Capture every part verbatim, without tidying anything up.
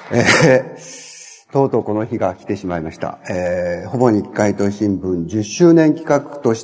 えー、とうとうこの日が来てしまいました。えー、ほぼ日刊糸井新聞じゅっしゅうねん企画として、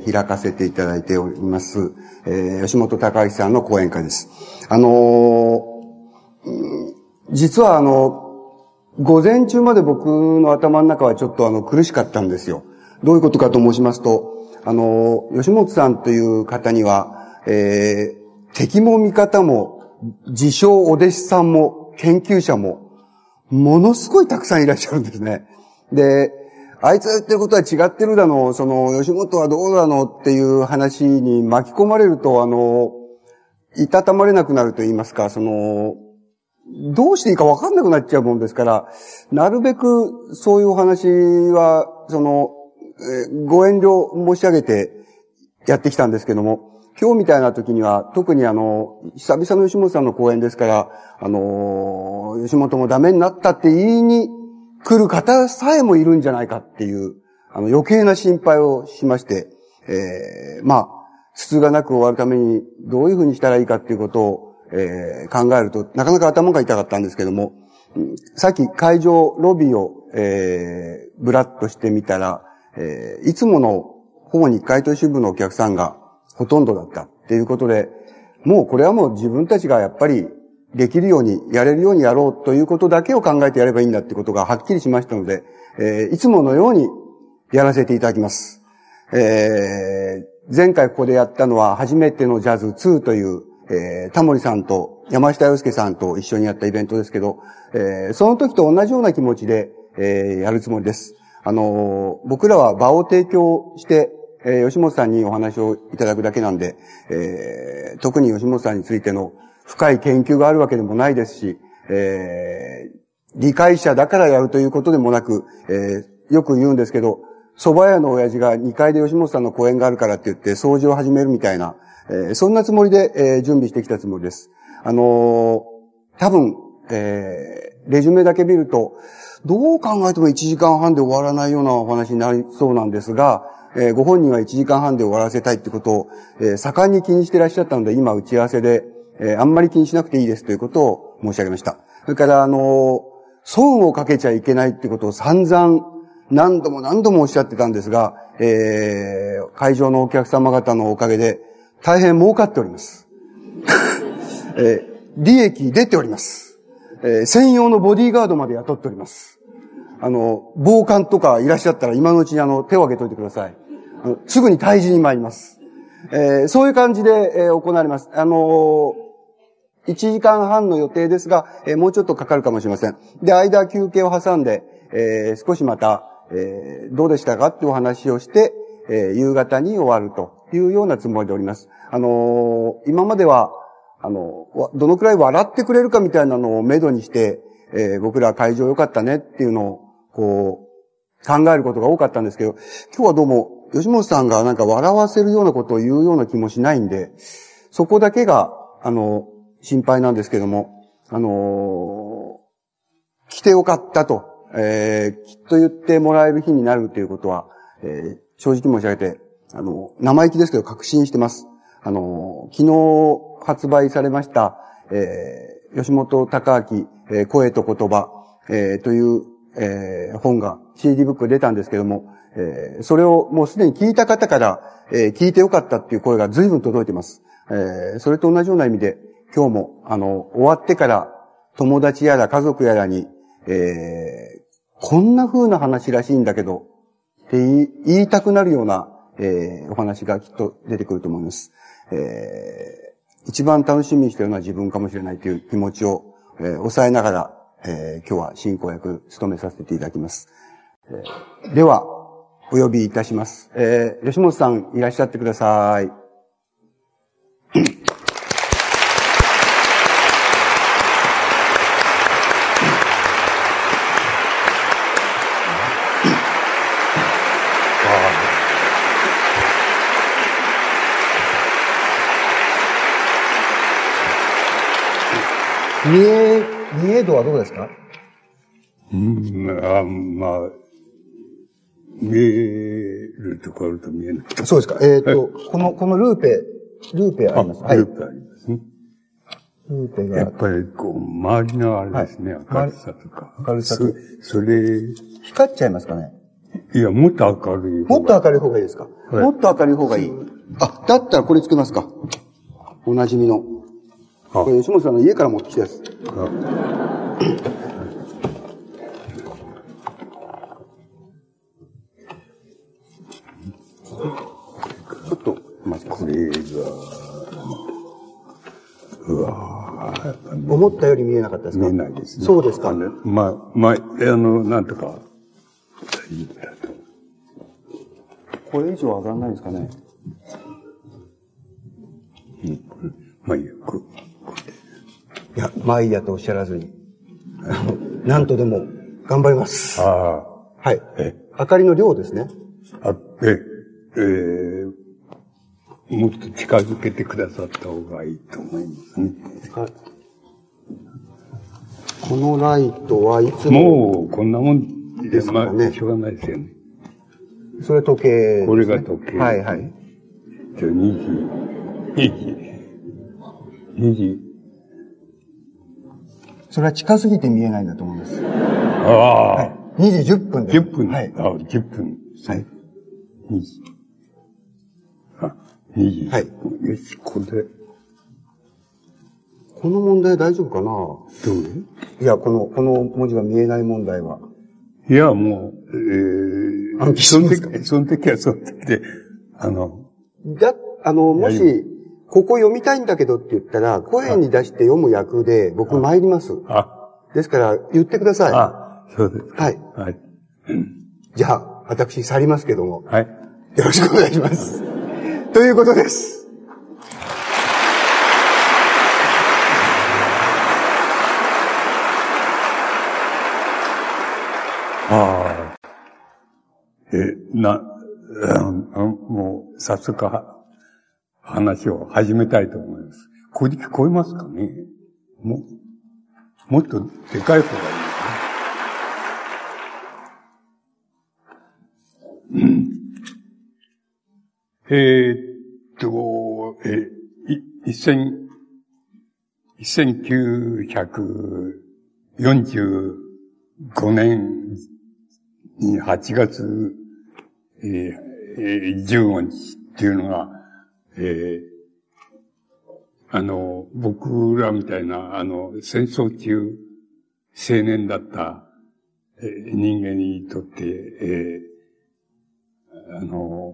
えー、開かせていただいております、えー、吉本隆明さんの講演会です。あのー、実はあの、午前中まで僕の頭の中はちょっとあの苦しかったんですよ。どういうことかと申しますと、あの、吉本さんという方には、えー、敵も味方も、自称お弟子さんも、研究者も、ものすごいたくさんいらっしゃるんですね。で、あいつが言ってることは違ってるだの、その、吉本はどうだのっていう話に巻き込まれると、あの、いたたまれなくなると言いますか、その、どうしていいか分かんなくなっちゃうもんですから、なるべくそういうお話は、その、えー、ご遠慮申し上げてやってきたんですけども、今日みたいな時には、特にあの、久々の吉本さんの講演ですから、あのー、吉本もダメになったって言いに来る方さえもいるんじゃないかっていう、あの、余計な心配をしまして、えー、まあ、つつがなく終わるためにどういうふうにしたらいいかっていうことを、えー、考えると、なかなか頭が痛かったんですけども、さっき会場、ロビーを、えー、ブラッとしてみたら、えー、いつものほぼ日刊糸井新聞のお客さんがほとんどだったっていうことで、もうこれはもう自分たちがやっぱりできるように、やれるようにやろうということだけを考えてやればいいんだってことがはっきりしましたので、えー、いつものようにやらせていただきます。えー、前回ここでやったのは初めてのジャズツーという、えー、タモリさんと山下洋介さんと一緒にやったイベントですけど、えー、その時と同じような気持ちで、えー、やるつもりです。あのー、僕らは場を提供して、えー、吉本さんにお話をいただくだけなんで、えー、特に吉本さんについての深い研究があるわけでもないですし、えー、理解者だからやるということでもなく、えー、よく言うんですけど、蕎麦屋の親父がにかいで吉本さんの講演があるからって言って掃除を始めるみたいな、えー、そんなつもりで、えー、準備してきたつもりです。あのー、多分、えー、レジュメだけ見ると、どう考えてもいちじかんはんで終わらないようなお話になりそうなんですが、えー、ご本人はいちじかんはんで終わらせたいってことを、えー、盛んに気にしていらっしゃったので、今打ち合わせで、えー、あんまり気にしなくていいですということを申し上げました。それから、あのー、損をかけちゃいけないってことを散々何度も何度もおっしゃってたんですが、えー、会場のお客様方のおかげで大変儲かっております。えー、利益出ております。えー、専用のボディーガードまで雇っております。あの、暴漢とかいらっしゃったら今のうちにあの、手を挙げといてください。あのすぐに退治に参ります。えー、そういう感じで、えー、行われます。あのー、いちじかんはんの予定ですが、えー、もうちょっとかかるかもしれません。で、間休憩を挟んで、えー、少しまた、えー、どうでしたかってお話をして、えー、夕方に終わるというようなつもりでおります。あのー、今までは、あの、どのくらい笑ってくれるかみたいなのをめどにして、えー、僕ら会場良かったねっていうのを、こう、考えることが多かったんですけど、今日はどうも、吉本さんがなんか笑わせるようなことを言うような気もしないんで、そこだけが、あの、心配なんですけども、あのー、来てよかったと、えー、きっと言ってもらえる日になるということは、えー、正直申し上げて、あの、生意気ですけど確信してます。あの、昨日発売されました、えー、吉本隆明、えー、声と言葉、えー、という、えー、本が シーディー ブック出たんですけども、えー、それをもうすでに聞いた方から、えー、聞いてよかったっていう声が随分届いてます。えー、それと同じような意味で、今日も、あの、終わってから友達やら家族やらに、えー、こんな風な話らしいんだけど、って言いたくなるような、えー、お話がきっと出てくると思います。えー、一番楽しみにしているのは自分かもしれないという気持ちを、えー、抑えながら、えー、今日は進行役務めさせていただきます。えー、では、お呼びいたします。えー、吉本さんいらっしゃってください。見え、見え度はどうですか？ うん、あまあ、見えるところと見えない。 そうですか。えっと、この、このルーペ、ルーペあります。 はい。ルーペありますね。 やっぱり、こう、周りのあれですね、はい、明るさとか。 明るさとか。 そ、それ。 光っちゃいますかね？ いや、もっと明るい方が。もっと明るい方がいいですか？はい、もっと明るい方がいい。あ、だったらこれつけますか。おなじみの。これ、吉本さんの家から持ってきたやつ。ちょっと、まずこれが、うわぁ。思ったより見えなかったですか？ 見えないですね。 そうですか。 まあ、まあ、あの、なんとか、大丈夫だと。 これ以上上がらないですかね？ うん。まあいいや、こいや、まあいいやとおっしゃらずに。なんとでも、頑張ります。 ああ。 はい。え、明かりの量ですね。 あ、え、えー、もっと近づけてくださった方がいいと思いますね。はい。 このライトはいつも。 もう、こんなもんですかね。まあ、しょうがないですよね。 それ時計ですね。 これが時計。 はいはい。 じゃあにじ、にじ、にじ。 それは近すぎて見えないんだと思います。 ああ、 はい。にじじゅっぷんです。 じゅっぷん。 はい。 ああ、じゅっぷん。 はい。 にじ。あ、にじ。 はい。 よし、これ。 この問題大丈夫かな？ どう？ いや、この、この文字が見えない問題は。 いや、もう、えー、 暗記しますか？ その時はその時で、あの、 だ、あの、もし、ここ読みたいんだけどって言ったら、声に出して読む役で僕参ります。 あ、 ですから、言ってください。 あ、そうですか。 はい。 はい。 じゃあ、私去りますけども。 はい。 よろしくお願いします。ということです。 ああ。え、な、もう、早速は、話を始めたいと思います。これ聞こえますかね？も、もっとでかい方がいいですね。うん、えー、っと、え、い、一千、一千九百四十五年にはちがつ、えーえー、じゅうごにちっていうのが、えー、あの、僕らみたいな、あの、戦争中、青年だった、えー、人間にとって、えー、あの、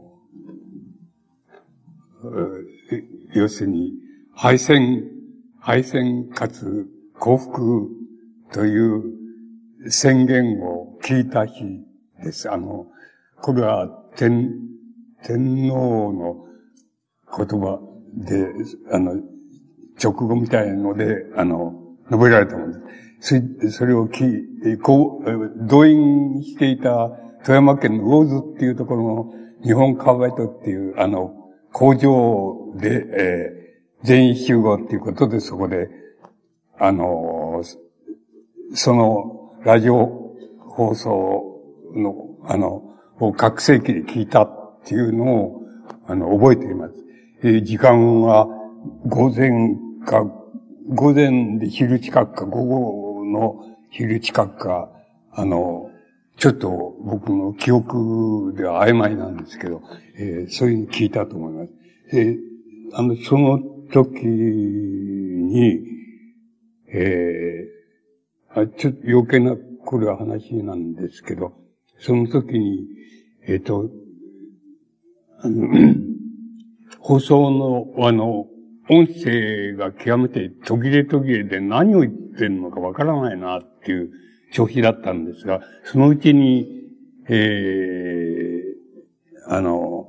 要するに、敗戦、敗戦かつ降伏という宣言を聞いた日です。あの、これは天、天皇の言葉で、あの、直後みたいなので、あの、述べられたものです。それ、それを聞い、こう、動員していた富山県の魚津っていうところの日本カーバイトっていう、あの、工場で、えー、全員集合っていうことで、そこで、あの、その、ラジオ放送の、あの、を拡声器で聞いたっていうのを、あの、覚えています。えー、時間は午前か、午前で昼近くか、午後の昼近くか、あの、ちょっと僕の記憶では曖昧なんですけど、えー、そういうの聞いたと思います。で、あの、その時に、えー、あちょっと余計な、これは話なんですけど、その時に、えっと、あの、放送の、あの、音声が極めて途切れ途切れで何を言ってるのかわからないなっていう調子だったんですが、そのうちに、えー、あの、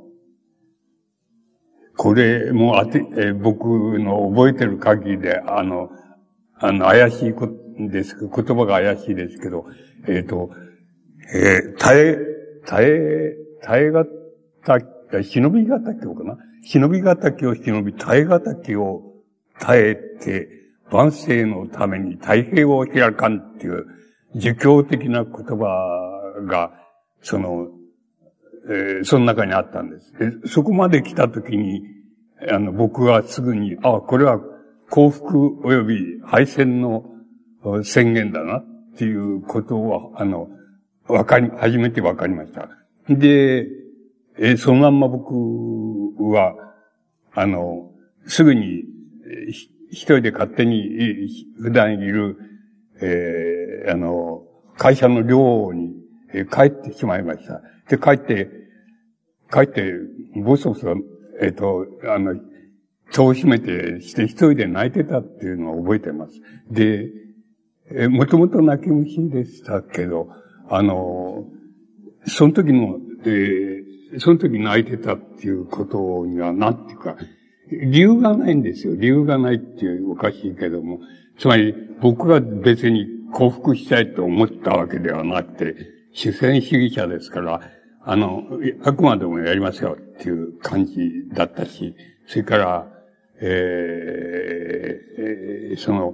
これもあて、えー、僕の覚えてる限りで、あの、あの、怪しいことですけど、言葉が怪しいですけど、えっと、えー、耐え、耐え、耐えがた、忍びがたきをかな忍びがたきを忍び、耐えがたきを耐えて、万世のために太平を開かんっていう、儒教的な言葉が、その、えー、その中にあったんです。で、そこまで来たときに、あの、僕はすぐに、あ、これは幸福及び敗戦の宣言だなっていうことを、あの、わかり、初めてわかりました。で、え、そのまんま僕は、あの、すぐに、一人で勝手に、普段いる、えー、あの、会社の寮に、えー、帰ってしまいました。で、帰って、帰って、ボソボソ、えっと、あの、戸を閉めてして一人で泣いてたっていうのを覚えてます。で、えー、もともと泣き虫でしたけど、あの、その時の、えー、その時泣いてたっていうことには、なんていうか、理由がないんですよ。理由がないっていうおかしいけども。つまり、僕が別に幸福したいと思ったわけではなくて、主戦主義者ですから、あの、あくまでもやりますよっていう感じだったし、それから、えー、えー、その、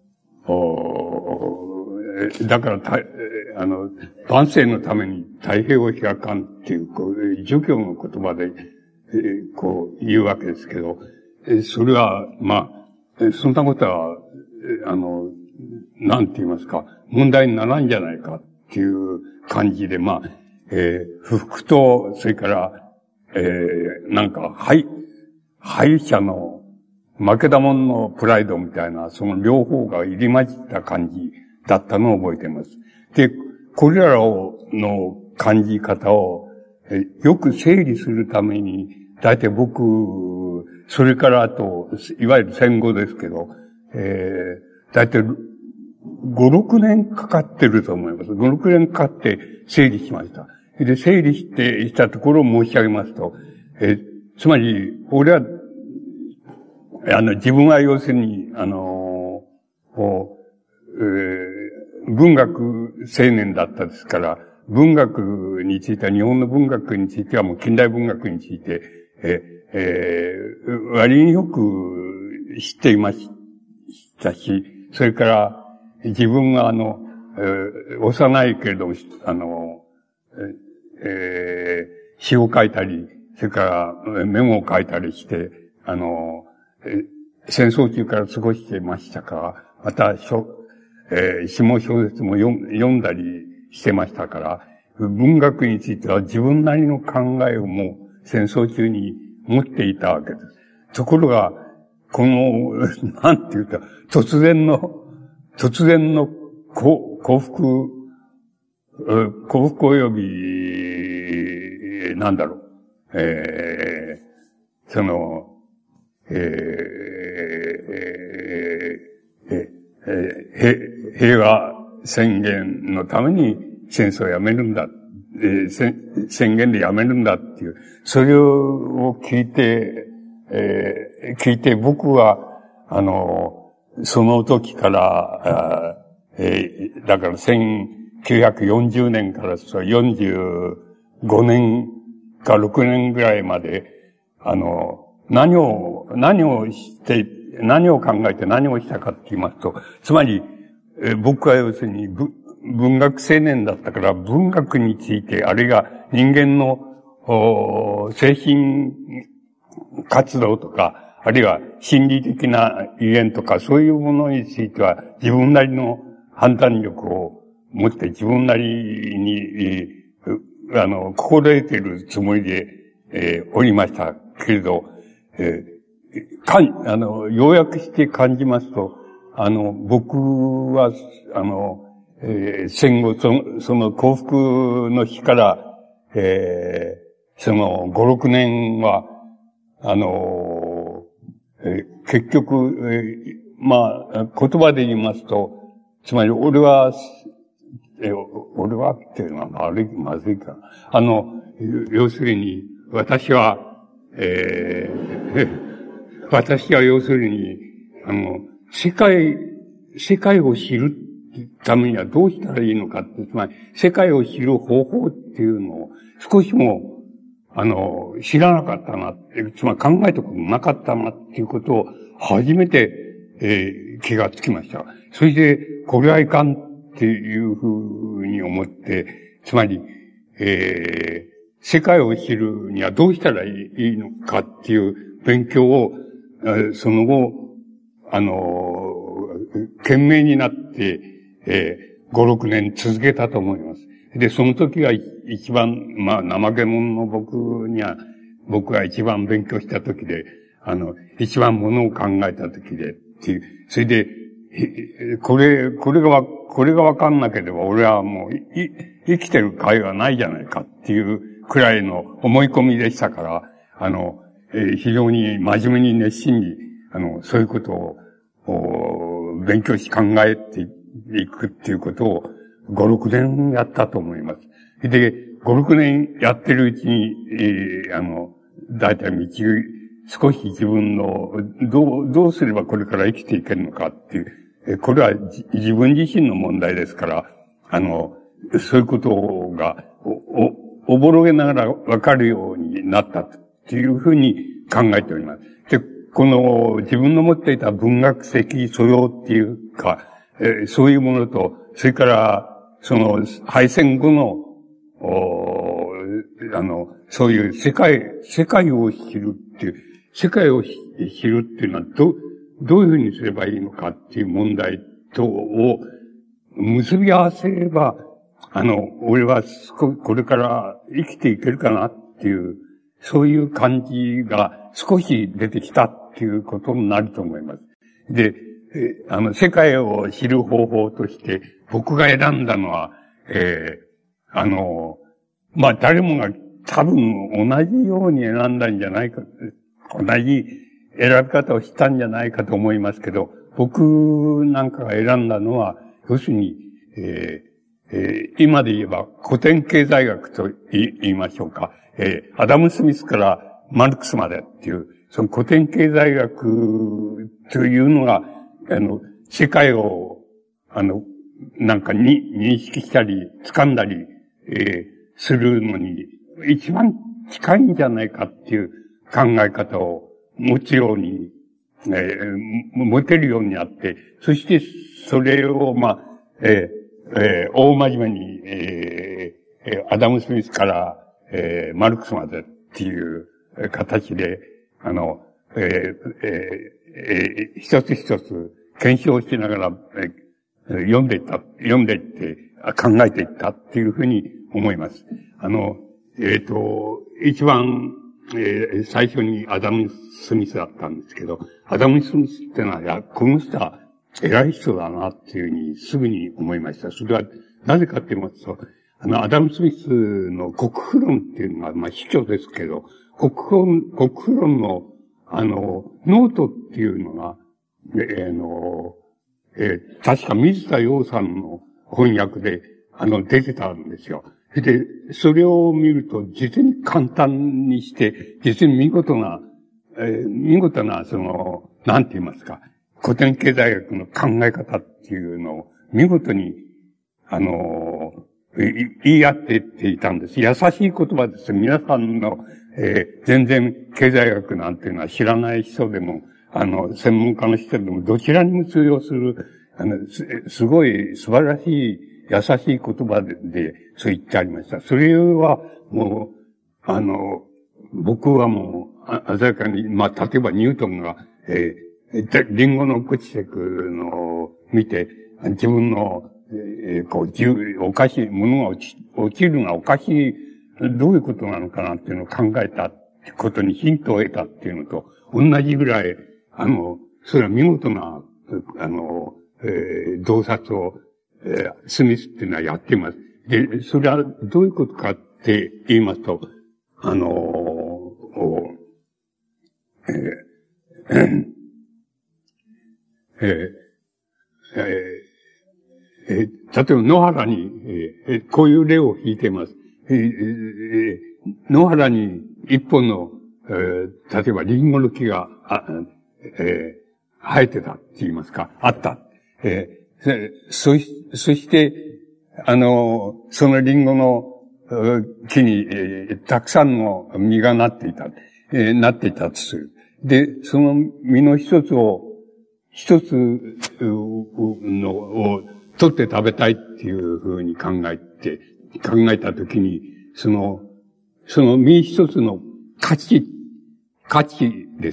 だからた、あの、万世のために太平を開かんっていう、こう、儒教の言葉で、えー、こう、言うわけですけど、えー、それは、まあ、そんなことは、あの、なんて言いますか、問題にならんじゃないかっていう感じで、まあ、えー、不服と、それから、えー、なんか、敗、敗者の、負けたもんのプライドみたいな、その両方が入り混じった感じだったのを覚えています。で、これらの感じ方を、えー、よく整理するために、だいたい僕、それからあと、いわゆる戦後ですけど、えー、だいたいご、ろくねんかかってると思います。ご、ろくねんかかって整理しました。で、整理して、したところを申し上げますと、えー、つまり、俺は、あの、自分は要するに、あの、こう、えー、文学青年だったですから、文学については、日本の文学についてはもう近代文学について、えーえー、割によく知っていましたし、それから、自分があの、えー、幼いけれども、あの、えー、詩を書いたり、それからメモを書いたりして、あの、戦争中から過ごしてましたから、また、えー、詩も小説も読んだりしてましたから、文学については自分なりの考えをもう戦争中に持っていたわけです。ところが、この、なんていうか、突然の、突然の幸福、幸福及び、なんだろう、えー、その、えー、えー、えー、平和宣言のために戦争をやめるんだ、えー、宣言でやめるんだっていう、それを聞いて、えー、聞いて僕は、あの、その時から、えー、だからせんきゅうひゃくよんじゅうねんからよんじゅうごねんかろくねんぐらいまで、あの、何を、何をして、何を考えて何をしたかって言いますと、つまり、えー、僕は要するに文学青年だったから文学について、あるいは人間の精神活動とか、あるいは心理的なゆえんとか、そういうものについては自分なりの判断力を持って自分なりに、あの、心得ているつもりで、えー、おりましたけれど、えー、かん、あの、要約して感じますと、あの、僕は、あの、えー、戦後、その、その幸福の日から、えー、そのご、ろくねんは、あの、えー、結局、えー、まあ、言葉で言いますと、つまり俺は、えー、俺はっていうのは悪い、まずいかな。あの、要するに、私は、えー、私は要するに、あの、世界、世界を知るためにはどうしたらいいのかって、つまり、世界を知る方法っていうのを少しも、あの、知らなかったなって、つまり考えたことなかったなっていうことを初めて、えー、気がつきました。それで、これはいかんっていうふうに思って、つまり、えー、世界を知るにはどうしたらいいのかっていう勉強を、その後、 あの、懸命になって、えー、ご、ろくねん続けたと思います。で、その時が一番、まあ、怠け者の僕には、僕が一番勉強した時で、あの、一番ものを考えた時で、っていう、それで、これ、これがわ、これがわかんなければ、俺はもう、い、生きてる甲斐はないじゃないかっていうくらいの思い込みでしたから、あの、えー、非常に真面目に熱心に、あの、そういうことを、勉強し考えていくっていうことを、ご、ろくねんやったと思います。で、ご、ろくねんやってるうちに、えー、あの、だいたい道、少し自分の、どう、どうすればこれから生きていけるのかっていう、これは自分自身の問題ですから、あの、そういうことが、お、お、おぼろげながらわかるようになったっていうふうに考えております。で、この自分の持っていた文学的素養っていうか、えー、そういうものと、それから、その、敗戦後の、おあの、そういう世界、世界を知るっていう、世界を知るっていうのは、ど、どういうふうにすればいいのかっていう問題とを結び合わせれば、あの、俺はこれから生きていけるかなっていう、そういう感じが少し出てきたっていうことになると思います。で、あの、世界を知る方法として、僕が選んだのは、えー、あの、まあ、誰もが多分同じように選んだんじゃないか、同じ選び方をしたんじゃないかと思いますけど、僕なんかが選んだのは、要するに、えーえー、今で言えば古典経済学と言いましょうか。えー、アダム・スミスからマルクスまでっていう、その古典経済学というのが、あの、世界を、あの、なんかに認識したり、掴んだり、えー、するのに、一番近いんじゃないかっていう考え方を持つように、えー、持てるようになって、そしてそれを、まあ、えーえー、大真面目に、えー、アダム・スミスから、えー、マルクスまでっていう形で、あの、えーえーえー、一つ一つ検証しながら、えー、読んでいった、読んでいって、考えていったっていうふうに思います。あの、えっと、一番、えー、最初にアダム・スミスだったんですけど、アダム・スミスってのは、いや、この人は偉い人だなっていうふうにすぐに思いました。それは、なぜかって言いますと、あの、アダム・スミスの国富論っていうのが、まあ、秘書ですけど、国富、国富論の、あの、ノートっていうのが、えー、の、えー、確か水田洋さんの翻訳で、あの、出てたんですよ。で、それを見ると、実に簡単にして、実に見事な、えー、見事な、その、なんて言いますか、古典経済学の考え方っていうのを、見事に、あの、言い合ってっていたんです。優しい言葉です。皆さんの、えー、全然経済学なんていうのは知らない人でも、あの、専門家の人でも、どちらにも通用する、あの、す、すごい素晴らしい、優しい言葉で、で、そう言ってありました。それは、もう、あの、僕はもう、鮮やかに、まあ、例えばニュートンが、えー、リンゴの落ちてくるのを見て、自分の、えー、こう、おかしい、ものが落ち、落ちるのがおかしい、どういうことなのかなっていうのを考えたことにヒントを得たっていうのと、同じぐらい、あの、それは見事な、あの、えー、洞察を、えー、スミスっていうのはやっています。で、それはどういうことかって言いますと、あのー、えー、えー、えー、えー、例えば野原に、えー、こういう例を引いています。えーえー、野原に一本の、えー、例えばリンゴの木が、あえー、生えてたって言いますか、あった。えーそし、そして、あの、そのリンゴの木に、えー、たくさんの実がなっていた、えー、なっていたとする。で、その実の一つを、一つのを取って食べたいっていうふうに考えて、考えたときに、その、その実一つの価値、価値ですね。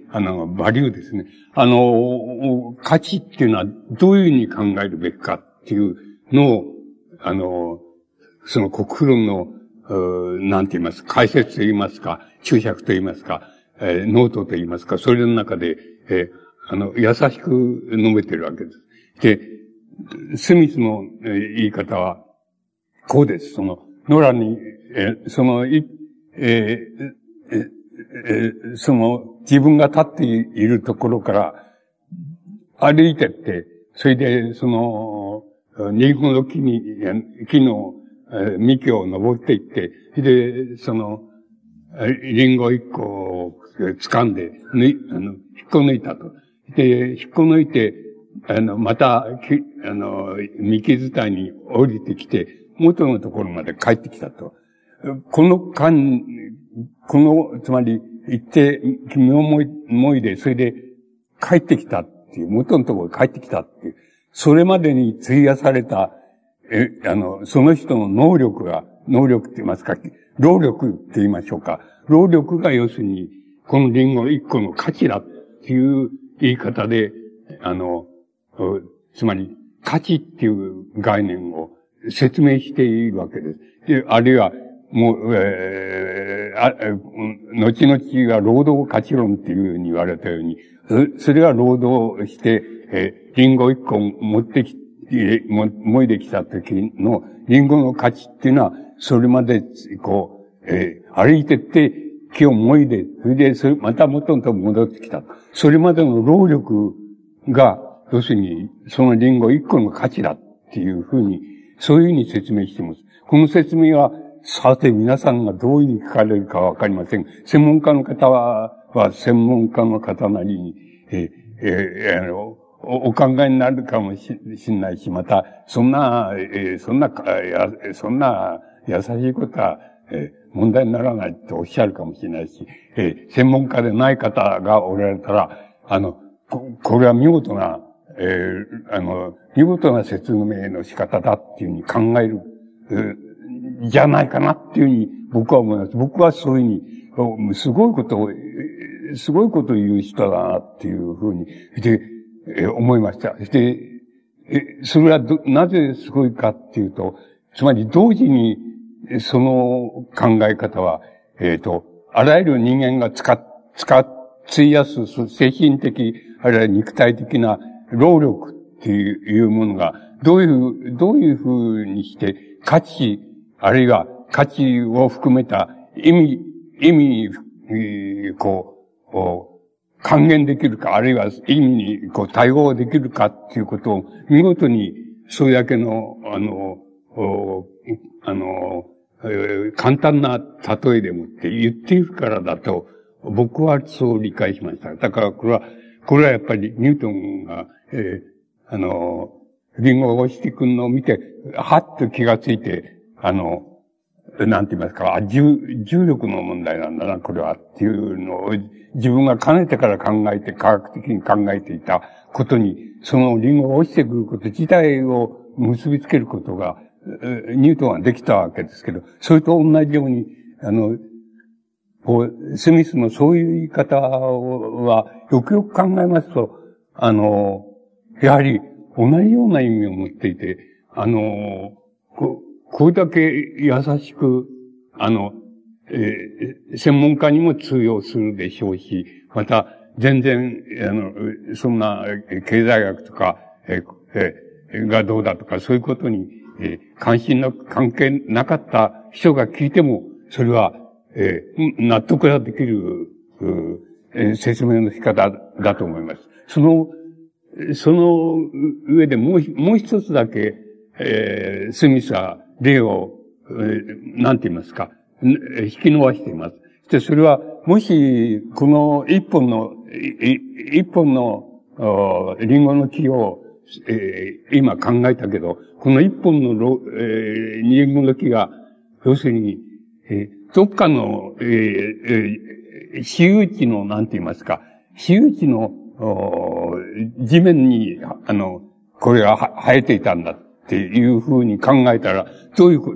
あの、バリューですね。あの、価値っていうのはどういうふうに考えるべきかっていうのを、あの、その国論の、なんて言いますか、解説と言いますか、注釈と言いますか、えー、ノートと言いますか、それの中で、えー、あの、優しく述べてるわけです。で、スミスの言い方は、こうです。その、ノラに、えー、その、い、えーえーえー、その、自分が立っているところから歩いてって、それで、その、リンゴの木に、木の幹を登っていって、で、その、リンゴ一個を掴んで、ぬい、あの、引っこ抜いたと。で、引っこ抜いて、あの、また、き、あの、幹伝いに降りてきて、元のところまで帰ってきたと。この間、この、つまり、行って、君思い、思いで、それで帰ってきたっていう、元のところに帰ってきたっていう、それまでに費やされた、え、あの、その人の能力が、能力って言いますか、労力って言いましょうか。労力が要するに、このリンゴ一個の価値だっていう言い方で、あの、つまり、価値っていう概念を説明しているわけです。で、あるいは、もう、えー、あ、後々は労働価値論っていうふうに言われたように、それが労働して、えー、リンゴ一個持ってきて、もいできた時のリンゴの価値っていうのは、それまで、こう、えー、歩いてって、木をもいで、それで、それ、また元のとこ戻ってきた。それまでの労力が、要するに、そのリンゴ一個の価値だっていうふうに、そういうふうに説明しています。この説明は、さて皆さんがどういうふうに書かれるかわかりません。専門家の方は、は専門家の方なりに、えーえー、あのお、お考えになるかもしれないし、また、そんな、えー、そんな、や、そんな優しいことは、えー、問題にならないとおっしゃるかもしれないし、えー、専門家でない方がおられたら、あの、こ、これは見事な、えー、あの、見事な説明の仕方だっていうふうに考える、えーじゃないかなっていうふうに僕は思います。僕はそういうふうに、すごいことを、すごいことを言う人だなっていうふうに、で、え思いました。で、え、それはど、なぜすごいかっていうと、つまり同時に、その考え方は、えっと、あらゆる人間が使っ、使っ、費やす精神的、あるいは肉体的な労力っていうものが、どういう、どういうふうにして、価値、あるいは価値を含めた意味、意味に、えー、こう、還元できるか、あるいは意味にこう対応できるかっていうことを見事にそれだけの、あの、あの、えー、簡単な例えでもって言っているからだと、僕はそう理解しました。だからこれは、これはやっぱりニュートンが、えー、あの、リンゴが落ちてくるのを見て、はっと気がついて、あの、なんて言いますか、重、重力の問題なんだな、これは、っていうのを、自分がかねてから考えて、科学的に考えていたことに、そのリンゴが落ちてくること自体を結びつけることが、ニュートンはできたわけですけど、それと同じように、あの、こう、スミスのそういう言い方は、よくよく考えますと、あの、やはり同じような意味を持っていて、あの、こう、これだけ優しく、あの、えー、専門家にも通用するでしょうし、また、全然、あの、そんな、経済学とか、えーえー、がどうだとか、そういうことに、えー、関心の関係なかった人が聞いても、それは、えー、納得ができる、えー、説明の仕方だと思います。その、その上でもう、もう一つだけ、えー、スミスは例を、えー、なんて言いますか、引き伸ばしています。で、それは、もし、この一本の、一本の、リンゴの木を、えー、今考えたけど、この一本のロ、えー、リンゴの木が、要するに、えー、どっかの、えーえー、私有地の、なんて言いますか、私有地の、地面に、あの、これが生えていたんだっていうふうに考えたら、どういう、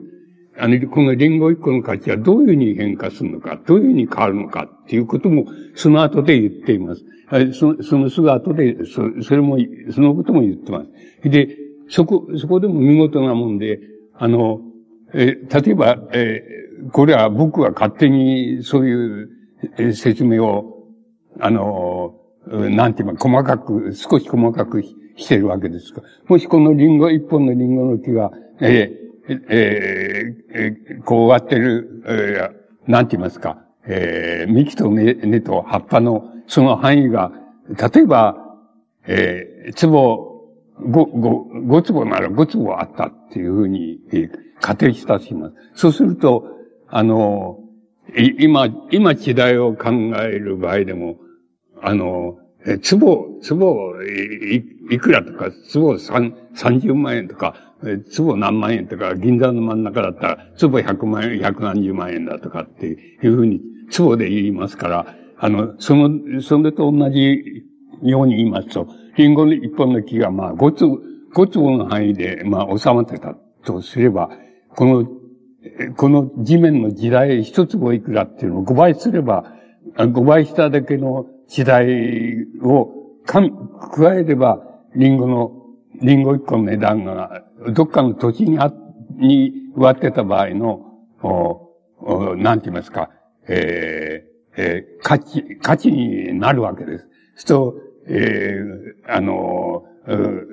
あの、このリンゴ一個の価値はどういうふうに変化するのか、どういうふうに変わるのかっていうことも、その後で言っています。そ, そのすぐ後で、そ、それも、そのことも言ってます。で、そこ、そこでも見事なもんで、あの、え、例えば、え、これは僕は勝手にそういう、え、説明を、あの、なんて言うか、細かく、少し細かくしてるわけですが、もしこのリンゴ、一本のリンゴの木が、えー、えー、えー、こう割ってる、えー、なんて言いますか、えー、幹と根、根と葉っぱのその範囲が、例えば、えー、坪、ご、ご、ご坪ならご坪あったっていうふうに、えー、仮定したとします。そうすると、あの、今、今時代を考える場合でも、あの、え、坪、坪、い、いくらとか、坪三、三十万円とか、え、坪何万円とか、銀座の真ん中だったら、坪百万円、百何十万円だとかっていうふうに、坪で言いますから、あの、その、それと同じように言いますと、リンゴの一本の木が、まあ、五坪、五坪の範囲で、まあ、収まってたとすれば、この、この地面の時代一坪いくらっていうのをごばいすれば、ごばいしただけの時代を加えれば、リンゴの、リンゴ一個の値段が、どっかの土地にあ、に割ってた場合の、おおなんて言いますか、えー、えー、価値、価値になるわけです。そうすると、えー、あの、えー、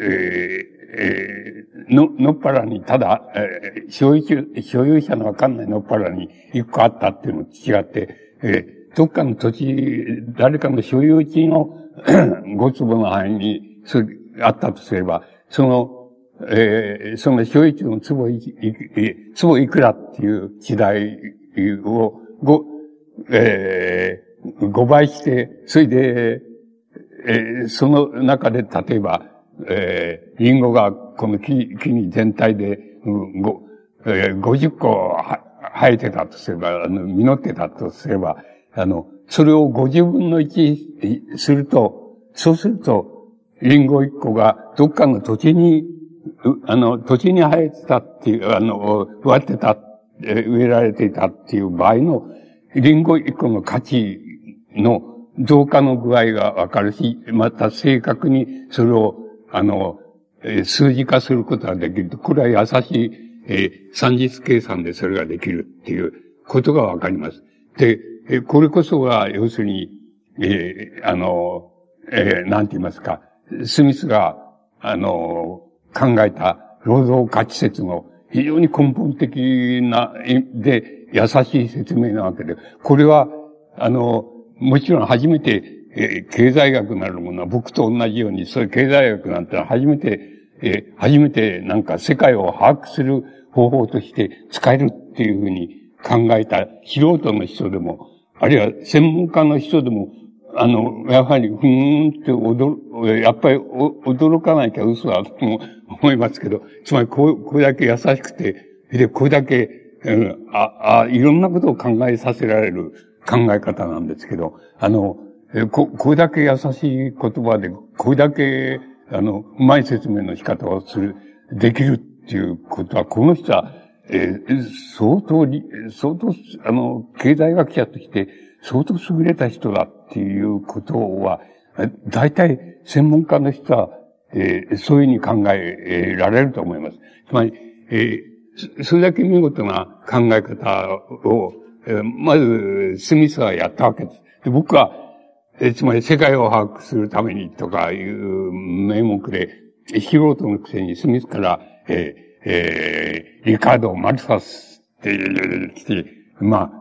えー、の、のっぱらに、ただ、えー、所有、所有者のわかんないのっぱらに一個あったっていうのと違って、えー、どっかの土地、誰かの所有地のご坪の範囲に、それ、あったとすれば、その、えー、その所有地の坪い、い、坪いくらっていう時代を、ご、えー、ごばいして、それで、えー、その中で、例えば、えー、リンゴがこの木、木に全体で、うん、ご、えー、ごじゅっこは生えてたとすれば、あの、実ってたとすれば、あの、それをごじゅうぶんのいちすると、そうすると、リンゴいっこがどっかの土地に、あの、土地に生えてたっていう、あの、割ってた、植えられていたっていう場合の、リンゴいっこの価値の増加の具合がわかるし、また正確にそれを、あの、数字化することができると、これは優しい、えー、算日計算でそれができるっていうことがわかります。で、これこそが、要するに、えー、あの、えー、なんて言いますか、スミスが、あの、考えた労働価値説の非常に根本的な、で、優しい説明なわけで、これは、あの、もちろん初めて、えー、経済学なるものは僕と同じように、そういう経済学なんて初めて、えー、初めてなんか世界を把握する方法として使えるっていうふうに考えた素人の人でも、あるいは専門家の人でも、あの、やはり、ふーんって驚、やっぱり驚かなきゃ嘘だと思いますけど、つまりこう、これだけ優しくて、で、これだけ、うん、あ、あ、いろんなことを考えさせられる考え方なんですけど、あの、こ、これだけ優しい言葉で、これだけ、あの、うまい説明の仕方をする、できるっていうことは、この人は、えー、相当に、相当、あの、経済学者として相当優れた人だっていうことは、大体専門家の人は、えー、そういうふうに考えられると思います。つまり、えー、それだけ見事な考え方を、えー、まず、スミスはやったわけです。で、僕は、えー、つまり世界を把握するためにとかいう名目で、素人のくせにスミスから、えーえー、リカード・マルサスって来て、まあ、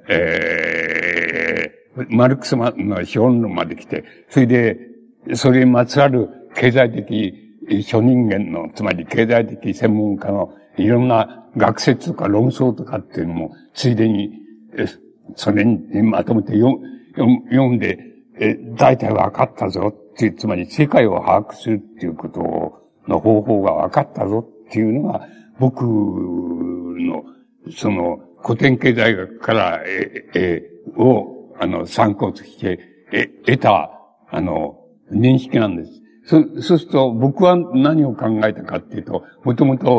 えー、マルクスの資本論まで来て、それで、それにまつわる経済的諸人間の、つまり経済的専門家のいろんな学説とか論争とかっていうのも、ついでに、それにまとめて読んで、え、大体分かったぞっていう、つまり世界を把握するっていうことの方法が分かったぞっていうのが、僕の、その、古典経済学から、え、え、を、あの、参考として、え、得た、あの、認識なんです。そ、そうすると、僕は何を考えたかっていうと、もともと、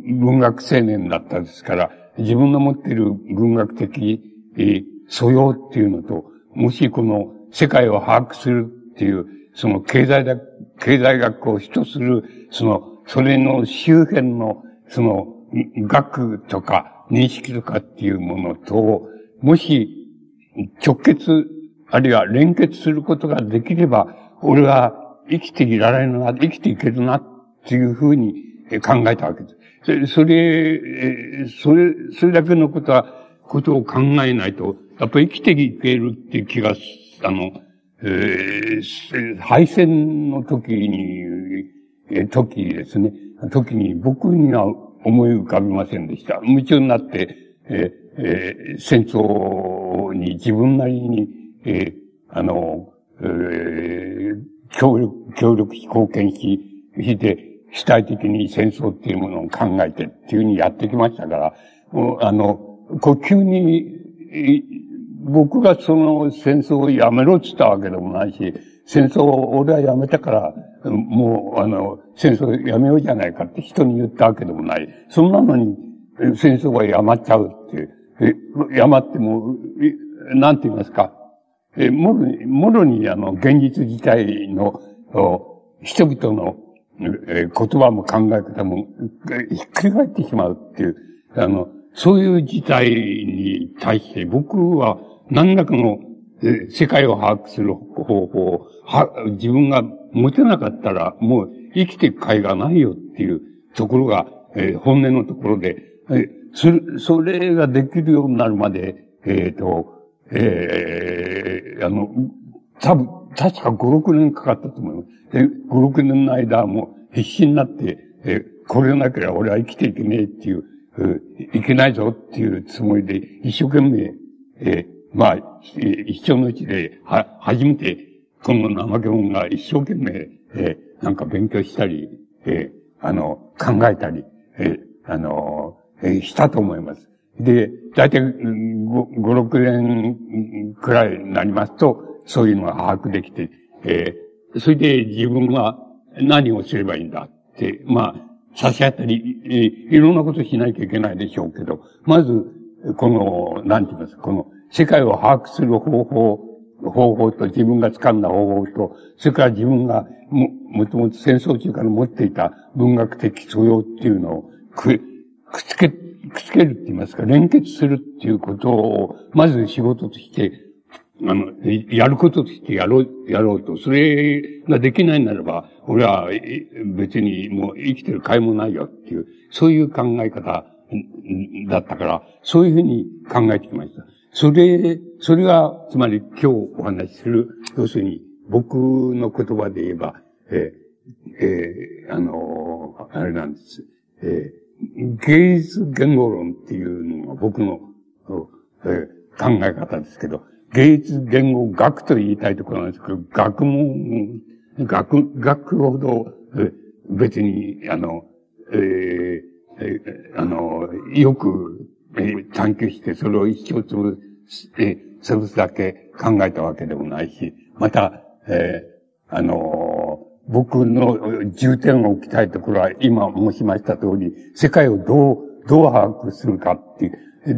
文学青年だったですから、自分の持っている文学的、えー、素養っていうのと、もしこの世界を把握するっていう、その経済だ、経済学を主とする、その、それの周辺の、その、学とか認識とかっていうものと、もし直結、あるいは連結することができれば、俺は生きていられるな、生きていけるなっていうふうに考えたわけです。それ、それ、それ、それだけのことは、ことを考えないと、やっぱり生きていけるっていう気が、あの、えー、敗戦の時に、時ですね。時に僕には思い浮かびませんでした。夢中になって、えーえー、戦争に自分なりに、えー、あの、えー、協力、協力し、貢献し、して、主体的に戦争っていうものを考えてっていうふうにやってきましたから、もうあの、こう急に、僕がその戦争をやめろって言ったわけでもないし、戦争を俺はやめたから、もうあの、戦争やめようじゃないかって人に言ったわけでもない。そんなのに戦争がやまっちゃうっていう。え、やまっても、なんて言いますか。え、もろに、もろにあの、現実自体の、人々の、え、言葉も考え方も、ひっくり返ってしまうっていう、あの、そういう事態に対して僕は何らかの世界を把握する方法をは自分が持てなかったらもう生きていく甲斐がないよっていうところが、えー、本音のところで、えそれ、それができるようになるまで、えっと、えー、あの、多分、確かご、ろくねんかかったと思います。で、ご、ろくねんの間もう必死になって、えー、これがなければ俺は生きていけねえっていう、いけないぞっていうつもりで、一生懸命、えー、まあ、一生のうちで、は、初めて、この怠け者が一生懸命、えー、なんか勉強したり、えー、あの、考えたり、えー、あの、えー、したと思います。で、だいたいご、ろくねんくらいになりますと、そういうのが把握できて、えー、それで自分は何をすればいいんだって、まあ、差し当たり、えー、いろんなことしなきゃいけないでしょうけど、まず、この、なんて言いますか、この、世界を把握する方法、方法と自分が掴んだ方法と、それから自分がも、もともと戦争中から持っていた文学的素養っていうのをく、くっつけ、くっつけるって言いますか、連結するっていうことを、まず仕事として、あの、やることとしてやろう、やろうと。それができないならば、俺は別にもう生きてる甲斐もないよっていう、そういう考え方だったから、そういうふうに考えてきました。それ、それが、つまり今日お話しする、要するに僕の言葉で言えば、えー、えー、あの、あれなんです。えー、芸術言語論っていうのが僕の、えー、考え方ですけど、芸術言語学と言いたいところなんですけど、学問、学、学ほど、別に、あの、えー、えー、あの、よく、えー、探求して、それを一生潰す、えー、潰すだけ考えたわけでもないし、また、えー、あの、僕の重点を置きたいところは、今申しました通り、世界をどう、どう把握するかっていう、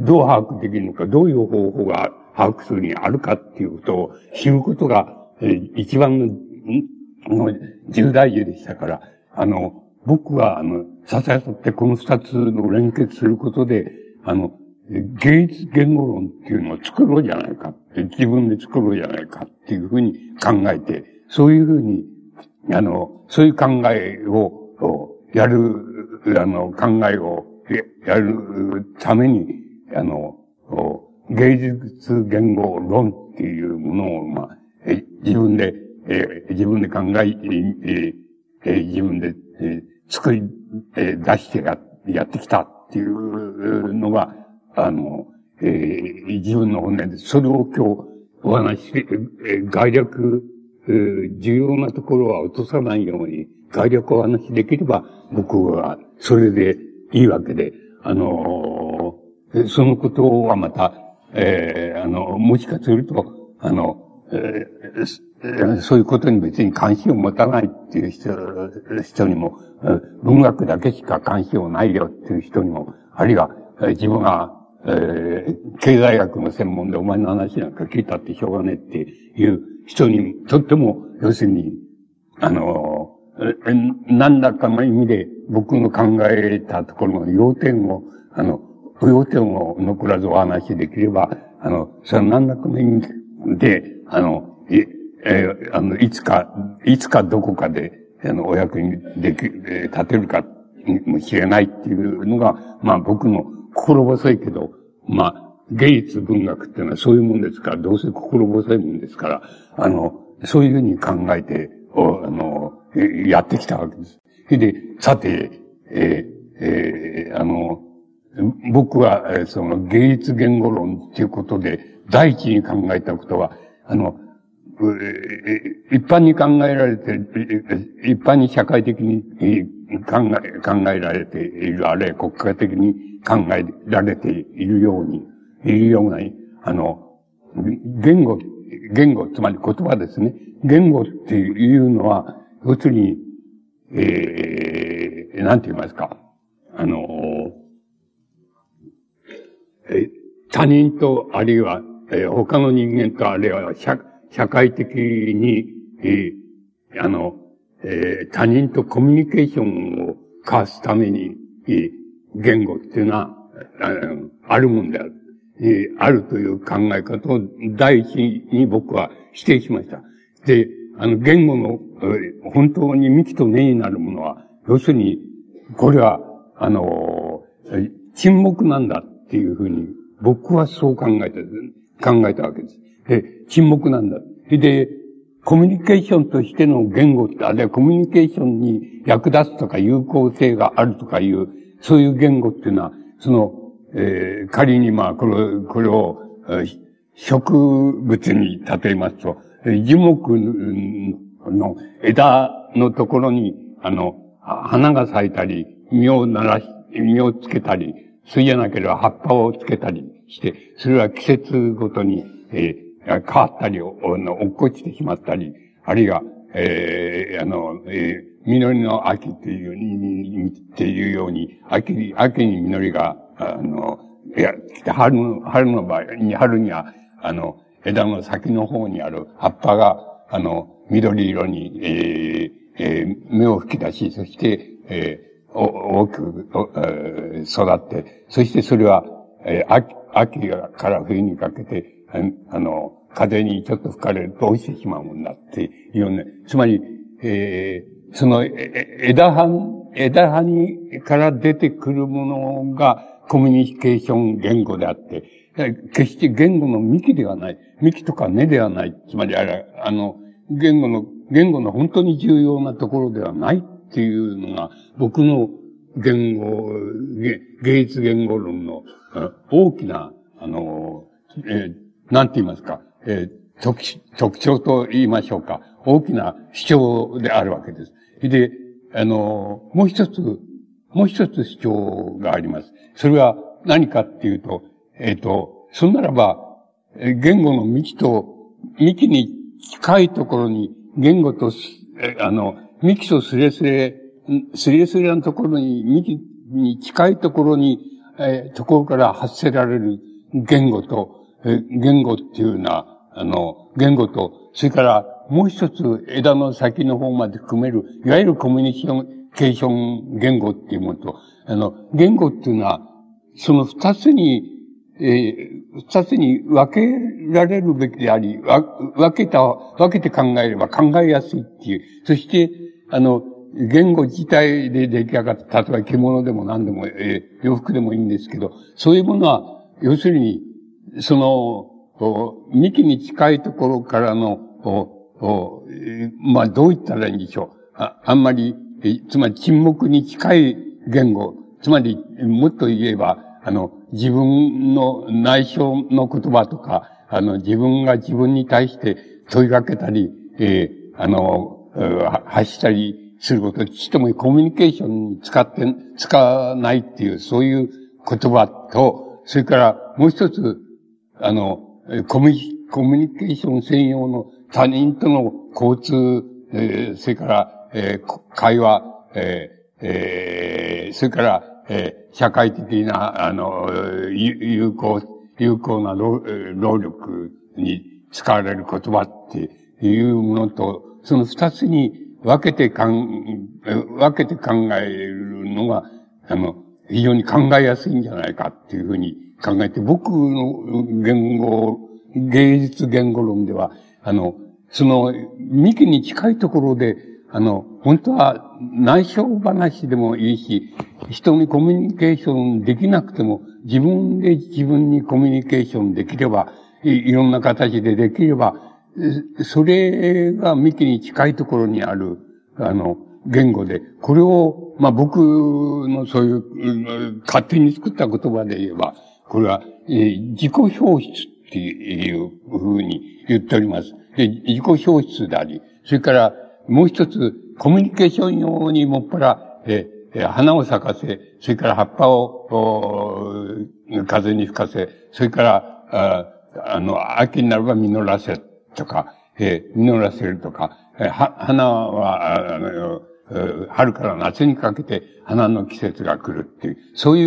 どう把握できるのか、どういう方法が把握するにあるかっていうことを知ることが、えー、一番の、の重大事でしたから、あの、僕は、あの、ささやさってこの二つの連結することで、あの、芸術言語論っていうのを作ろうじゃないかって、自分で作ろうじゃないかっていうふうに考えて、そういうふうに、あの、そういう考えを、やる、あの、考えをやるために、あの、芸術言語論っていうものを、まあ、自分で、え自分で考え、え自分で、え作り、え出してややってきたっていうのが、あの、えー、自分の本音です。それを今日お話しして、えー、概略、えー、重要なところは落とさないように、概略をお話しできれば、僕はそれでいいわけで、あのー、そのことはまた、えー、あの、もしかすると、あの、えそういうことに別に関心を持たないっていう人、人にも、文学だけしか関心をないよっていう人にも、あるいは自分が、えー、経済学の専門でお前の話なんか聞いたってしょうがねえっていう人にとっても、要するに、あの、何らかの意味で僕の考えたところの要点を、あの、要点を残らずお話しできれば、あの、それは何らかの意味で、あの、え、えー、あの、いつか、いつかどこかで、あの、お役にでき、えー、立てるかもしれないっていうのが、まあ僕の心細いけど、まあ、芸術文学っていうのはそういうもんですから、どうせ心細いもんですから、あの、そういうふうに考えて、おあの、やってきたわけです。それで、さて、えー、えー、あの、僕は、その芸術言語論っていうことで、第一に考えたことは、あの、一般に考えられて、一般に社会的に考え、考えられている、あるいは国家的に考えられているように、いるような、あの、言語、言語、つまり言葉ですね。言語っていうのは、要するに、えー、なんて言いますか。あの、え他人と、あるいは、えー、他の人間と、あるいは社、社会的に、えー、あの、えー、他人とコミュニケーションを交わすために、えー、言語っていうのは、あ, あるもんである。えー、あるという考え方を第一に僕は否定しました。で、あの、言語の、えー、本当に幹と根になるものは、要するに、これは、あのー、沈黙なんだっていうふうに、僕はそう考えた、考えたわけです。で、沈黙なんだ。で、コミュニケーションとしての言語って、あるいはコミュニケーションに役立つとか有効性があるとかいう、そういう言語っていうのは、その、えー、仮にまあ、これ、これを、植物に例えますと、樹木の枝のところに、あの、花が咲いたり、実をならし、実をつけたり、そうじゃなければ葉っぱをつけたりして、それは季節ごとに、えー、変わったり、落っこちてしまったり、あるいは、えー、あの、えー、実りの秋っていう、っていうように、秋に、秋に実りが、あの、いや、春の、春の場合に、春には、あの、枝の先の方にある葉っぱが、あの、緑色に、えー、えー、芽を吹き出し、そして、えー大きく、えー、育って、そしてそれは、えー、秋、秋から冬にかけて、あの、風にちょっと吹かれると落ちてしまうもんだっていうね。つまり、えー、その、え枝葉、枝葉にから出てくるものがコミュニケーション言語であって、決して言語の幹ではない。幹とか根ではない。つまりあれ、あの、言語の、言語の本当に重要なところではない。っていうのが、僕の言語、芸術言語論の大きな、あの、えー、なんて言いますか、えー、特、特徴と言いましょうか、大きな主張であるわけです。で、あの、もう一つ、もう一つ主張があります。それは何かっていうと、えっと、そんならば、言語の幹と、幹に近いところに、言語と、あの、幹とすれすれ、すれすれのところに、幹に近いところに、えー、ところから発せられる言語と、えー、言語っていうのは、あの、言語と、それからもう一つ枝の先の方まで含める、いわゆるコミュニケーション言語っていうものと、あの、言語っていうのは、その二つに、えー、二つに分けられるべきであり、分けた、分けて考えれば考えやすいっていう。そして、あの、言語自体で出来上がった、例えば着物でも何でも、えー、洋服でもいいんですけど、そういうものは、要するに、その、幹に近いところからの、まあ、どう言ったらいいんでしょう。あ、あんまり、つまり沈黙に近い言語、つまり、もっと言えば、あの、自分の内省の言葉とか、あの、自分が自分に対して問いかけたり、えー、あの、発したりすること、ちっともコミュニケーションに使って、使わないっていう、そういう言葉と、それからもう一つ、あの、コミュニ、コミュニケーション専用の他人との交通、えー、それから、えー、会話、えーえー、それから、えー、社会的な、あの、有効、有効な労力に使われる言葉っていうものと、その二つに分けて考え、分けて考えるのが、あの、非常に考えやすいんじゃないかっていうふうに考えて、僕の言語、芸術言語論では、あの、その、幹に近いところで、あの、本当は内緒話でもいいし、人にコミュニケーションできなくても、自分で自分にコミュニケーションできれば、い, いろんな形でできれば、それが幹に近いところにある、あの、言語で、これを、まあ、僕のそういう、勝手に作った言葉で言えば、これは、えー、自己表出っていうふうに言っております。で、自己表出であり、それから、もう一つ、コミュニケーション用にもっぱら、えー、花を咲かせ、それから葉っぱを、風に吹かせ、それから、あ, あの、秋になれば実らせとか、えー、実らせるとか、えー、は花は、あの、春から夏にかけて花の季節が来るっていう、そういう、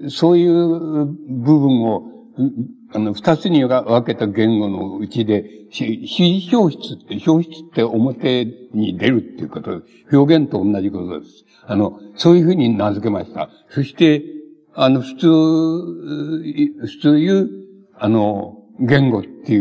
そういう部分を、あの、二つに分けた言語のうちで、非表出って、表出って表に出るっていうこと、表現と同じことです。あの、そういうふうに名付けました。そして、あの、普通、普通いう、あの、言語っていう、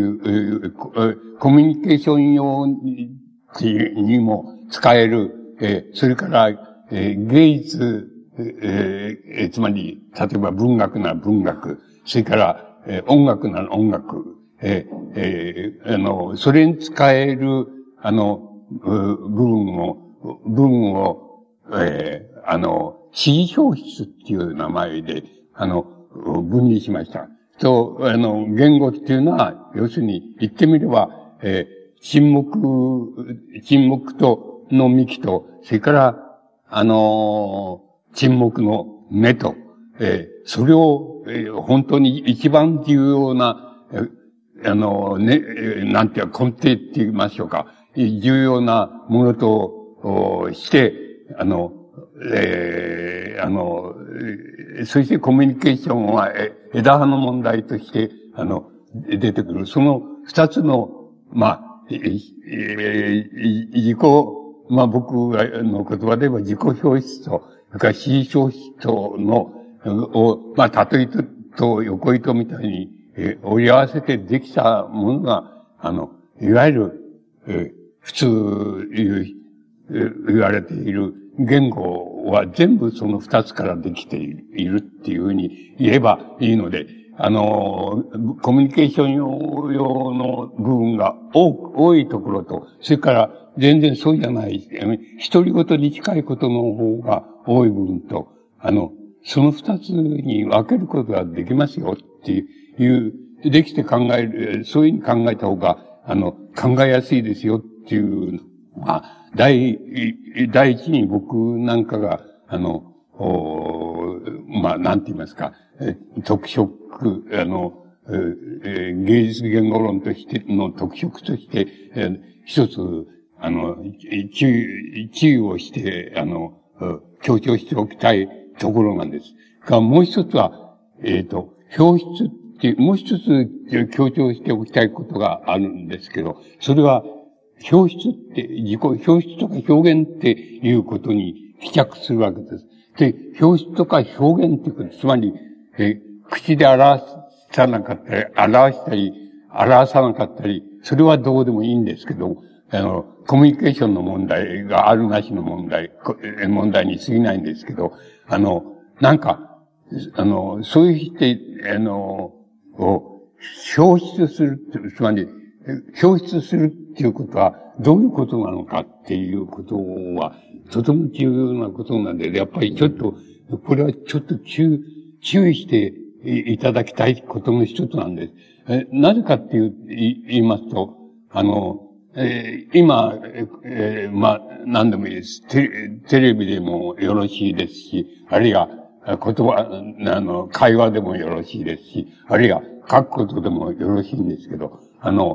コミュニケーション用っていうにも使える、えー、それから、えー、芸術、えー、つまり、例えば文学なら文学、それから、えー、音楽なら音楽、えーえー、あの、それに使える、あの、部分を、部分を、えー、あの、指示表出っていう名前で、あの、分離しました。と、あの、言語っていうのは、要するに言ってみれば、えー、沈黙、沈黙と、の幹と、それから、あのー、沈黙の根と、えー、それを、えー、本当に一番重要な、えー、あのー、ね、なんていうか根底って言いましょうか。重要なものとして、あの、えー、あの、そしてコミュニケーションは枝葉の問題として、あの、出てくる。その二つの、まあ、えー、自己、まあ僕の言葉で言えば自己表出と、それから非表出との、を、まあ、縦糸と横糸みたいに、えー、折り合わせてできたものが、あの、いわゆる、えー、普通言う、言われている言語は全部その二つからできているっていうふうに言えばいいので、あの、コミュニケーション用、用の部分が多く、多いところと、それから全然そうじゃない、独り言に近いことの方が多い部分と、あの、その二つに分けることができますよっていう、できて考える、そういうふうに考えた方が、あの、考えやすいですよっていうのは、第、第一に僕なんかが、あの、まあ、なんて言いますか、特色、あの、えー、芸術言語論としての特色として、えー、一つ、あの、注意、注意をして、あの、強調しておきたいところなんです。が、もう一つは、えっと、表出っていう、もう一つ強調しておきたいことがあるんですけど、それは、表出って、自己、表出とか表現っていうことに帰着するわけです。で、表出とか表現っていうこと、つまり、え口で表さなかったり、表したり、表さなかったり、それはどうでもいいんですけど、あの、コミュニケーションの問題があるなしの問題、問題に過ぎないんですけど、あの、なんか、あの、そういう人って、あの、を、表出する、つまり、表出するっていうことは、どういうことなのかっていうことは、とても重要なことなんで、やっぱりちょっと、これはちょっと注、注意していただきたいことの一つなんです。えなぜかっていう、言いますと、あの、えー、今、えー、まあ、何でもいいです。テ、テレビでもよろしいですし、あるいは言葉、あの、会話でもよろしいですし、あるいは書くことでもよろしいんですけど、あの、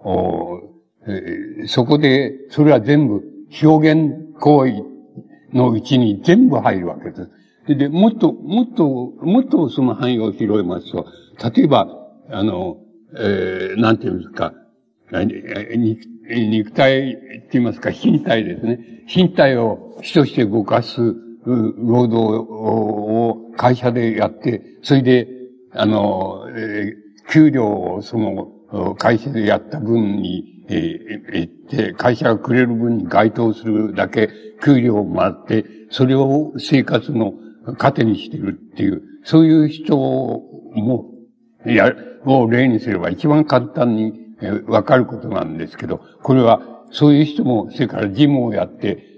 おえー、そこで、それは全部表現行為のうちに全部入るわけです。で、もっと、もっと、もっとその範囲を広げますと、例えば、あの、えー、なんていうんですか、肉、肉体って言いますか、身体ですね。身体を主として動かす労働を会社でやって、それで、あの、えー、給料をその会社でやった分に、えー、えー、会社がくれる分に該当するだけ給料をもらって、それを生活の糧にしてるっていう、そういう人も、や、を例にすれば一番簡単にわかることなんですけど、これはそういう人も、それから事務をやって、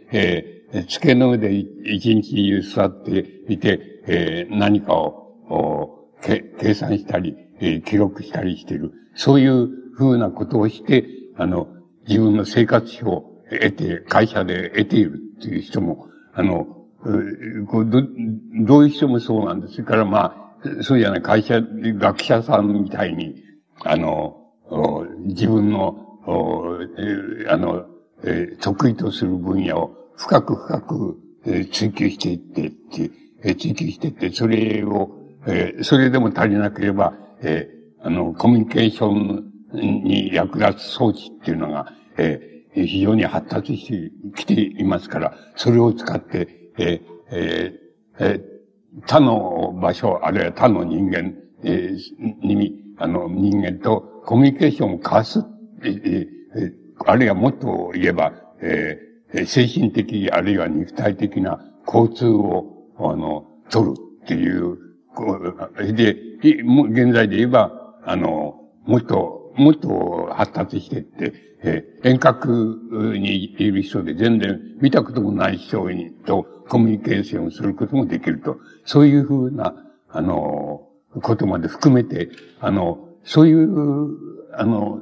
えー、机の上で一日座っていて、えー、何かを、計算したり、えー、記録したりしている。そういうふうなことをして、あの、自分の生活費を得て、会社で得ているっていう人も、あの、ど, どういう人もそうなんです。それからまあ、そうじゃない会社、学者さんみたいに、あの、自分の、あの、得意とする分野を深く深く追求していってって、追求していって、それを、それでも足りなければ、あの、コミュニケーションに役立つ装置っていうのが、非常に発達してきていますから、それを使って、えええ他の場所、あるいは他の人間、えー、に、あの、人間とコミュニケーションを交わす、えーえー、あるいはもっと言えば、えー、精神的、あるいは肉体的な交通を、あの、取るっていう、で、現在で言えば、あの、もっと、もっと発達していって、えー、遠隔にいる人で全然見たこともない人にとコミュニケーションをすることもできると。そういうふうな、あの、ことまで含めて、あの、そういう、あの、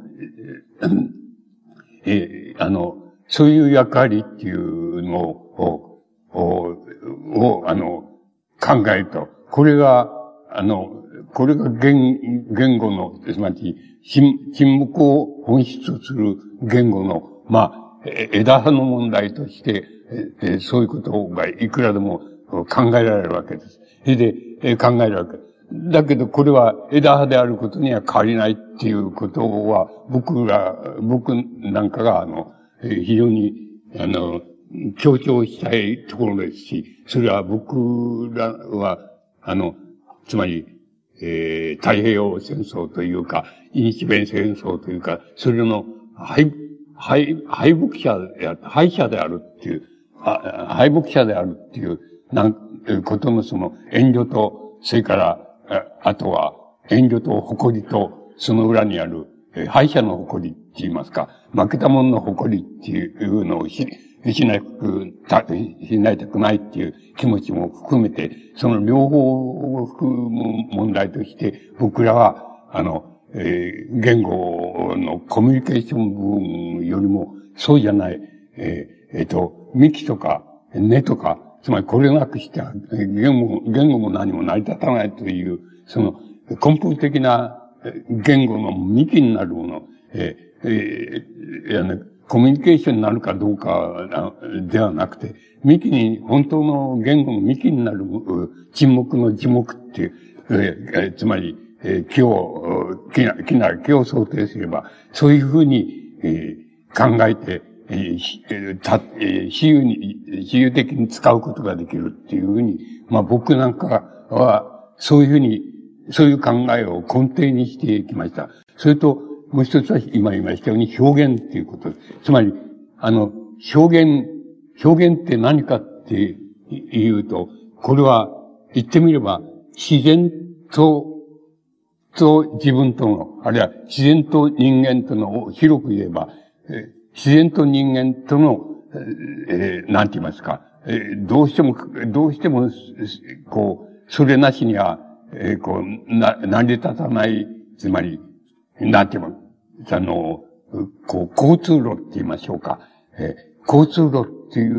えー、あの、そういう役割っていうのを、を、を、あの、考えると、これが、あの、これが言、言語の、つまり、沈黙を本質とする言語の、まあ、枝葉の問題として、えそういうことがいくらでも考えられるわけです。それで、え考えるわけ。だけど、これは枝葉であることには変わりないっていうことは、僕ら、僕なんかが、あの、非常に、あの、強調したいところですし、それは僕らは、あの、つまり、えー、太平洋戦争というか、日米戦争というか、それの敗、敗、敗北者である、敗者であるっていう、敗北者であるっていう、なんことのその遠慮と、それから、あとは遠慮と誇りと、その裏にある、敗者の誇りって言いますか、負けた者の誇りっていうのをし、しなく、しないたくないっていう気持ちも含めて、その両方を含む問題として、僕らは、あの、えー、言語のコミュニケーション部分よりも、そうじゃない、えー、えー、と、幹とか根とか、つまりこれなくしては、言語、言語も何も成り立たないという、その根本的な言語の幹になるもの、えーえー、いやね、コミュニケーションになるかどうかではなくて、幹に、本当の言語の幹になる沈黙の字幕っていう、えー、つまり、えー、木を、木な、木な、木を想定すれば、そういうふうに、えー、考えて、えーたえー、自由に、自由的に使うことができるっていうふうに、まあ僕なんかは、そういうふうに、そういう考えを根底にしていきました。それと、もう一つは今言いましたように表現っていうことです。つまり、あの、表現、表現って何かって言うと、これは言ってみれば自然と、と自分との、あるいは自然と人間とのを広く言えば、え自然と人間との、えー、なんて言いますか、えー、どうしても、どうしても、こう、それなしには、えー、こう、な、成り立たない、つまり、なんて言うの、あの、こう、交通路って言いましょうか。えー、交通路っていう、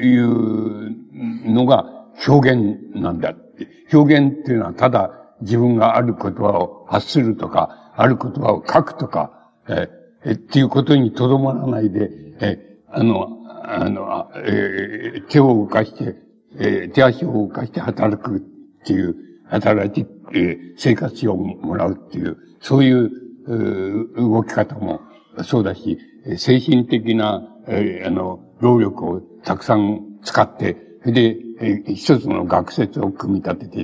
いうのが表現なんだって。表現っていうのはただ自分がある言葉を発するとか、ある言葉を書くとか、ええ、っていうことにとどまらないで、え、あの、あの、えー、手を動かして、えー、手足を動かして働くっていう、働いて、えー、生活をもらうっていう、そういう、う動き方もそうだし、精神的な、えー、あの、労力をたくさん使って、で、えー、一つの学説を組み立てていって、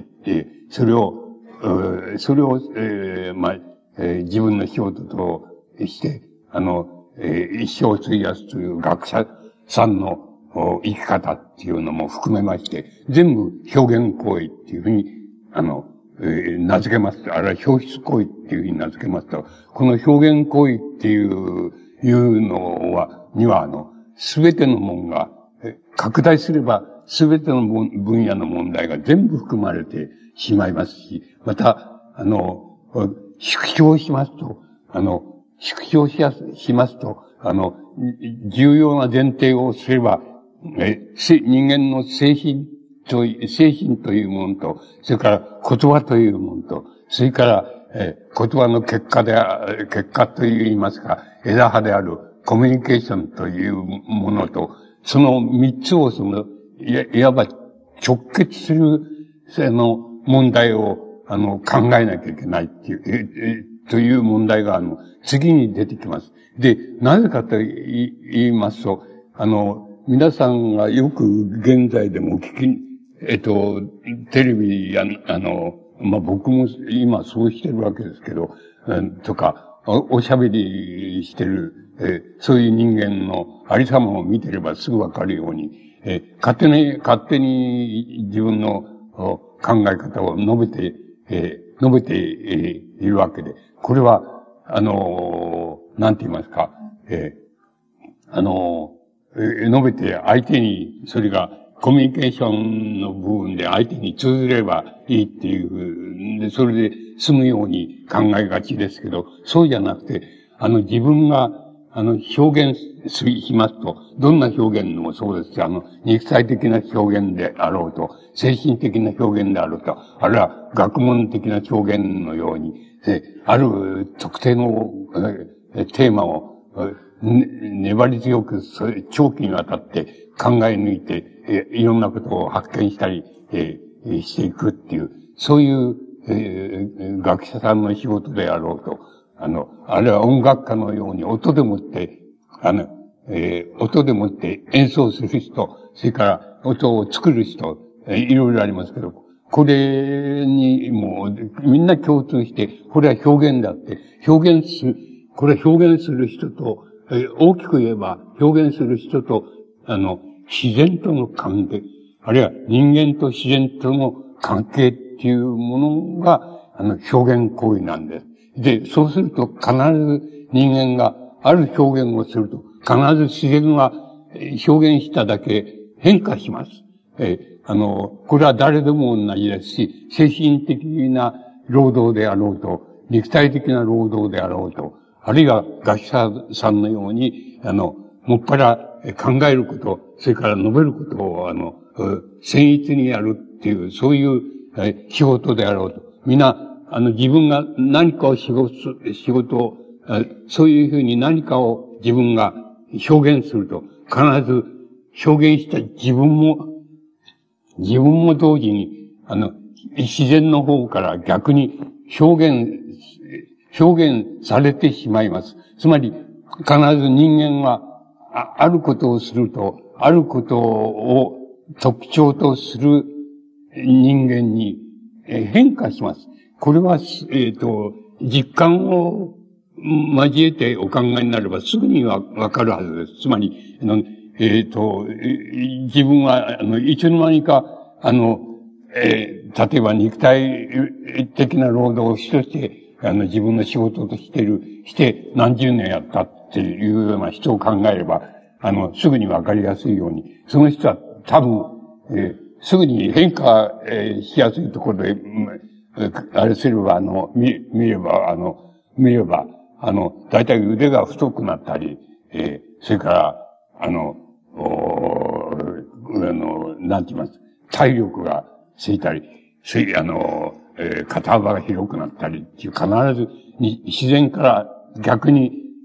それを、それを、えー、まあ、えー、自分の仕事として、あの、えー、一生を費やすという学者さんの生き方っていうのも含めまして、全部表現行為っていうふうに、あの、えー、名付けますと、あるいは表出行為っていうふうに名付けますと、この表現行為っていう、いうのは、には、あの、すべてのものが、拡大すれば、すべての分野の問題が全部含まれてしまいますし、また、あの、縮小しますと、あの、縮小しやす、しますと、あの、重要な前提をすれば、え、人間の精神と、精神というものと、それから言葉というものと、それから、え、言葉の結果で、結果といいますか、枝葉であるコミュニケーションというものと、その三つをその、い, いわば直結する、その問題を、あの、考えなきゃいけないっていう、え、え、という問題が、あの、次に出てきます。で、なぜかと言いますと、あの、皆さんがよく現在でも聞き、えっと、テレビや、あの、まあ、僕も今そうしてるわけですけど、うん、とか、お、おしゃべりしてる、えそういう人間のありさまを見てればすぐわかるように、え勝手に、勝手に自分の考え方を述べて、え述べて、えいるわけで、これは、あの、なんて言いますか、えあの、え述べて相手に、それがコミュニケーションの部分で相手に通じればいいっていう、で、それで済むように考えがちですけど、そうじゃなくて、あの、自分が、あの、表現しますと、どんな表現もそうですし、あの、肉体的な表現であろうと、精神的な表現であろうと、あるいは学問的な表現のように、えある特定のえテーマを、ね、粘り強く、長期にわたって考え抜いて、えいろんなことを発見したり、えしていくっていう、そういう、えー、学者さんの仕事であろうと、あの、あるいは音楽家のように音でもって、あの、えー、音でもって演奏する人、それから音を作る人、えー、いろいろありますけど、これにもみんな共通して、これは表現だって、表現する、これは表現する人と、えー、大きく言えば表現する人と、あの、自然との関係、あるいは人間と自然との関係っていうものが、あの、表現行為なんです。で、そうすると必ず人間がある表現をすると、必ず自然は表現しただけ変化します。えー、あの、これは誰でも同じですし、精神的な労働であろうと、肉体的な労働であろうと、あるいは学者さんのように、あの、もっぱら考えること、それから述べることを、あの、誠実にやるっていう、そういう仕事であろうと。みんな、あの、自分が何かを仕事、仕事を、そういうふうに何かを自分が表現すると、必ず表現した自分も、自分も同時に、あの、自然の方から逆に表現、表現されてしまいます。つまり、必ず人間は、あ, あることをすると、あることを特徴とする人間に変化します。これは、えっと、実感を交えてお考えになればすぐにはわかるはずです。つまり、あのえっと、自分は、あの、いつの間にか、あの、えー、例えば肉体的な労働をしとして、あの、自分の仕事としている、して何十年やったっていうような人を考えれば、あの、すぐにわかりやすいように、その人は多分、えー、すぐに変化、えー、しやすいところで、あれすれば、あの、見、見れば、あの、見れば、あの、だいたい腕が太くなったり、えー、それから、あの、おあの、なんて言います、体力がついたり、つい、あの、えー、肩幅が広くなったりっていう、必ずに、自然から逆に、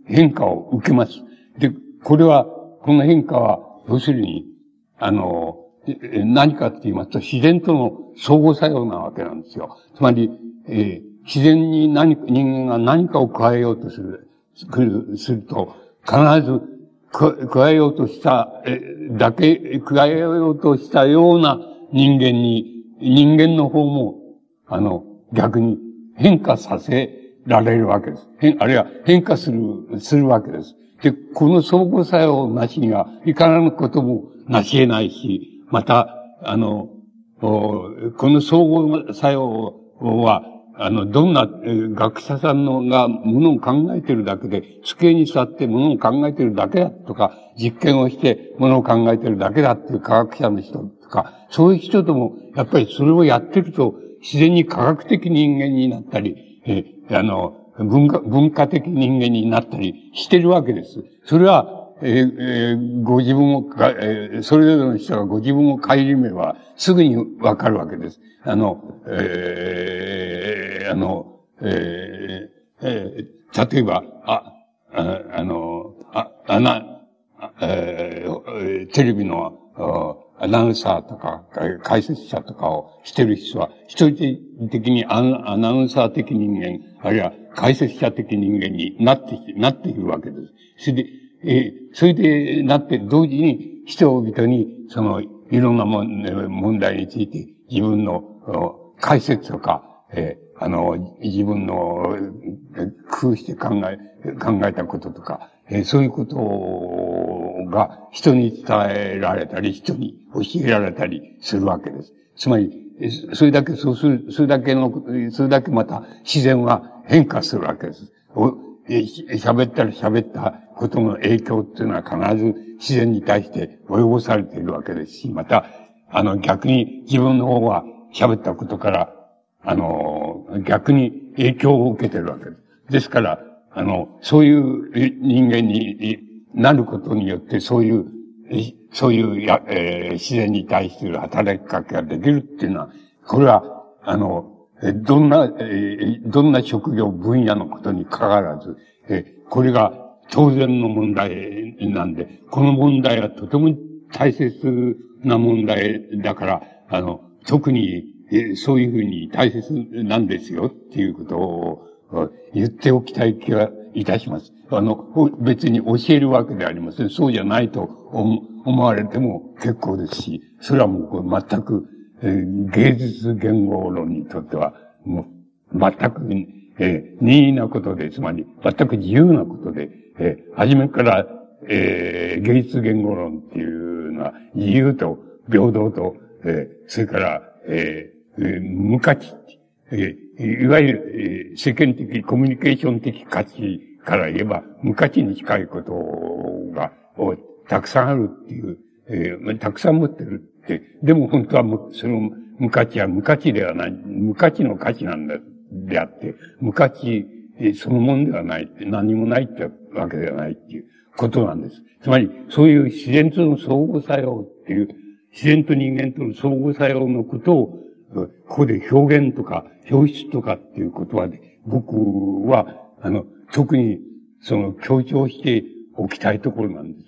変化を受けます。で、これは、この変化は、要するに、あの、何かって言いますと、自然との相互作用なわけなんですよ。つまり、えー、自然に何、人間が何かを加えようとする、すると、必ず、加えようとした、えー、だけ、加えようとしたような人間に、人間の方も、あの、逆に変化させられるわけです。変、あるいは変化する、するわけです。で、この相互作用なしには、いかなることもなし得ないし、また、あの、この相互作用は、あの、どんな、えー、学者さんのがものを考えているだけで、机に座ってものを考えているだけだとか、実験をしてものを考えているだけだっていう科学者の人とか、そういう人とも、やっぱりそれをやってると、自然に科学的人間になったり、えー、あの、文化、文化的人間になったりしてるわけです。それは、えーえー、ご自分をか、えー、それぞれの人がご自分を顧みればすぐにわかるわけです。あの、えー、あの、えーえー、例えば、あ、ああの、あ、あな、えー、テレビの、アナウンサーとか、解説者とかをしてる人は、一人的にアナウンサー的人間、あるいは解説者的人間になって、なっているわけです。それで、えー、それでなって、同時に人々に、その、いろんなも問題について、自分の解説とか、えー、あの、自分の工夫して考え、考えたこととか、えー、そういうことが人に伝えられたり、人に教えられたりするわけです。つまり、それだけ、そうする、それだけの、それだけまた自然は変化するわけです。喋ったら喋ったことの影響っていうのは必ず自然に対して及ぼされているわけですし、また、あの、逆に自分の方は喋ったことから、あの、逆に影響を受けているわけです。ですから、あの、そういう人間になることによって、そういう、そういうや、えー、自然に対する働きかけができるっていうのは、これは、あの、どんな、えー、どんな職業分野のことに関わらず、えー、これが当然の問題なんで、この問題はとても大切な問題だから、あの、特に、えー、そういうふうに大切なんですよっていうことを言っておきたい気がいたします。あの、別に教えるわけではありません。そうじゃないと思われても結構ですし、それはもう全く、えー、芸術言語論にとっては、もう、全く、えー、任意なことで、つまり、全く自由なことで、えー、初めから、えー、芸術言語論っていうのは、自由と平等と、えー、それから、えー、えー、無価値、えー、いわゆる、えー、世間的、コミュニケーション的価値から言えば、無価値に近いことが、をたくさんあるっていう、えー、たくさん持ってる。でも本当はもその無価値は無価値ではない、無価値の価値なんだ、であって、無価値そのものではない、何もないってわけではないっていうことなんです。つまり、そういう自然との相互作用っていう、自然と人間との相互作用のことを、ここで表現とか表出とかっていう言葉で、僕は、あの、特にその強調しておきたいところなんです。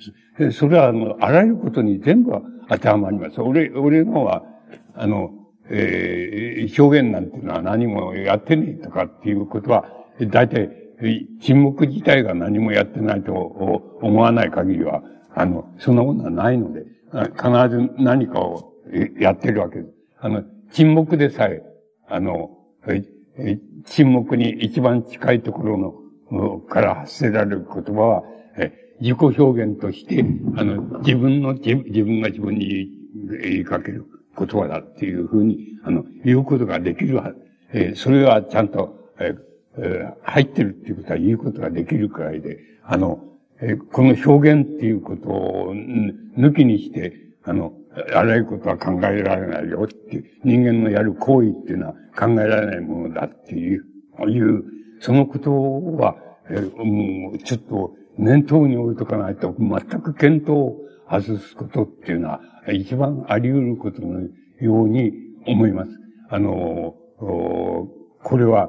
それは、あの、あらゆることに全部当てはまります。俺、俺のは、あの、えー、表現なんていうのは何もやってねえとかっていうことは、大体、沈黙自体が何もやってないと思わない限りは、あの、そんなものはないので、必ず何かをやってるわけです。あの、沈黙でさえ、あの、沈黙に一番近いところの、から発せられる言葉は、自己表現として、あの、自分の、自分が自分に言いかける言葉だっていうふうに、あの、言うことができるは、えー、それはちゃんと、えー、入ってるっていうことは言うことができるくらいで、あの、えー、この表現っていうことを抜きにして、あの、あらゆることは考えられないよっていう、人間のやる行為っていうのは考えられないものだっていう、いう、そのことは、えー、もうちょっと念頭に置いとかないと全く見当を外すことっていうのは一番あり得ることのように思います。あの、これは、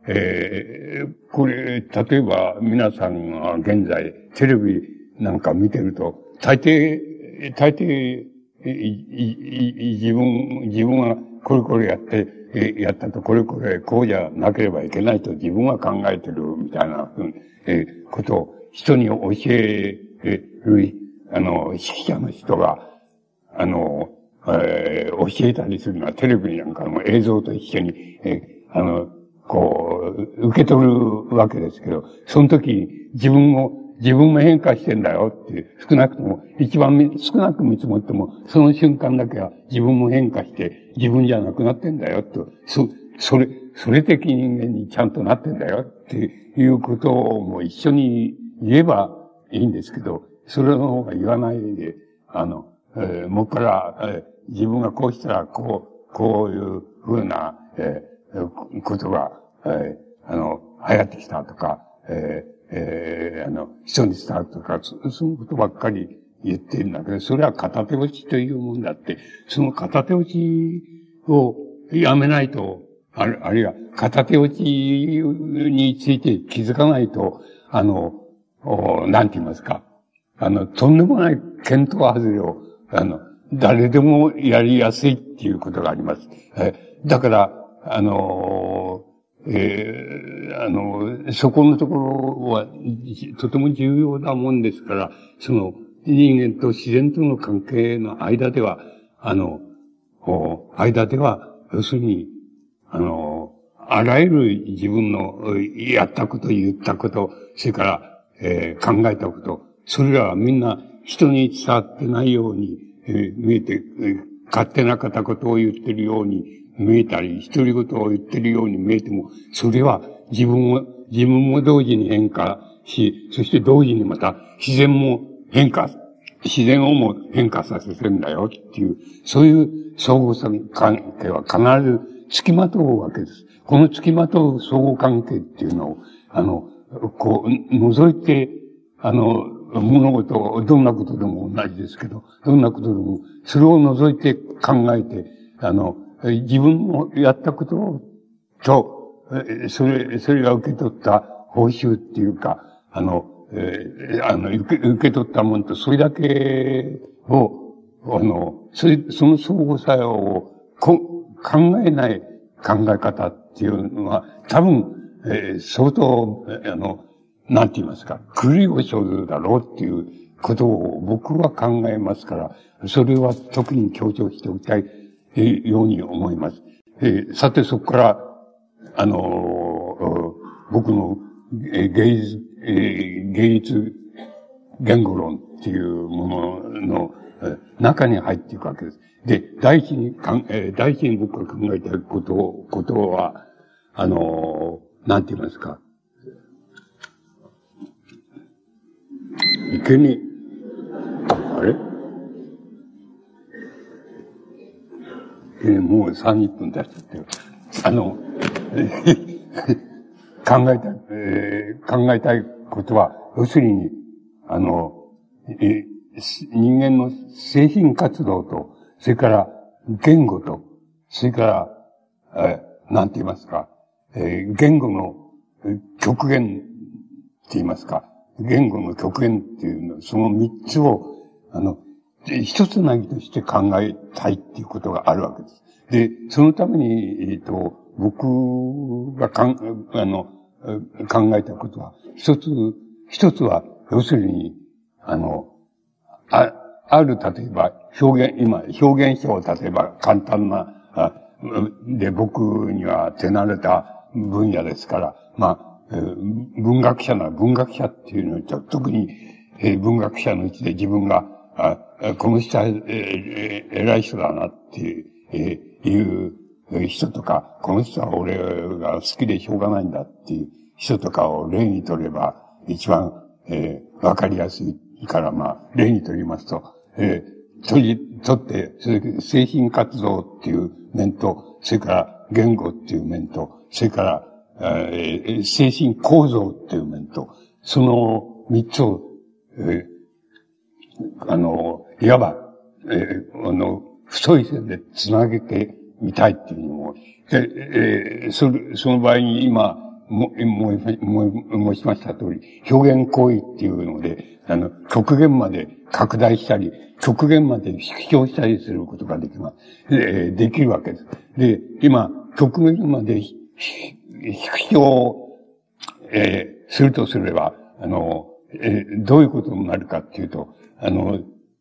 えー、これ、例えば皆さんが現在テレビなんか見てると、大抵、大抵、い、い、い、自分、自分はこれこれやって、やったとこれこれこうじゃなければいけないと自分は考えてるみたいな、えー、ことを人に教える、あの、指揮者の人が、あの、えー、教えたりするのはテレビなんかの映像と一緒に、えー、あの、こう、受け取るわけですけど、その時自分を、自分も変化してんだよって、少なくとも、一番少なく見積もっても、その瞬間だけは自分も変化して、自分じゃなくなってんだよと、そ、それ、それ的人間にちゃんとなってんだよっていうことをも一緒に言えばいいんですけど、それの方が言わないで、あの、えー、もっから、えー、自分がこうしたら、こう、こういうふうな、えー、ことが、えー、あの、流行ってきたとか、えーえー、あの、人に伝わるとか、そ、そのことばっかり言ってるんだけど、それは片手落ちというもんだって、その片手落ちをやめないと、ある、あるいは片手落ちについて気づかないと、あの、なんて言いますか、あの、とんでもない見当外れを、あの、誰でもやりやすいっていうことがあります。えだから、あの、えー、あの、そこのところはとても重要なもんですから、その人間と自然との関係の間では、あの、間では、要するに、あの、あらゆる自分のやったこと、言ったこと、それから、えー、考えたこと、それらはみんな人に伝わってないように、えー、見えて、えー、勝手な片言を言ってるように見えたり、独り言を言ってるように見えても、それは自分も、自分も同時に変化し、そして同時にまた自然も変化、自然をも変化させてるんだよっていう、そういう相互関係は必ず付きまとうわけです。この付きまとう相互関係っていうのを、あの、こう、覗いて、あの、物事、どんなことでも同じですけど、どんなことでも、それを覗いて考えて、あの、自分のやったことと、それ、それが受け取った報酬っていうか、あの、えー、あの、受け、受け取ったものと、それだけを、あの、それ、その相互作用をこ考えない考え方っていうのは、多分、えー、相当、あの、なんて言いますか、狂いを生ずるだろうっていうことを僕は考えますから、それは特に強調しておきたいように思います。えー、さてそこから、あのー、僕の芸術、えー、芸術言語論っていうものの中に入っていくわけです。で、第一にかん、えー、第一に僕が考えたいことを、ことは、あのー、なんて言いますか、いけに、あれえー、もうさんじゅっぷん経っちゃってる。あの、考えたい、えー、考えたいことは、要するに、あの、えー、人間の精神活動と、それから言語と、それから、えー、なんて言いますか、えー、言語の極限って言いますか、言語の極限っていうの、その三つを、あの、一つなぎとして考えたいっていうことがあるわけです。で、そのために、えっと、僕がかん、あの、考えたことは、一つ、一つは、要するに、あの、あ、ある、例えば、表現、今、表現書を例えば簡単な、あで、僕には手慣れた分野ですから、まあ、文学者な、文学者っていうのは、特に、えー、文学者のうちで自分が、あこの人は、えー、偉い人だなっていう、えー、いう人とか、この人は俺が好きでしょうがないんだっていう人とかを例に取れば、一番、えー、わかりやすいから、まあ、例に取りますと、えー、取り、取って、それから精神活動っていう面と、それから言語っていう面と、それから、えー、精神構造っていう面と、その三つを、えー、あの、いわば、えー、あの、太い線で繋げてみたいっていうのも、で、えー、そ、その場合に今、 も、も、も、申しました通り、表現行為っていうので、あの、極限まで拡大したり、極限まで縮小したりすることができます。で、できるわけです。で、今、極限まで縮小、えー、するとすれば、あの、えー、どういうことになるかっていうと、あの、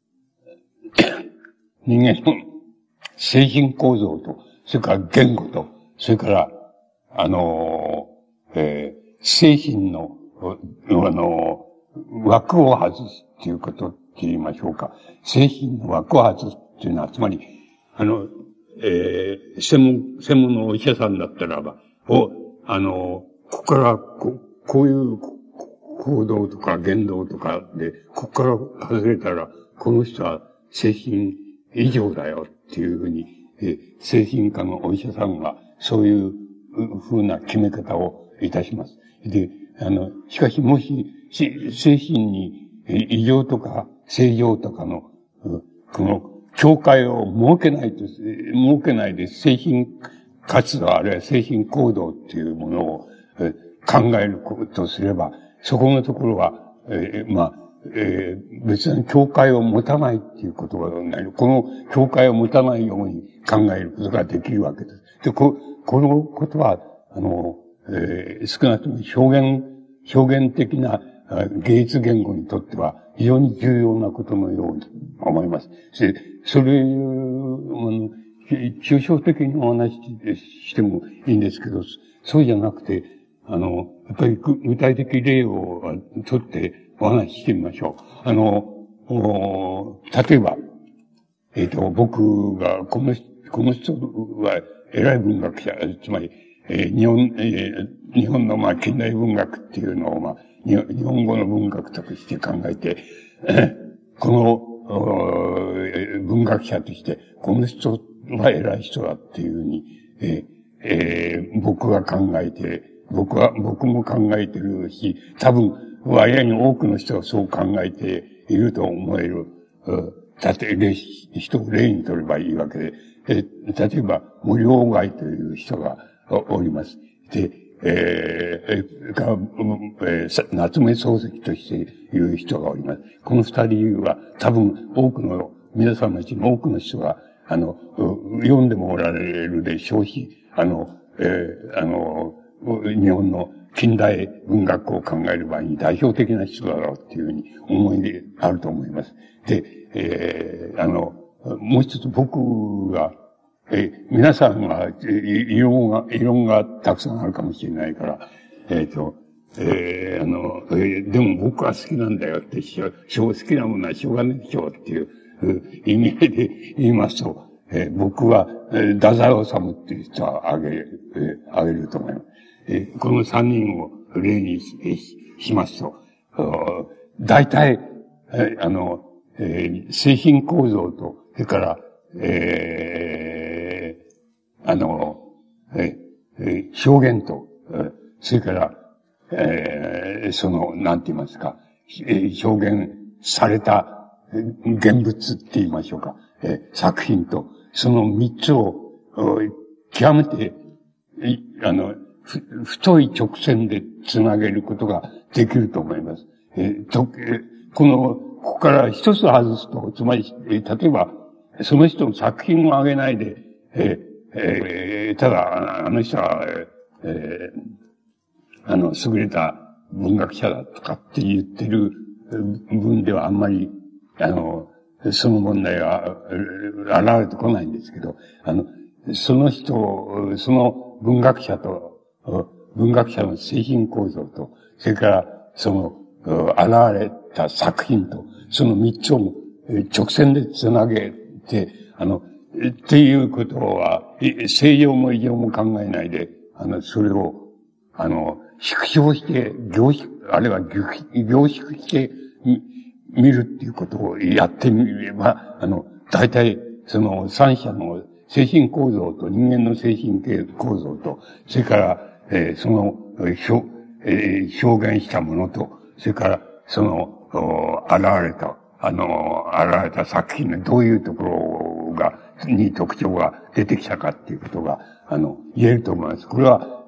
人間の精神構造と、それから言語と、それから、あの、えー、精神の、あの、枠を外すっていうことって言いましょうか。精神の枠を外すっていうのは、つまり、あの、えー、専門、専門のお医者さんだったらば、お、あの、ここからこ、こういう行動とか言動とかで、ここから外れたら、この人は精神異常だよっていうふうに、え精神科のお医者さんが、そういうふうな決め方をいたします。で、あの、しかしもし、精神に異常とか正常とかの、この境界を設けないと、設けないで精神活動あるいは精神行動っていうものを考えるとすれば、そこのところは、えー、まあ、えー、別に境界を持たないっていうことがない。この境界を持たないように考えることができるわけです。で、こ、このことは、あの、えー、少なくとも表現、表現的な芸術言語にとっては非常に重要なことのように思います。で、それ、あの、抽象的にお話ししてもいいんですけど、そうじゃなくて、あの、やっぱり具体的例を取ってお話ししてみましょう。あの、例えば、えっと、僕が、この、この人は偉い文学者、つまり、えー、日本、えー、日本のまあ近代文学っていうのをまあ、日本語の文学として考えて、この、文学者として、この人は偉い人だっていうふうに、えーえー、僕は考えて、僕は、僕も考えてるし、多分、割合に多くの人はそう考えていると思える。だって、人を例にとればいいわけで、えー、例えば、森鴎外という人がおります。で、えー、が、えー、夏目漱石としていう人がおります。この二人は多分多くの、皆さんのうちの多くの人が、あの、読んでもおられるでしょうし、あの、えー、あの、日本の近代文学を考える場合に代表的な人だろうっていうふうに思いであると思います。で、えー、あの、もう一つ僕が、え、皆さんが、異論が、異論がたくさんあるかもしれないから、えっと、えー、あの、えー、でも僕は好きなんだよって、しょ、好きなものはしょうがないでしょうっていう意味合いで言いますと、えー、僕は、えー、太宰治っていう人はあげ、えー、あげると思います。えー、この三人を例に し, しますと、大体、えー、あの、えー、精神構造と、それから、えー、あの、えー、表現と、それから、えー、その、なんて言いますか、表現された現物って言いましょうか、えー、作品と、その三つを、極めて、あの、太い直線でつなげることができると思います。えー、とこの、ここから一つ外すと、つまり、えー、例えば、その人の作品をあげないで、えーえー、ただ、あの人は、えー、あの、優れた文学者だとかって言ってる分ではあんまり、あの、その問題は現れてこないんですけど、あの、その人、その文学者と、文学者の精神構造と、それからその、現れた作品と、その三つを直線でつなげて、あの、っていうことは、正常も異常も考えないで、あの、それを、あの、縮小して、凝縮、あるいは凝縮して見るっていうことをやってみれば、あの、大体、その三者の精神構造と人間の精神構造と、それから、えー、その表、えー、表現したものと、それから、その、現れた、あの、現れた作品のどういうところが、に特徴が出てきたかっていうことが、あの、言えると思います。これは、え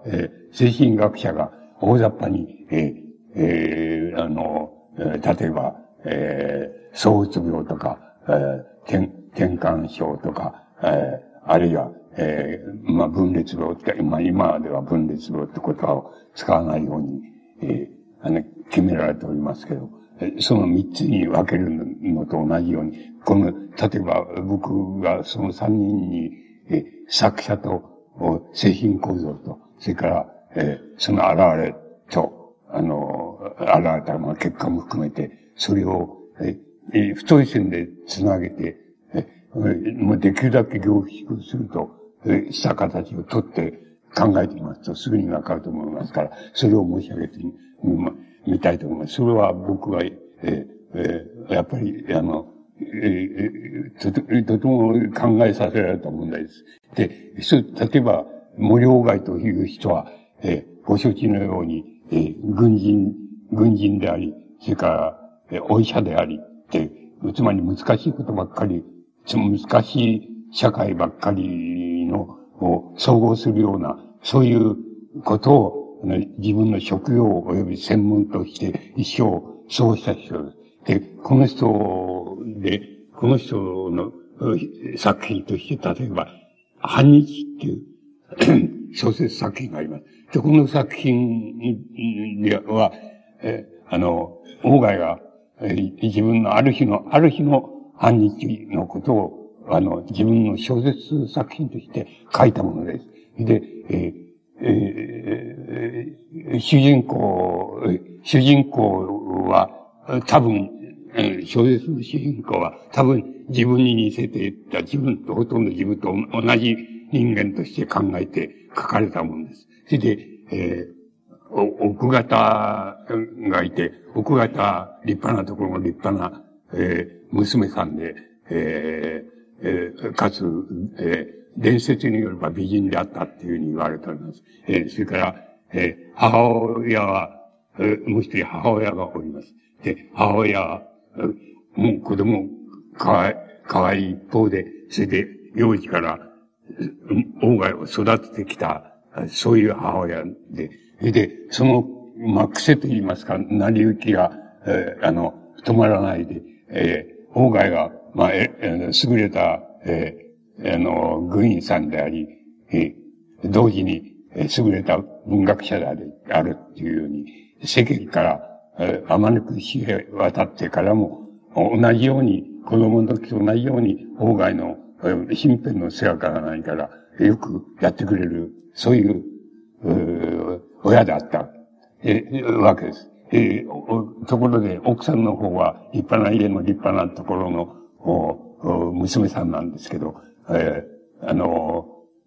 精神学者が大雑把に、えー、えー、あの、えー、例えば、えー、躁うつ病とか、えー、転、転換症とか、えー、あるいは、えー、まあ、分裂病って、まあ、今では分裂病って言葉を使わないように、えー、あの、決められておりますけど、その三つに分けるのと同じように、この、例えば僕がその三人に、え作者と、精神構造と、それから、えその現れと、あの、現れた、まあ、結果も含めて、それを、え太い線でつなげて、えもうできるだけ凝縮すると、えした形をとって考えてみますと、すぐにわかると思いますから、それを申し上げてみ、みたいと思います。それは僕は、えーえー、やっぱり、あの、えー、とて、とても考えさせられた問題です。で、例えば、森鴎外という人は、えー、ご承知のように、えー、軍人、軍人であり、それから、えー、お医者であり、で、つまり難しいことばっかり、難しい社会ばっかりの、を総合するような、そういうことを、自分の職業及び専門として一生そうした人です。で、この人で、この人の作品として、例えば、半日っていう小説作品があります。で、この作品では、えあの、鴎外が、え自分のある日の、ある日の半日のことを、あの、自分の小説作品として書いたものです。で、えーえー、主人公、主人公は、多分、小説の主人公は、多分自分に似せていった自分と、ほとんど自分と同じ人間として考えて書かれたものです。それで、えー、奥方がいて、奥方、立派なところの立派な、えー、娘さんで、えーえー、かつ、えー伝説によれば美人であったっていうふうに言われております。えー、それから、えー、母親は、えー、もう一人母親がおります。で、母親は、もう子供かわい、かわいい一方で、それで幼児から鴎外を育ててきた、そういう母親で、で、その、まあ、癖と言いますか、成り行きが、えー、あの、止まらないで、えー、鴎外が、まあ、えー、優れた、えーあの、軍員さんであり、え同時に優れた文学者である、あるっていうように、世間から、えあまねく知れ渡ってからも、同じように、子供の時と同じように、鴎外の身辺の世話からないから、よくやってくれる、そういう、う親であった、えわけです。えところで、奥さんの方は、立派な家の立派なところの、お娘さんなんですけど、えー、あの、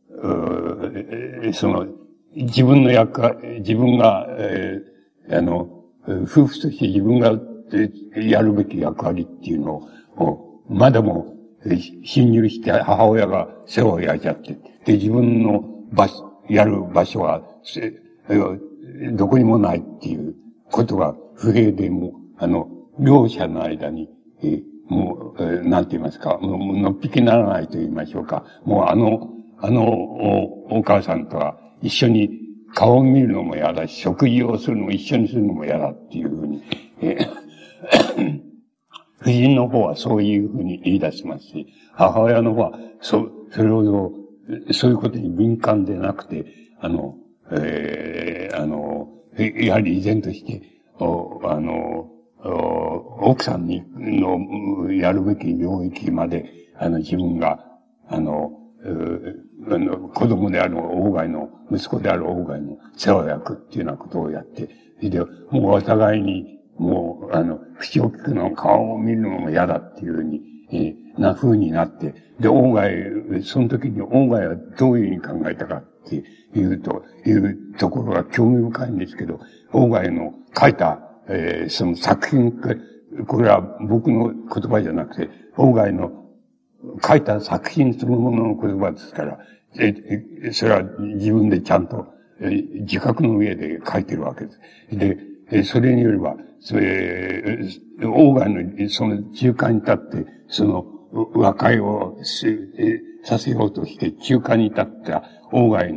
その、自分の役、自分が、えー、あの、夫婦として自分がやるべき役割っていうのを、まだも侵入して母親が世話を焼いちゃって、で、自分の場所、やる場所は、どこにもないっていうことが不平でも、あの、両者の間に、えーもう、えー、なんて言いますか、もう、のっぴきならないと言いましょうか。もうあの、あのお、お母さんとは一緒に顔を見るのも嫌だし、食事をするのも一緒にするのも嫌だっていうふうに、えー、夫人の方はそういうふうに言い出しますし、母親の方は、そ、それほど、そういうことに敏感でなくて、あの、えー、あの、やはり依然として、おあの、奥さんに、の、やるべき領域まで、あの、自分が、あの、あの子供である鴎外の、息子である鴎外の世話を焼くっていうようなことをやって、で、もうお互いに、もう、あの、口を聞くの、顔を見るのも嫌だっていうふうに、えー、な風になって、で、鴎外、その時に鴎外はどういうふうに考えたかっていうと、いうところが興味深いんですけど、鴎外の書いた、えー、その作品、これは僕の言葉じゃなくて、鴎外の書いた作品そのものの言葉ですから、え、それは自分でちゃんと、えー、自覚の上で書いてるわけです。で、えそれによれば、それ、鴎外のその中間に立って、その和解をさせようとして中間に立った鴎外の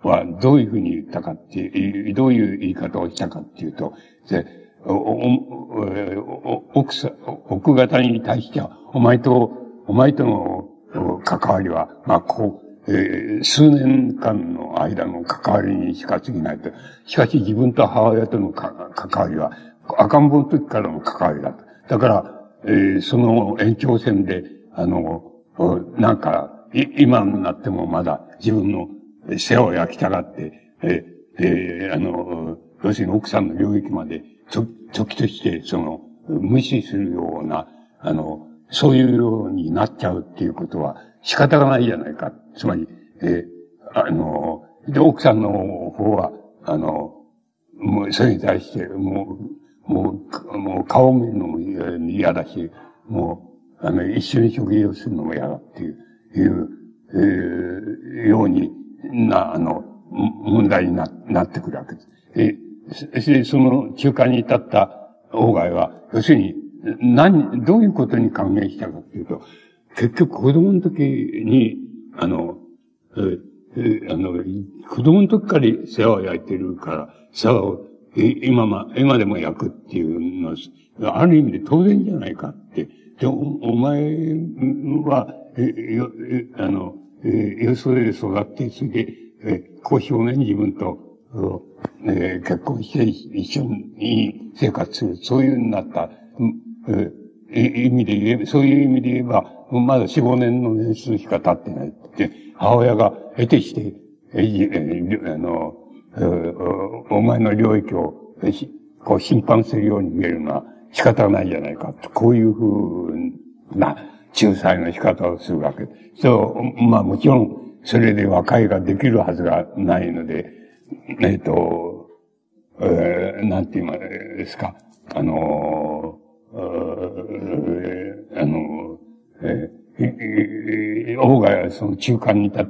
はどういうふうに言ったかっていう、どういう言い方をしたかっていうと、でおお奥さん、奥方に対しては、お前と、お前との関わりは、まあ、こう、えー、数年間の間の関わりにしか過ぎないと。しかし自分と母親とのか関わりは、赤ん坊の時からの関わりだと。だから、えー、その延長線で、あの、なんか、今になってもまだ自分の世話を焼きたがって、えーえー、あの、要するに奥さんの領域まで、時として、その、無視するような、あの、そういうようになっちゃうっていうことは仕方がないじゃないか。つまり、えー、あの、で、奥さんの方は、あの、もう、それに対して、もう、もう、もう顔を見るのも嫌だし、もう、あの、一緒に食事をするのも嫌だっていう、いう、えー、ようにな、あの、問題にな、なってくるわけです。えー、その中間に至った外は、要するに、何、どういうことに還元したかっていうと、結局子供の時に、あの、えー、あの、子供の時から世話を焼いてるから、世話を、今ま、今でも焼くっていうのは、ある意味で当然じゃないかって。で、お, お前は、え、よ、え、あの、え、よそで育って、それで、え、こう少年自分と、えー、結婚して一緒に生活する、そういうになった、えー、意味で言えば、そういう意味で言えば、まだよん、ごねんの年数しか経ってないって、母親が得てして、えー、あの、えー、お前の領域を、こう侵犯するように見えるのは仕方がないじゃないかと、こういうふうな仲裁の仕方をするわけです。そう、まあもちろん、それで和解ができるはずがないので、えっと、えー、なんて言いますですか、あの、えー、あの、えー、王がその中間に立って、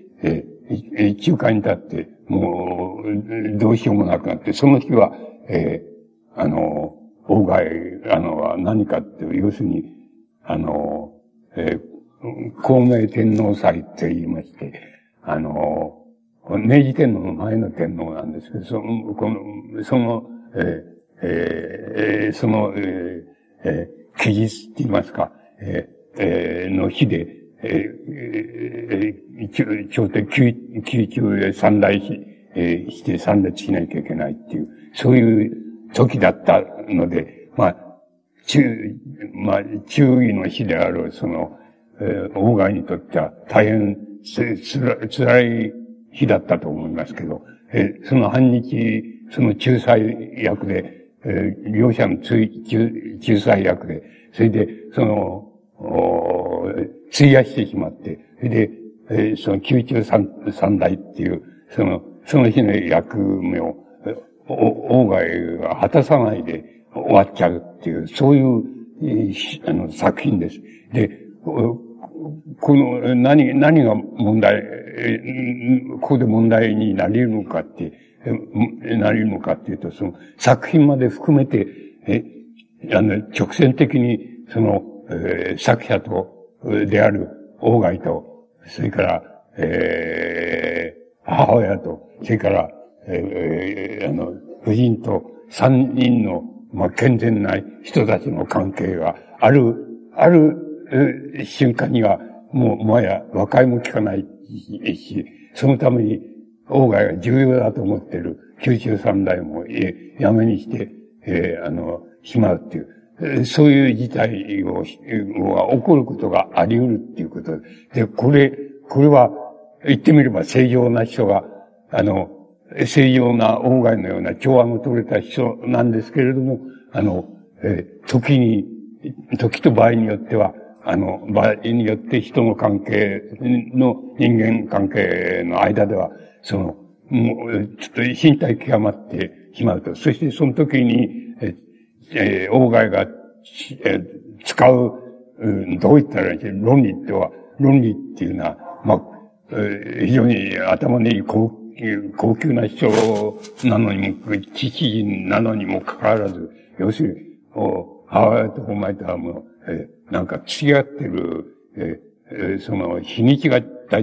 えー、中間に立って、もう、どうしようもなくなって、その日は、えー、あの、王が、あの、何かって、要するに、あの、えー、孔明天皇祭と言いまして、あの、明治天皇の前の天皇なんですけど、その、この、その、えー、えー、その、えー、えー、期日って言いますか、えー、えー、の日で、えー、えー、朝廷宮中で参礼し、えー、して参列しなきゃいけないっていう、そういう時だったので、まあ、中、まあ、忠義の日である、その、えー、王外にとっては大変つ、つら、つらい日だったと思いますけど、えー、その半日、その仲裁役で、えー、両者の仲裁役で、それで、その、費やしてしまって、それで、えー、その宮中三、三代っていう、その、その日の役目を、王外が果たさないで終わっちゃうっていう、そういう、えー、あの、作品です。で、この、何、何が問題、ここで問題になり得るのかって、なり得るのかっていうと、その作品まで含めて、え、あの、直線的に、その、えー、作者と、である王外と、それから、えー、母親と、それから、えー、あの、夫人と三人の、まあ、健全な人たちの関係がある、ある、瞬間には、もう、もはや和解も効かないし、そのために、王外が重要だと思っている宮中三代も、えー、やめにして、えー、あの、しまうっていう、えー、そういう事態を、が起こることがあり得るっていうことで、これ、これは、言ってみれば正常な人が、あの、正常な王外のような調和の取れた人なんですけれども、あの、えー、時に、時と場合によっては、あの、場合によって人の関係の人間関係の間では、その、もう、ちょっと身体極まってしまうと。そしてその時に、えー、王外が、えー、使う、うん、どう言ったらいいんでしょう、論理っては、論理っていうのは、まあ、えー、非常に頭のいい高高級な人なのにも、知識人なのにもかかわらず、要するに、母親とお前とはもう、えー、なんか付き合ってる、えー、その日にちが大体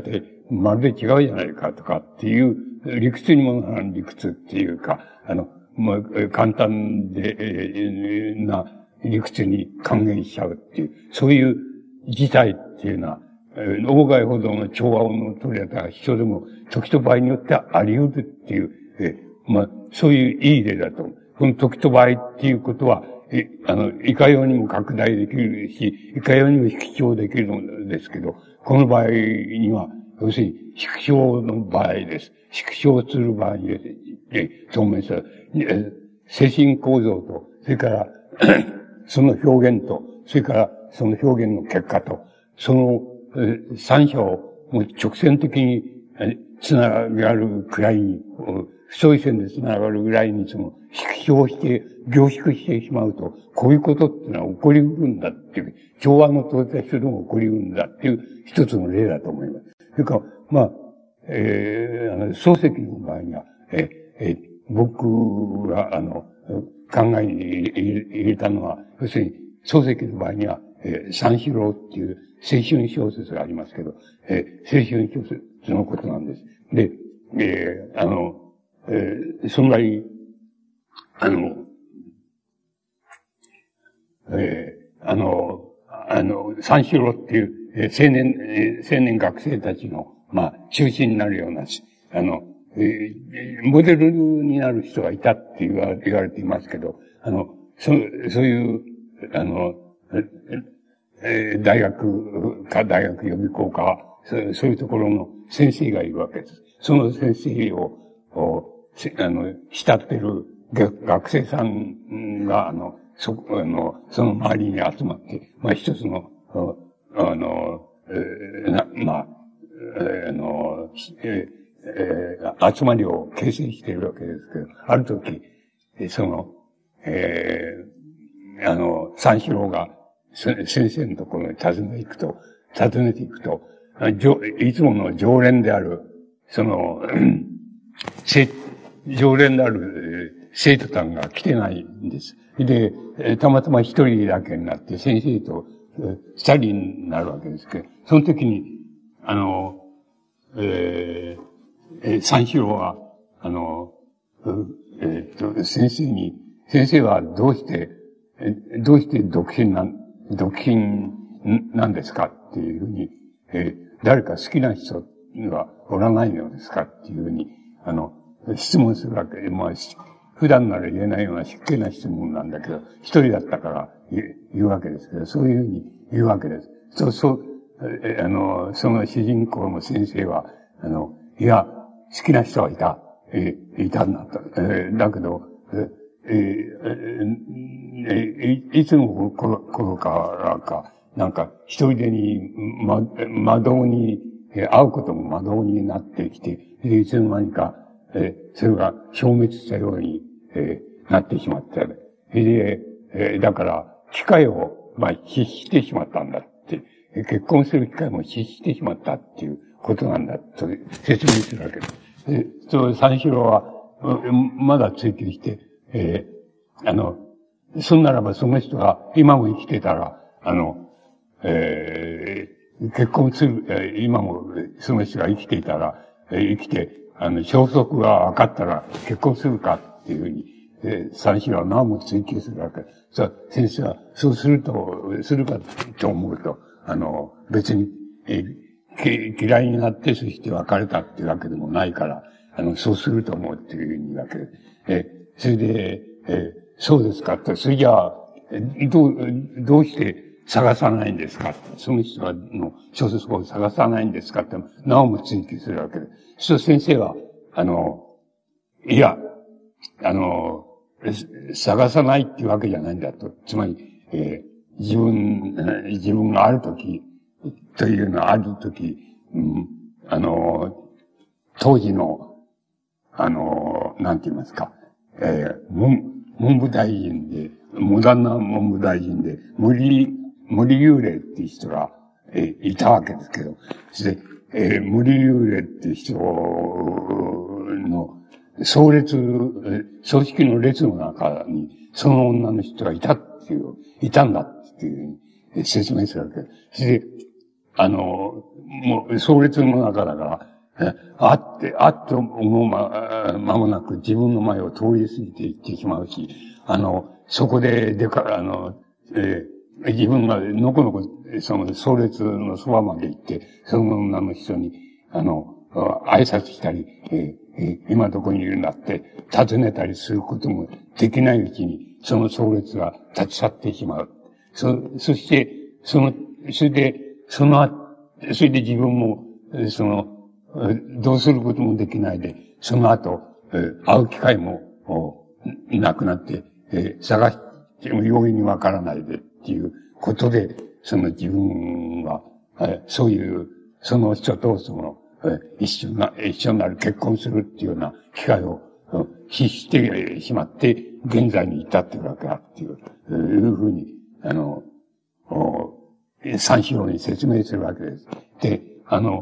まるで違うじゃないかとかっていう、理屈にもならん理屈っていうか、あの、まあ、簡単で、えー、な理屈に還元しちゃうっていう、そういう事態っていうのは、鴎外ほどの調和の取れた人でも、時と場合によってはあり得るっていう、えまあ、そういういい例だと思う。この時と場合っていうことは、え、あの、いかようにも拡大できるし、いかようにも縮小できるのですけど、この場合には、要するに縮小の場合です。縮小する場合に、え、当面する。精神構造と、それから、その表現と、それからその表現の結果と、その三者をもう直線的につながるくらいに、太い線でつながるぐらいにその縮小して、凝縮してしまうと、こういうことっていうのは起こりうるんだっていう、調和の取れた人でも起こりうるんだっていう一つの例だと思います。それから、まあ、えー、あの、漱石の場合には、え、え、僕が、あの、考えに入れたのは、要するに、漱石の場合には、えー、三四郎っていう青春小説がありますけど、えー、青春小説のことなんです。で、えー、あの、えー、その場合、あの、えー、あの、あの、三四郎っていう、えー、青年、えー、青年学生たちの、まあ、中心になるような、あの、えー、モデルになる人がいたって言わ言われていますけど、あの、そそういう、あの、えー、大学か大学予備校か、そうそういうところの先生がいるわけです。その先生を、あの、慕ってる学生さんが、あの、そ、あの、その周りに集まって、まあ一つの、あの、えー、なまあ、えー、あの、えーえー、集まりを形成しているわけですけど、ある時、その、えー、あの、三四郎が先生のところに訪ねていくと、訪ねていくと、いつもの常連である、その、常連である生徒さんが来てないんです。で、たまたま一人だけになって、先生と二人になるわけですけど、その時に、あの、えーえー、三四郎は、あの、えー、っと、先生に、先生はどうして、どうして独身なん、独身なんですかっていうふうに、えー、誰か好きな人はおらないのですかっていうふうに、あの、質問するわけで、まあ、普段なら言えないような失敬な質問なんだけど、一人だったから言うわけですけど、そういうふうに言うわけです。そう、そう、えー、あの、その主人公の先生は、あの、いや、好きな人はいた、えー、いたんだと。えー、だけど、えーえー、いつの頃からか、なんか、一人でに、ま、魔導に、えー、会うことも魔導になってきて、いつの間にか、えー、それが消滅したように、えー、なってしまった。で、えー、だから、機会を、まあ、失してしまったんだって、結婚する機会も失してしまったっていうことなんだ、と説明するわけです。で、そう、三四郎は、まだ追求して、えー、あの、そんならばその人が今も生きてたら、あの、えー、結婚する、えー、今もその人が生きていたら、えー、生きて、あの、消息が分かったら結婚するかっていうふうに、えー、三四郎は何も追求するわけ。さあ、先生は、そうすると、するかと思うと、あの、別に、えー、嫌いになってそして別れたっていうわけでもないから、あの、そうすると思うっていうふうに言うわけです。えーそれで、えー、そうですかって、それじゃあ、どう、どうして探さないんですかって、その人の小説を探さないんですかって、なおも追求するわけです。そう先生は、あの、いや、あの、探さないっていうわけじゃないんだと。つまり、えー、自分、自分があるとき、というのはあるとき、うん、あの、当時の、あの、なんて言いますか、えー、文、文部大臣で、モダンな文部大臣で、森、森幽霊っていう人が、えー、いたわけですけど、そして、えー、森幽霊っていう人の、葬列、葬式の列の中に、その女の人がいたっていう、いたんだっていうふうに説明するわけです。そして、あの、 もう、壮烈の中だから、あって、あっと思うま、間もなく自分の前を通り過ぎていってしまうし、あの、そこで、でか、あの、えー、自分がのこのこ、その、壮烈のそばまで行って、その女の人に、あの、挨拶したり、えーえー、今どこにいるんだって、尋ねたりすることもできないうちに、その壮烈が立ち去ってしまう。そ、そして、その、それで、その、それで自分も、その、どうすることもできないで、その後、会う機会もなくなって、探しても容易にわからないでっていうことで、その自分は、そういう、その人とその、一緒な、一緒になる結婚するっていうような機会を失してしまって、現在に至っているわけだっていう、いうふうに、あの、三四郎に説明するわけです。で、あの、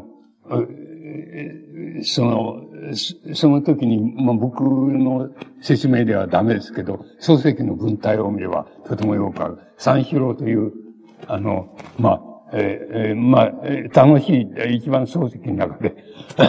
その、その時に、まあ、僕の説明ではダメですけど、漱石の文体を見ればとてもよくある。三四郎という、あの、まあ、えー、まあ、楽しい、一番漱石の中で、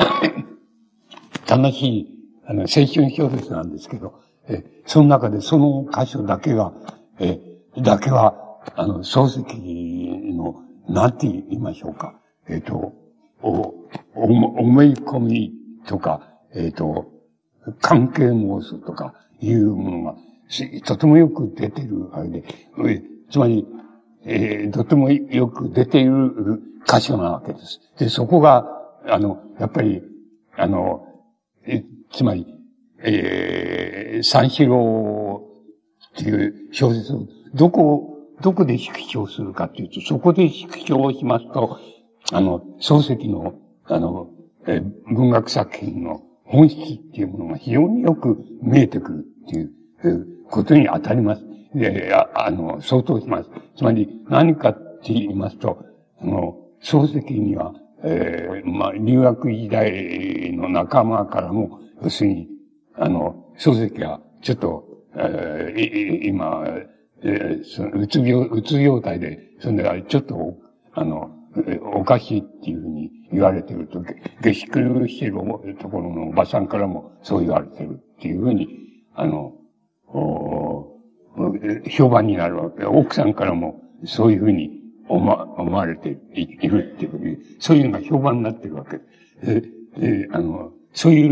楽しい、あの、青春小説なんですけど、えー、その中でその箇所だけが、えー、だけは、あの、漱石の、なんて言いましょうか。えっ、ー、と、お、お、思い込みとか、えっ、ー、と、関係妄想とかいうものが、とてもよく出てるあれで、えつまり、えー、とてもよく出ている箇所なわけです。で、そこが、あの、やっぱり、あの、えつまり、えー、三四郎っていう小説を、どこ、どこで縮小するかというと、そこで縮小しますと、あの、漱石の、あの、えー、文学作品の本質っていうものが非常によく見えてくるっていう、えー、ことに当たります。で、あ, あの、相当します。つまり、何かって言いますと、あの、漱石には、えー、まあ、留学時代の仲間からも、要するに、あの、漱石は、ちょっと、えー、今、えー、そのうつ病、うつ状態で、それで、ちょっと、あの、おかしいっていうふうに言われていると、下宿しているところのおばさんからもそう言われているっていうふうに、あの、評判になるわけ。奥さんからもそういうふうに思わ、思われているっていう、そういうのが評判になっているわけ。ええあの、そういう、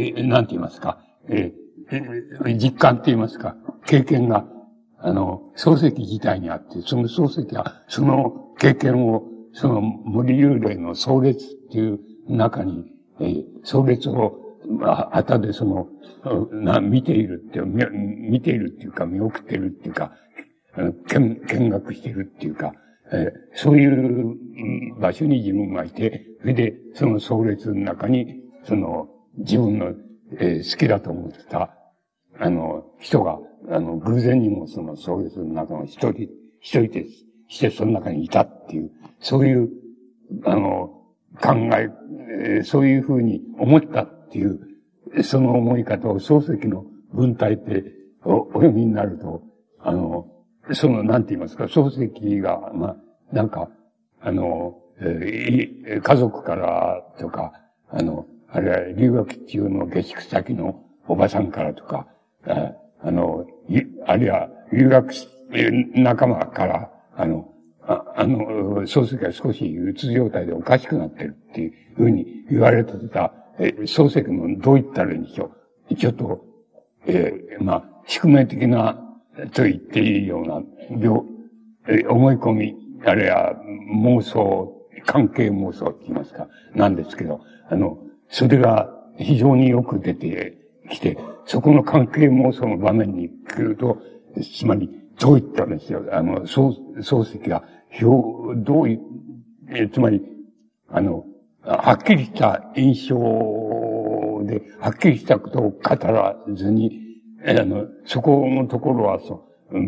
えなんて言いますか、え実感って言いますか、経験が、あの、漱石自体にあって、その漱石は、その経験を、その森幽霊の壮烈っていう中に、えー、壮烈を、まあ、後でその、な、見ているっていう、見ているっていうか、見送っているっていうか、見、見学しているっていうか、えー、そういう場所に自分がいて、それで、その壮烈の中に、その、自分の、えー、好きだと思ってた、あの、人が、あの、偶然にもその壮烈の中の一人、一人でして、その中にいたっていう、そういう、あの、考え、えー、そういうふうに思ったっていう、その思い方を漱石の文体ってお、お読みになると、あの、その、なんて言いますか、漱石が、まあ、なんか、あの、えー、家族からとか、あの、あるいは留学中の下宿先のおばさんからとか、あ, あの、あるいは留学仲間から、あの、あ, あの、漱石が少しうつ状態でおかしくなってるっていうふうに言われてた、え漱石のどう言ったらいいんでしょう。ちょっと、えー、まあ、宿命的な、と言っていいような、病、えー、思い込み、あるいは妄想、関係妄想って言いますか、なんですけど、あの、それが非常によく出てきて、そこの関係妄想の場面に来ると、つまり、どう言ったらいいんですよ。あの、漱石が、どういう、え、つまり、あの、はっきりした印象で、はっきりしたことを語らずに、あの、そこのところは、そう、うん、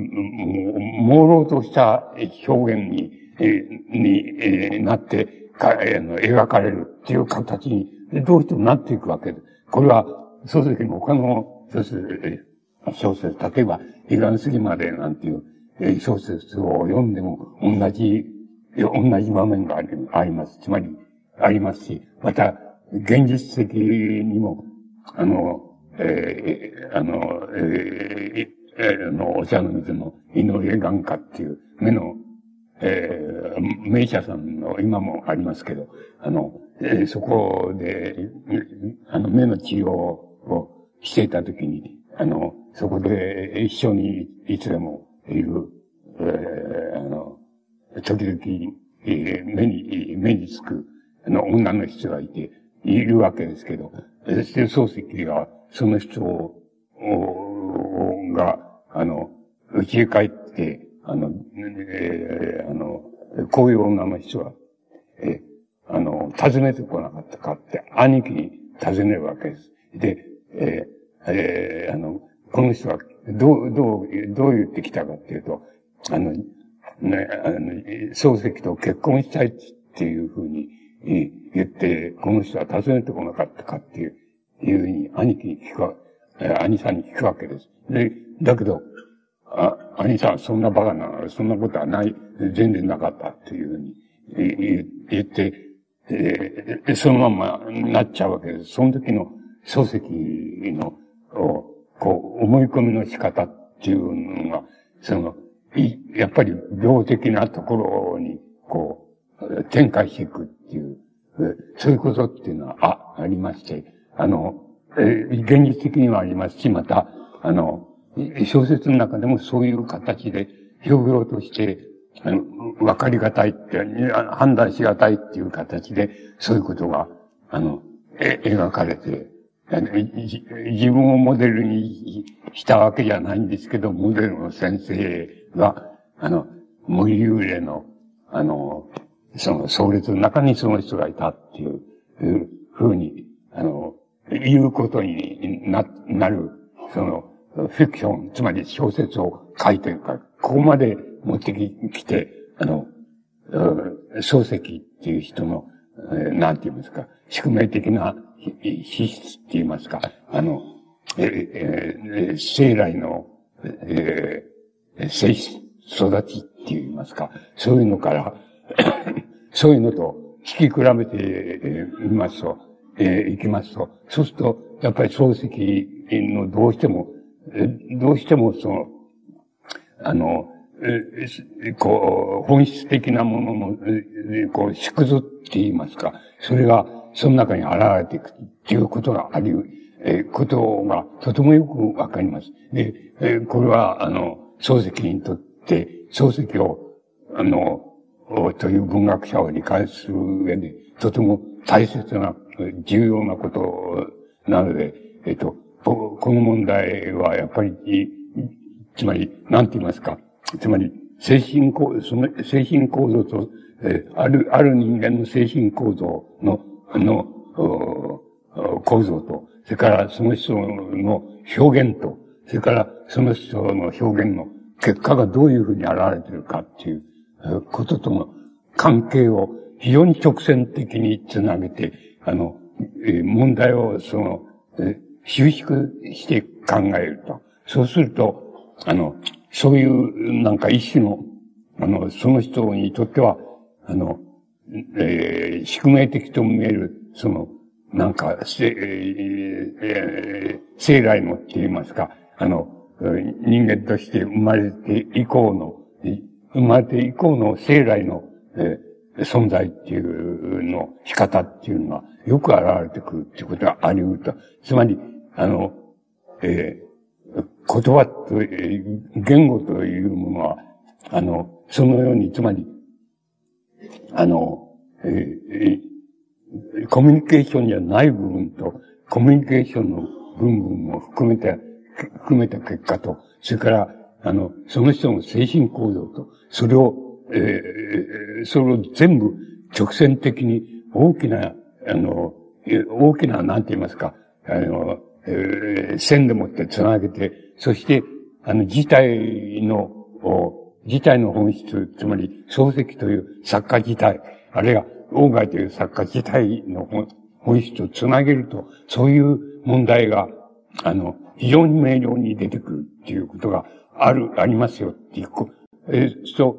朦朧とした表現に、えに、えなって、か、あの、描かれるっていう形に、どうしてもなっていくわけです。これは、漱石の他の小説、小説、例えば、彼岸過ぎまでなんていう小説を読んでも同じ同じ場面がありあります。つまり、ありますし、また、現実的にも、あの、えー、あの、えー、えー、あの、お茶の水の祈り眼科っていう目の、えー、名医者さんの今もありますけど、あの、えー、そこで、あの、目の治療をしていたときに、あの、そこで一緒にいつでもいる、えー、あの、時々、えー、目に、目につく、あの、女の人がいて、いるわけですけど、そして漱石が、その人が、あの、家へ帰って、あの、えー、あの、こういう女の人は、えー、あの、訪ねてこなかったかって、兄貴に尋ねるわけです。で、えー、えー、あの、この人は、どう、どう、どう言ってきたかっていうと、あの、ね、あの、漱石と結婚したいっていうふうに言って、この人は訪ねてこなかったかっていう、いうふうに兄貴に聞くわ、兄さんに聞くわけです。で、だけど、あ、兄さんはそんなバカな、そんなことはない、全然なかったっていうふうに言って、えー、そのままなっちゃうわけです。その時の漱石の、こう、思い込みの仕方っていうのが、その、やっぱり病的なところに、こう、展開していくっていう、そういうことっていうのは、あ、ありまして、あの、えー、現実的にはありますし、また、あの、小説の中でもそういう形で、表現として、あの、わかりがたいって、判断しがたいっていう形で、そういうことが、あの、え、描かれて、自分をモデルにしたわけじゃないんですけど、モデルの先生が、あの、森幽霊の、あの、その葬列の中にその人がいたっていうふうに、あの、言うことにな、なる、その、フィクション、つまり小説を書いてるから、ここまで持ってきて、あの、漱石っていう人の、なんて言いますか、宿命的な資質って言いますか、あの、ええ生来の、えー、性質、育ちって言いますか、そういうのから、そういうのと引き比べてみますと、えー、いきますと、そうすると、やっぱり漱石のどうしても、どうしてもその、あの、こう、本質的なものの、こう、縮図って言いますか、それが、その中に現れていくっていうことがあり、えー、ことがとてもよくわかります。で、えー、これは、あの、漱石にとって、漱石を、あの、という文学者を理解する上で、とても大切な、重要なことなので、えっと、この問題はやっぱり、つまり、なんて言いますか、つまり、精神構造、その精神構造と、えー、ある、ある人間の精神構造の、の、構造と、それからその人の表現と、それからその人の表現の結果がどういうふうに現れているかっていうこととの関係を非常に直線的につなげて、あの、問題をその、収縮して考えると。そうすると、あの、そういうなんか一種の、あの、その人にとっては、あの、えー、宿命的と見える、その、なんか、せ、えー、生来のって言いますか、あの、人間として生まれて以降の、生まれて以降の生来の、えー、存在っていうの、仕方っていうのがよく現れてくるっていうことがあり得ると。つまり、あの、えー、言葉と、えー、言語というものは、あの、そのように、つまり、あの、えー、コミュニケーションじゃない部分と、コミュニケーションの部分も含めて、含めた結果と、それから、あの、その人の精神構造と、それを、えー、それを全部直線的に大きな、あの、大きな、なんて言いますか、あの、えー、線でもって繋げて、そして、あの、事態の、事態の本質、つまり、漱石という作家自体、あるいは、鴎外という作家自体の本質をつなげると、そういう問題が、あの、非常に明瞭に出てくるっていうことがある、ありますよっていう、えー、そう、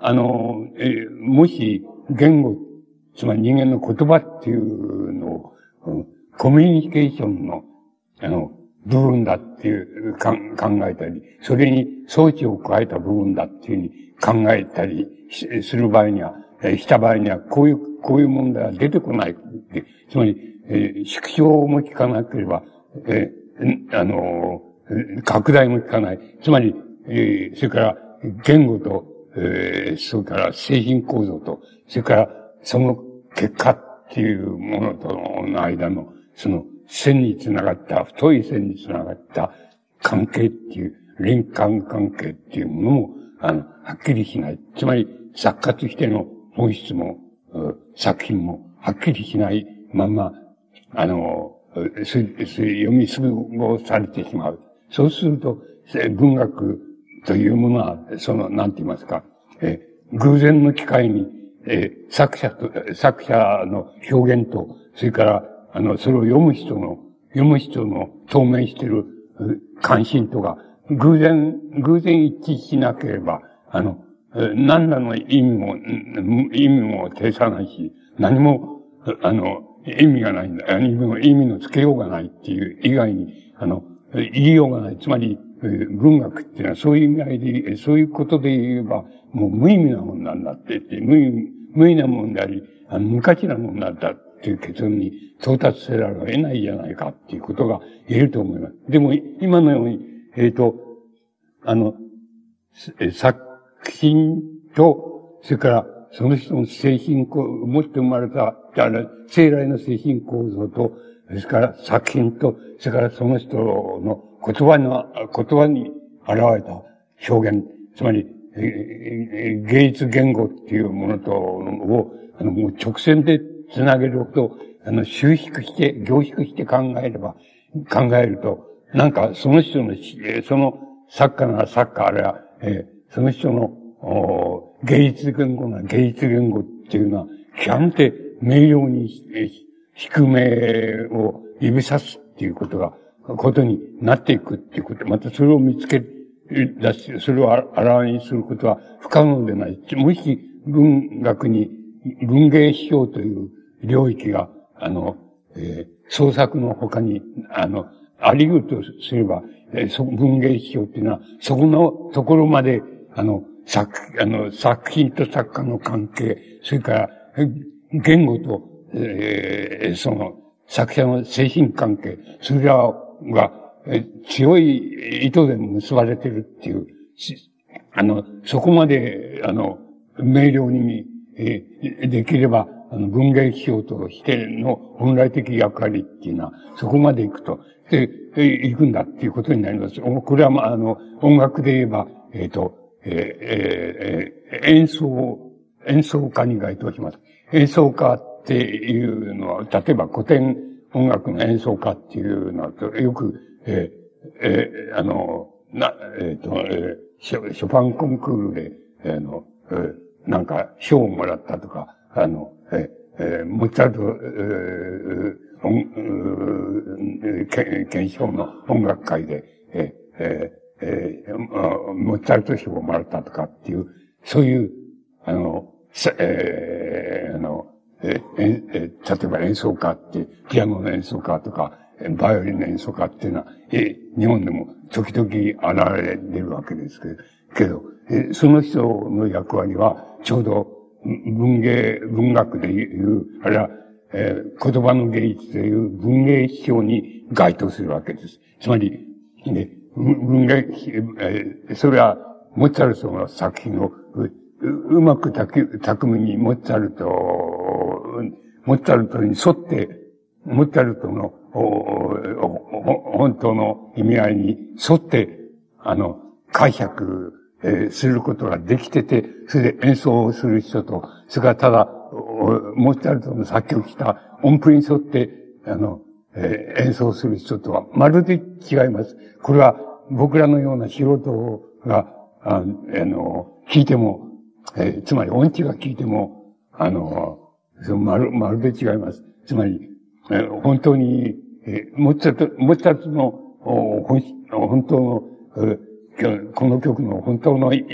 あの、えー、もし言語、つまり人間の言葉っていうのを、うん、コミュニケーションの、あの、部分だっていうか考えたり、それに装置を加えた部分だっていうふうに考えたりする場合には、えー、した場合には、こういう、こういう問題は出てこない。つまり、えー、縮小も効かなければ、えー、あのー、拡大も効かない。つまり、えー、それから、言語と、えー、それから精神構造と、それからその結果っていうものとの間の、その線につながった、太い線につながった関係っていう、連関関係っていうものも、あの、はっきりしない。つまり、作家としての本質も、作品も、はっきりしないまま、あの、す、す、読み過ごされてしまう。そうすると、文学というものは、その、なんて言いますか、え偶然の機会に、え作者と、作者の表現と、それから、あの、それを読む人の、読む人の透明している関心とか、偶然、偶然一致しなければ、あの、何らの意味も、意味も呈さないし、何も、あの、意味がないんだ。意味の、意味のつけようがないっていう以外に、あの、言いようがない。つまり、文学っていうのはそういう意味で、そういうことで言えば、もう無意味なもんなんだって言って、無意味、無意味なもんであり、あの、無価値なもんなんだっていう結論に到達せられは得ないじゃないかっていうことが言えると思います。でも、今のように、えっと、あの、作品と、それから、その人の精神構造、持って生まれた、生来の精神構造と、それから作品と、それからその人の言葉の、言葉に現れた表現、つまり、芸術言語っていうものと、を、あの、もう直線で繋げると、あの、収縮して、凝縮して考えれば、考えると、なんかその人の、その作家なら作家、あるいは、えー、その人の、芸術言語な芸術言語っていうのは、極めて明瞭に、低めを指さすっていうことが、ことになっていくっていうこと、またそれを見つけ出し、それをあらわにすることは不可能でない。もし文学に文芸批評という領域が、あの、えー、創作の他に、あの、あり得るとすれば、えー、そ文芸批評っていうのは、そこのところまで、あの、作、あの、作品と作家の関係、それから、言語と、えー、その、作者の精神関係、それらが、え強い糸で結ばれてるっていう、あの、そこまで、あの、明瞭に、えー、できれば、あの、文芸批評としての本来的役割っていうのは、そこまで行くと、で、行くんだっていうことになります。これは、まあ、あの、音楽で言えば、えっと、えーえー、演奏、演奏家に該当します。演奏家っていうのは、例えば古典音楽の演奏家っていうのは、よく、えーえー、あの、な、えっ、ー、と、えー、ショ、ショパンコンクールで、えー、の、えー、なんか賞をもらったとか、あの、えー、えー、モーツァルト、えー、音、検証の音楽会で、えー、えーえー、モーツァルト賞をもらったとかっていう、そういう、あの、えー、あの、えーえー、例えば演奏家って、ピアノの演奏家とか、バイオリンの演奏家っていうのは、えー、日本でも時々現れてるわけですけど、けど、えー、その人の役割は、ちょうど文芸、文学でいう、あるいは、えー、言葉の芸術でいう文芸批評に該当するわけです。つまり、ね、文芸、えー、それは、モーツァルトの作品をう、うまく巧みにモーツァルト、モーツァルトに沿って、モーツァルトの本当の意味合いに沿って、あの、解釈、えー、することができてて、それで演奏をする人と、それからただ、モーツァルトの作曲した音符に沿って、あの、えー、演奏する人とはまるで違います。これは僕らのような素人が、あ, あの、聞いても、えー、つまり音痴が聞いても、あの、まる、まるで違います。つまり、えー、本当に、えー、モーツァルト、モーツァルトの本本当の、えー、この曲の本当のいい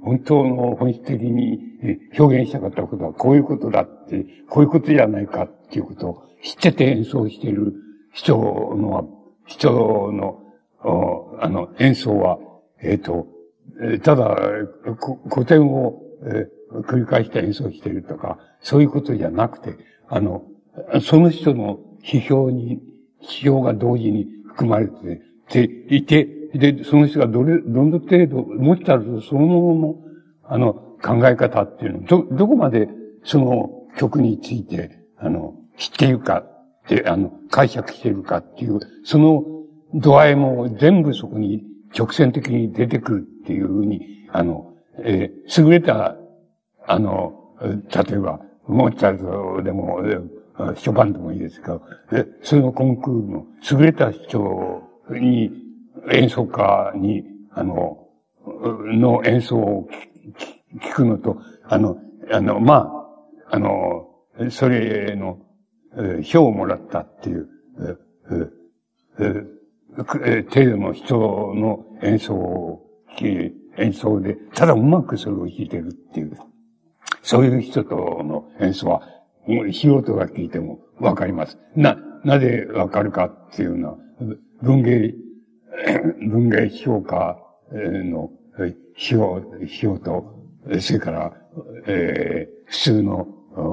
本当の本質的に表現したかったことはこういうことだって、こういうことじゃないかっていうことを知ってて演奏している人の、人の、あの、演奏は、えっと、ただ、古典を、えー、繰り返して演奏しているとか、そういうことじゃなくて、あの、その人の批評に、批評が同時に含まれて、ていて、で、その人がどれ、どの程度、モーツァルトそのものの、あの、考え方っていうのを、ど、どこまでその曲について、あの、知っているかって、あの、解釈しているかっていう、その度合いも全部そこに直線的に出てくるっていうふうに、あの、えー、優れた、あの、例えば、モーツァルトでも、ショパンでもいいですが、そのコンクールの優れた人に、演奏家に、あの、の演奏を聞くのと、あの、あの、まあ、あの、それの、賞をもらったっていう、程度の人の演奏を、演奏で、ただうまくそれを弾いてるっていう、そういう人との演奏は、素人が聞いてもわかります。な、なぜわかるかっていうのは、文芸、文芸評価の批評、批評と、それから、えー、普通の、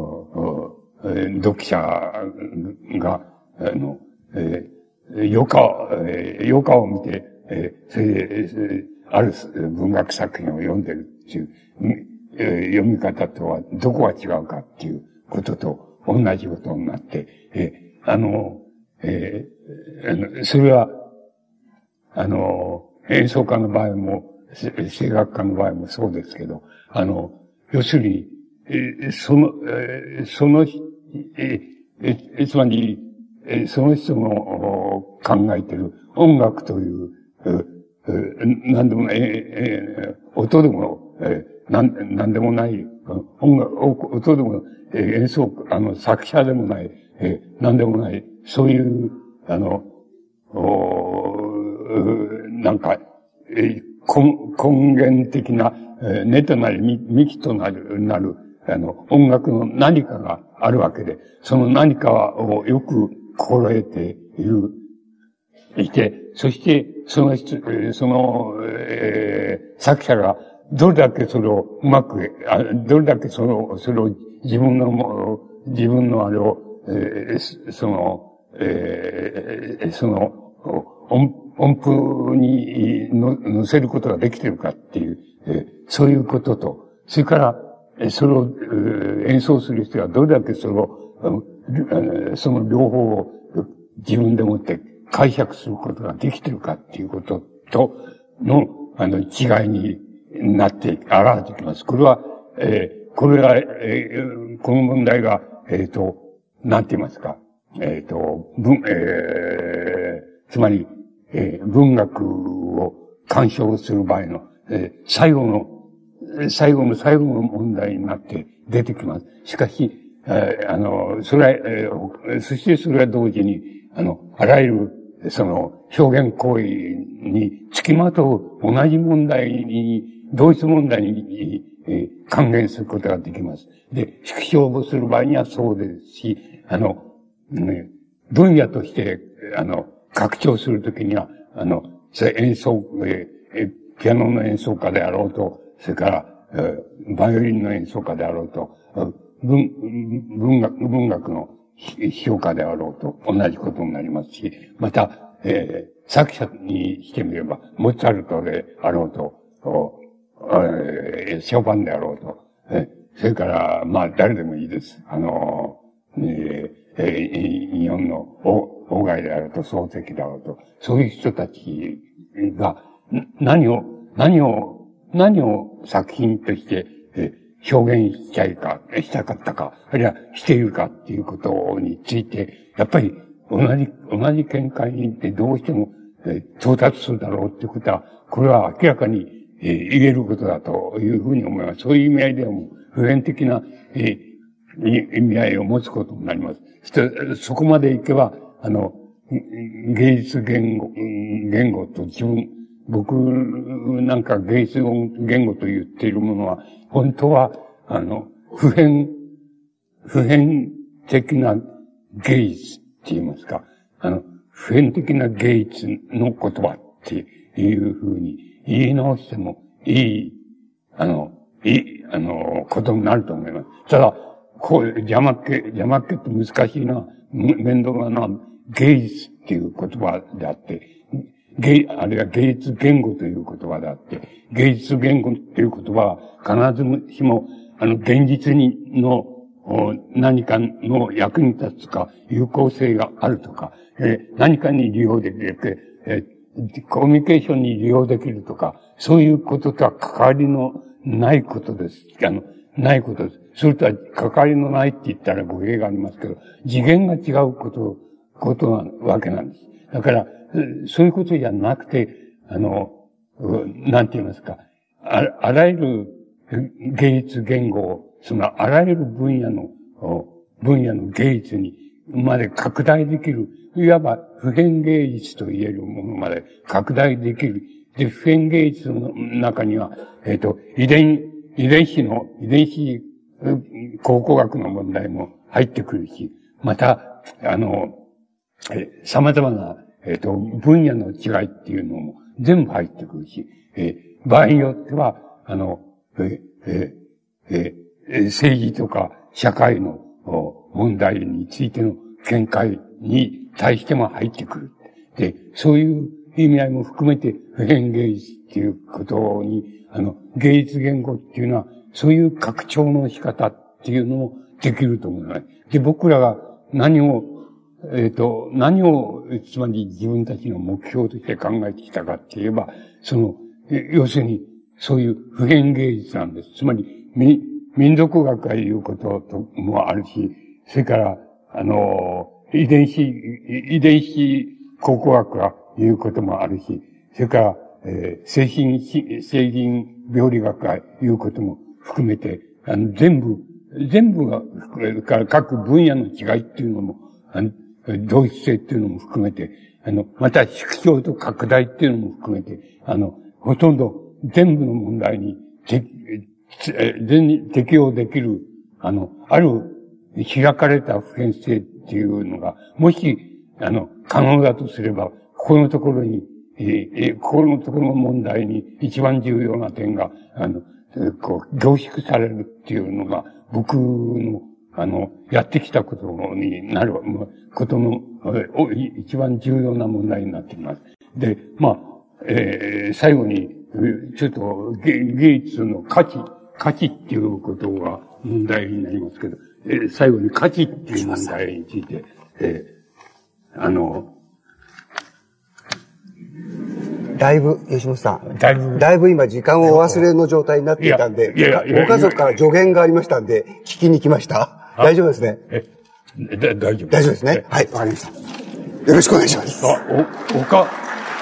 読者が、あの、えー、余暇、えー、余暇を見て、えー、それで、ある文学作品を読んでるっていう、えー、読み方とはどこが違うかっていうことと同じことになって、えー、あの、えー、それは、あの、演奏家の場合も、声楽家の場合もそうですけど、あの、要するに、えその、えその、ええつまり、えその人の考えている音楽という、何でもない、え音でも、えなん、なんでもない、音楽、音でも、え演奏、あの、作者でもない、えなんでもない、そういう、あの、なんか、え根源的な、え根となり、幹となる、なる、あの、音楽の何かがあるわけで、その何かをよく心得ている、いて、そして、その人、その、えー、作者が、どれだけそれをうまく、あどれだけその、それを自分の、自分のあれを、えー、その、えー、その、音、音符に乗せることができているかっていう、えー、そういうことと、それから、それを、えー、演奏する人がどれだけそれを、その両方を自分でもって解釈することができているかっていうこととの、あの、違いになって、現れてきます。これは、えー、これが、えー、この問題が、えっと、なんて言いますか、えっと、文、えー、つまり、えー、文学を鑑賞する場合の、えー、最後の、最後の最後の問題になって出てきます。しかし、えー、あの、それは、えー、そしてそれは同時に、あの、あらゆる、その、表現行為につきまとう同じ問題に、同一問題に、えー、還元することができます。で、縮小をする場合にはそうですし、あの、ね、分野として、あの、拡張するときには、あの、それ演奏、えー、ピアノの演奏家であろうと、それから、えー、バイオリンの演奏家であろうと、文、文学、文学の評価であろうと同じことになりますし、また、えー、作者にしてみれば、モーツァルトであろうと、えー、ショパンであろうと、えー、それから、まあ、誰でもいいです。あの、えー、えー、日本の王外であろうと、漱石であろうと、そういう人たちが、何を、何を、何を作品として、えー表現しちゃいか、したかったか、あるいはしているかっていうことについて、やっぱり同じ、同じ見解にってどうしても、えー、到達するだろうっていうことは、これは明らかに、えー、言えることだというふうに思います。そういう意味合いではもう普遍的な、えー、意味合いを持つことになります。そ, そこまでいけば、あの、芸術言語、言語と自分、 僕なんか芸術言語と言っているものは、本当は、あの、普遍、普遍的な芸術って言いますか、あの、普遍的な芸術の言葉っていうふうに言い直してもいい、あの、いい、あの、ことになると思います。ただ、こう、邪魔っ気、邪魔っ気って難しいな、面倒な芸術っていう言葉であって、芸、あるいは芸術言語という言葉であって、芸術言語っていう言葉は必ずしも、あの、現実にの何かの役に立つか、有効性があるとか、えー、何かに利用できる、えー、コミュニケーションに利用できるとか、そういうこととは関わりのないことです。あの、ないことです。それとは関わりのないって言ったら語弊がありますけど、次元が違うこと、ことなわけなんです。だから、そういうことじゃなくて、あの、なんて言いますか、あ, あらゆる芸術言語を、そのあらゆる分野の、分野の芸術にまで拡大できる、いわば普遍芸術と言えるものまで拡大できる。で、普遍芸術の中には、えっと、遺伝、遺伝子の、遺伝子考古学の問題も入ってくるし、また、あの、え、様々な、えっと、分野の違いっていうのも全部入ってくるし、え、場合によっては、あの、え、え、え、政治とか社会の問題についての見解に対しても入ってくる。で、そういう意味合いも含めて普遍芸術っていうことに、あの、芸術言語っていうのは、そういう拡張の仕方っていうのもできると思います。で、僕らが何を、えっと、何を、つまり自分たちの目標として考えてきたかって言えば、その、要するに、そういう普遍芸術なんです。つまり、民族学が言うことともあるし、それから、あの、遺伝子、遺伝子考古学が言うこともあるし、それから、えー、精神、精神病理学が言うことも含めて、あの、全部、全部が、から各分野の違いっていうのも、あの、同一性っていうのも含めて、あの、また縮小と拡大っていうのも含めて、あの、ほとんど全部の問題に、全適用できる、あの、ある開かれた普遍性っていうのが、もし、あの、可能だとすれば、ここのところに、えー、ここのところの問題に一番重要な点が、あの、こう、凝縮されるっていうのが、僕の、あの、やってきたことになる、ことの、一番重要な問題になっています。で、まあ、えー、最後に、ちょっと芸術の価値、価値っていうことが問題になりますけど、えー、最後に価値っていう問題について、えー、あの、 だいぶ、吉本さん。 だいぶ。 だいぶ今時間をお忘れの状態になっていたんで、いやいやいやご家族から助言がありましたんで、聞きに来ました。大丈夫ですね。 え、だ、大丈夫。 大丈夫ですね。はい、わかりました。よろしくお願いします。 あ、お、おか、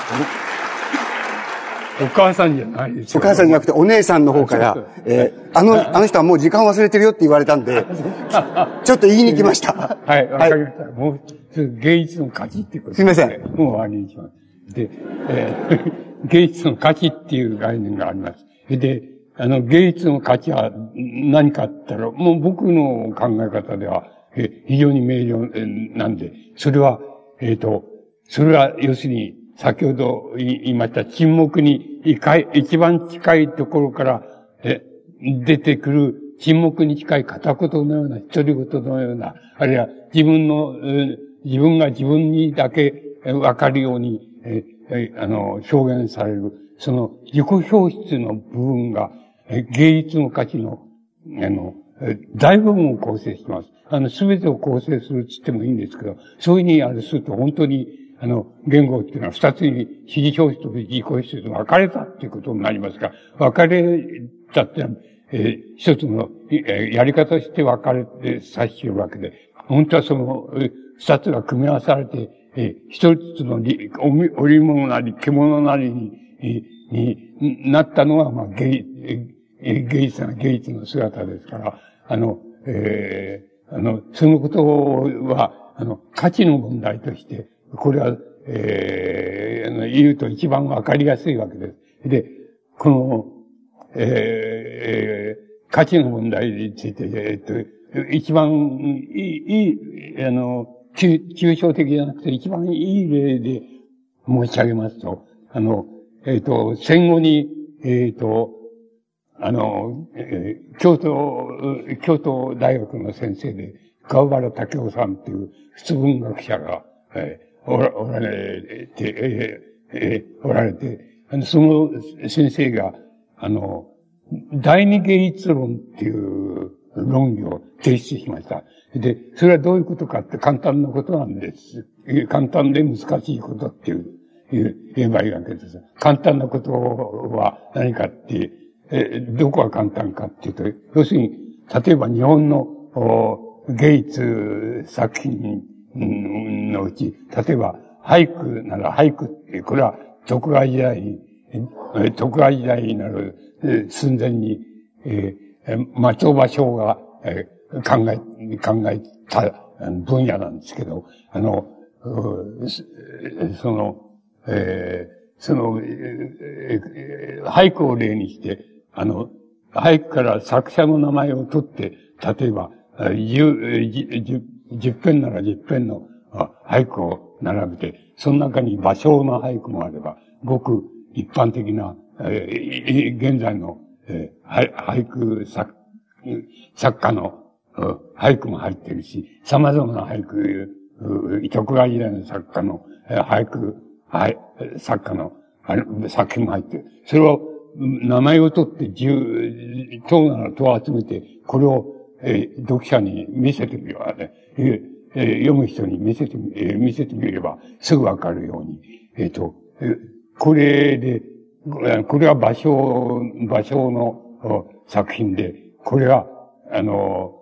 お、お母さんじゃないですよ。 お母さんじゃなくてお姉さんの方から、えー、あの、あの人はもう時間忘れてるよって言われたんで、ちょっと言いに来ました。 はい、わかりました。もう、芸術の価値っていうことすいません。 もう終わりにします。で、えー、芸術の価値っていう概念があります。で、あの、芸術の価値は何かって言ったら、もう僕の考え方では、え非常に明瞭なんで、それは、えっと、それは要するに、先ほど言いました沈黙に一番近いところからえ出てくる沈黙に近い片言のような独り言のような、あるいは自分の、自分が自分にだけわかるように、えあの、表現される、その自己表出の部分が芸術の価値の、あの、大部分を構成しています。あの、すべてを構成するって言ってもいいんですけど、そういうふうにあれすると本当に、あの、言語っていうのは二つに、指示表出と自己表出と分かれたっていうことになりますが、分かれたってのは、えー、一つの、えー、やり方として分かれて指しているわけで、本当はその、二つが組み合わされて、えー、一つの織物なり獣なりに、えー、になったのは、まあ、芸、芸術な芸術の姿ですから、あの、えー、あの、そのことは、あの、価値の問題として、これは、えー、 言うと一番わかりやすいわけです。で、この、えー、価値の問題について、えっと、一番いい、いい、あの、抽象的じゃなくて一番いい例で申し上げますと、あの、えっと、戦後に、えっと、あの、えー、京都、京都大学の先生で、川原武夫さんっていう普通文学者が、えー、おら、おられて、えーえー、おられて、あの、その先生が、あの、第二芸術論っていう論議を提出しました。で、それはどういうことかって簡単なことなんです。簡単で難しいことっていう、言えばいいわけです。簡単なことは何かって、え、どこが簡単かっていうと、要するに、例えば日本の芸術作品のうち、例えば俳句なら俳句って、これは徳川時代に、徳川時代になる寸前に、えー、松尾芭蕉が、えー、考え、考えた分野なんですけど、あの、その、えー、その、えー、俳句を例にして、あの、俳句から作者の名前を取って、例えば、十、十、十編なら十編の俳句を並べて、その中に芭蕉の俳句もあれば、ごく一般的な、えー、現在の、えー、俳句作、作家の俳句も入ってるし、様々な俳句、徳川時代の作家の俳句、はい、作家の作品も入ってる。それを名前を取って十、等なら等を集めて、これを、えー、読者に見せてみればね、えーえー、読む人に見せてみ、えー、見せてみればすぐわかるように、えっと、えー、これで、これは芭蕉、芭蕉の作品で、これは、あの、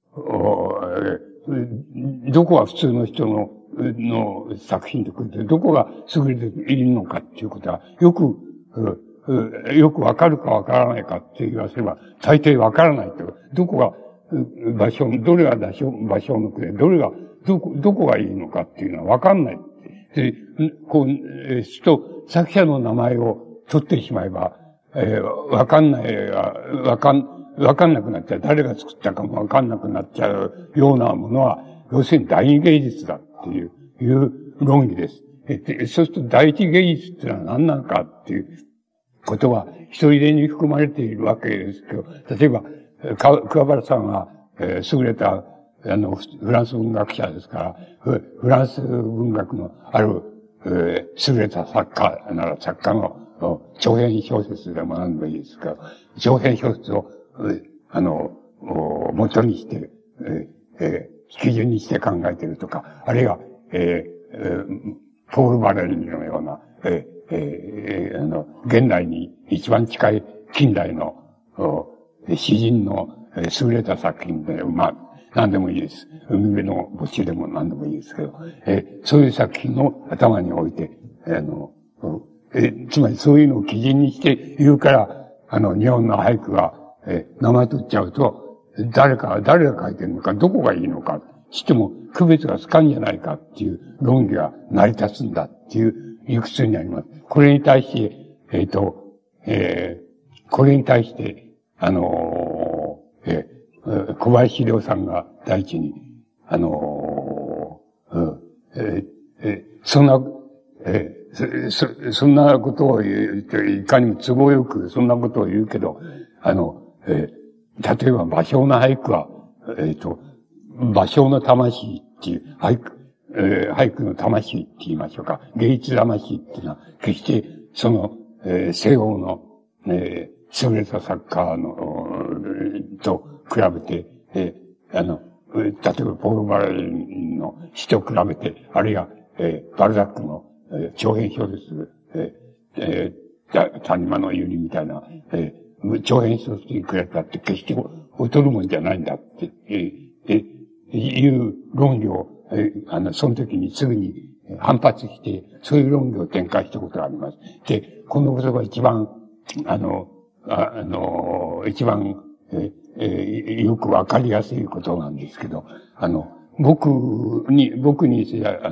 どこが普通の人の、の作品と比べて、どこが優れているのかっていうことは、よく、よくわかるかわからないかって言わせれば、大抵わからないと。どこが、芭蕉、どれが芭蕉、芭蕉の句で、どれが、どこ、どこがいいのかっていうのはわかんない。で、こう、えー、と、作者の名前を取ってしまえば、えー、わかんない、わかん、わかんなくなっちゃう。誰が作ったかもわかんなくなっちゃうようなものは、要するに第二芸術だっていう、いう論議です。で、そうすると第一芸術ってのは何なのかっていうことは、一人でに含まれているわけですけど、例えば、桑原さんは、えー、優れた、あの、フランス文学者ですから、フ, フランス文学のある、えー、優れた作家なら作家の長編小説でも何でもいいですけど、長編小説を、あの、元にして、えーえー、基準にして考えているとか、あるいは、えーえー、ポール・バレルのような、えーえー、あの、現代に一番近い近代の詩人の優れた作品で、まあ、何でもいいです。海辺の墓地でも何でもいいですけど、えー、そういう作品を頭に置いて、あの、えー、つまりそういうのを基準にして言うから、あの、日本の俳句が、えー、名前取っちゃうと、誰か、誰が書いてるのか、どこがいいのか、しても区別がつかんじゃないかっていう論議が成り立つんだっていう理屈になります。これに対して、えっと、えー、これに対して、あのー、えー、小林亮さんが第一に、あのー、えーえー、そんな、えー、そ、そんなことを言うと、いかにも都合よくそんなことを言うけど、あの、えー、例えば芭蕉の俳句は、えっ、ー、と、芭蕉の魂っていう、俳句、えー、俳句の魂って言いましょうか。芸術魂っていうのは、決してその、えー、西欧の、えー、優れた作家の、と比べて、えー、あの、例えばポール・バレルの詩と比べて、あるいは、えー、バルザックの、えー、長編小説、えー、えー、谷間の百合みたいな、えー、長編小説に比べたって決して劣るもんじゃないんだって、えー、えー、いう論議を、えー、あの、その時にすぐに反発して、そういう論議を展開したことがあります。で、このことが一番、あの、あ, あの、一番、ええー、よくわかりやすいことなんですけど、あの、僕に、僕に、あの、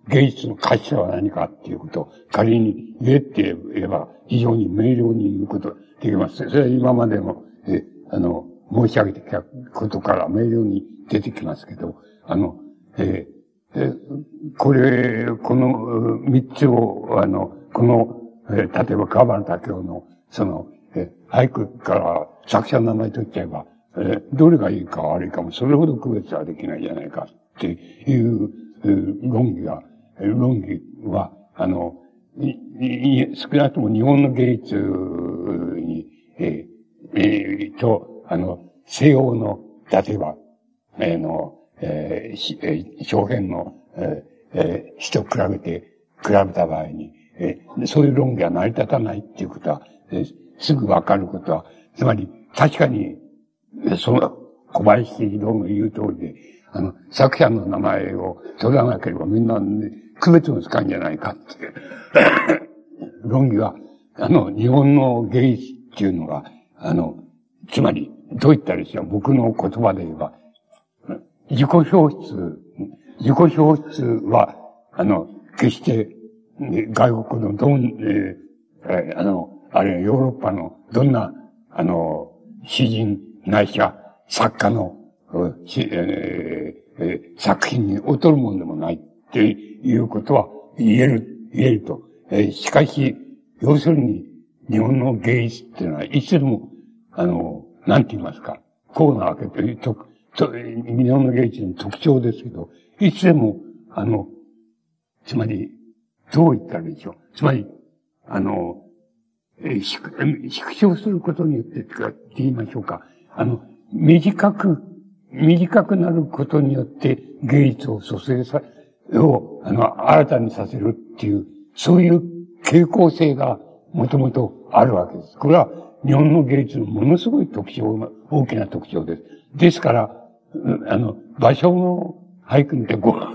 芸術の価値は何かっていうことを仮に言えって言えば非常に明瞭に言うことができます。それは今までの、え、あの、申し上げてきたことから明瞭に出てきますけど、あの、ええこれ、この三つを、あの、この、え例えば川原武雄の、その、え俳句から作者の名前取っちゃえば、えどれがいいか悪いかもそれほど区別はできないじゃないかっていう、論議が、論議は、あの、いい少なくとも日本の芸術に、えー、えー、と、あの、西洋の、例えば、えー、の、えー、えー、小編の、えー、えー、詩と比べて、比べた場合に、えー、そういう論議は成り立たないっていうことは、えー、すぐわかることは、つまり、確かに、その、小林秀夫の言う通りで、あの、作者の名前を取らなければみんな、ね、区別もつかんじゃないかって。論議は、あの、日本の芸術っていうのが、あの、つまり、どう言ったらいいですか、僕の言葉で言えば、自己表出、自己表出は、あの、決して、ね、外国のどん、えー、あの、あるいはヨーロッパのどんな、あの、詩人ないしは作家の、えーえー、作品に劣るものでもないっていうことは言える、言えると。えー、しかし、要するに、日本の芸術っていうのは、いつでも、あの、なんて言いますか、こうなわけで、と、と、日本の芸術の特徴ですけど、いつでも、あの、つまり、どう言ったらいいでしょう。つまり、あの、えー、縮小することによって、って言いましょうか。あの、短く、短くなることによって芸術を蘇生さ、を、あの、新たにさせるっていう、そういう傾向性がもともとあるわけです。これは日本の芸術のものすごい特徴の、大きな特徴です。ですから、あの、芭蕉の俳句って五、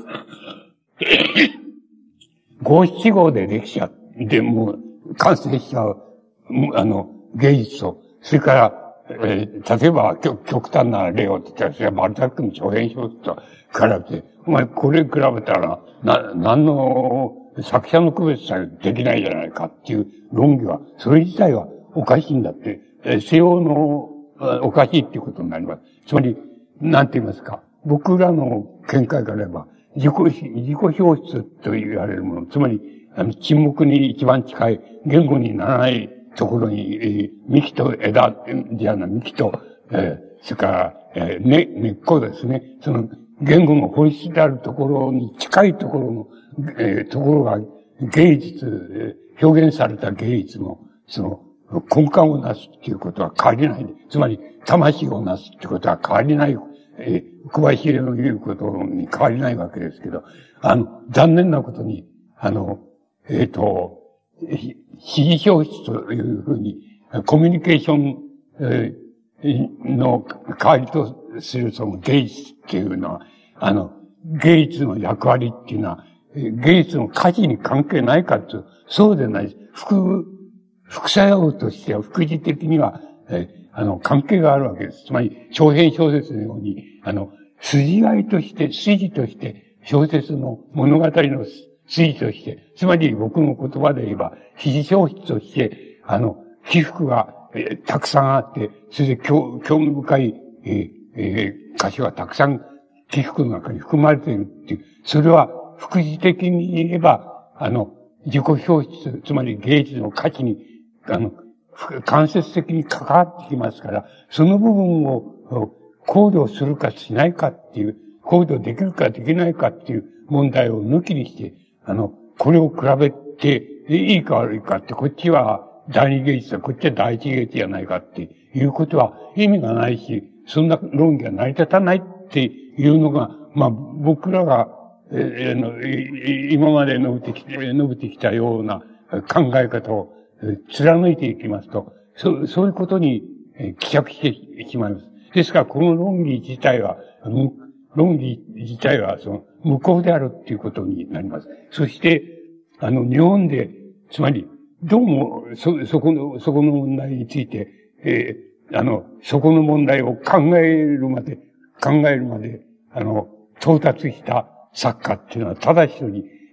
五七五で歴史でもう完成しちゃう、あの、芸術と、それから、えー、例えば、極端な例を言ったら、それはバルザックの長編小説と比べて、お前これ比べたら、な、何の作者の区別さえできないじゃないかっていう論議は、それ自体はおかしいんだって、えー、西洋のおかしいっていうことになります。つまり、なんて言いますか、僕らの見解から言えば、自己、自己表出と言われるもの、つまり、あの、沈黙に一番近い言語にならないところに、えー、幹と枝、じゃない、幹と、えー、それから、えー、根、根っこですね。その、言語の本質であるところに近いところの、えー、ところが芸術、えー、表現された芸術の、その、根幹をなすっていうことは変わりない。つまり、魂をなすっていうことは変わりない。えー、小林秀の言うことに変わりないわけですけど、あの、残念なことに、あの、えっ、ー、と、指示表出というふうに、コミュニケーション、えー、の代わりとするその芸術っていうのは、あの、芸術の役割っていうのは、芸術の価値に関係ないかという、そうでない。副、副作用としては、副次的には、えー、あの、関係があるわけです。つまり、長編小説のように、あの、筋合いとして、筋として、小説の物語の筋として、つまり僕の言葉で言えば、非小説として、あの、起伏が、えー、たくさんあって、それで興興味深い、えーえー、歌詞がたくさん起伏の中に含まれているっていう、それは、副次的に言えば、あの、自己表出、つまり芸術の価値に、あの、間接的に関わってきますから、その部分を考慮するかしないかっていう、考慮できるかできないかっていう問題を抜きにして、あの、これを比べていいか悪いかって、こっちは第二芸術だ、こっちは第一芸術じゃないかっていうことは意味がないし、そんな論議が成り立たないっていうのが、まあ僕らが、えー、今まで述べてきて、述べてきたような考え方を貫いていきますと、そう、そういうことに帰着してしまいます。ですから、この論議自体は、論議自体は、その、無効であるっていうことになります。そして、あの、日本で、つまり、どうも、そ、そこの、そこの問題について、えー、あの、そこの問題を考えるまで、考えるまで、あの、到達した作家っていうのは、ただ一人、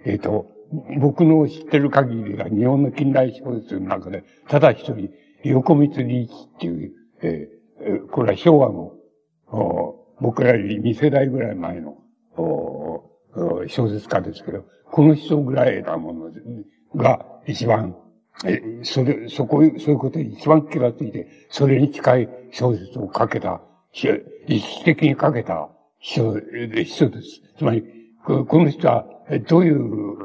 えっと、僕の知ってる限りが日本の近代小説の中で、ただ一人、横光利一っていう、えー、これは昭和の、僕らよりに世代ぐらい前の小説家ですけど、この人ぐらいなものが一番、え、それ、そこ、そういうことに一番気がついて、それに近い小説を書けた、意識的に書けた人、人です。つまり、この人は、どういう、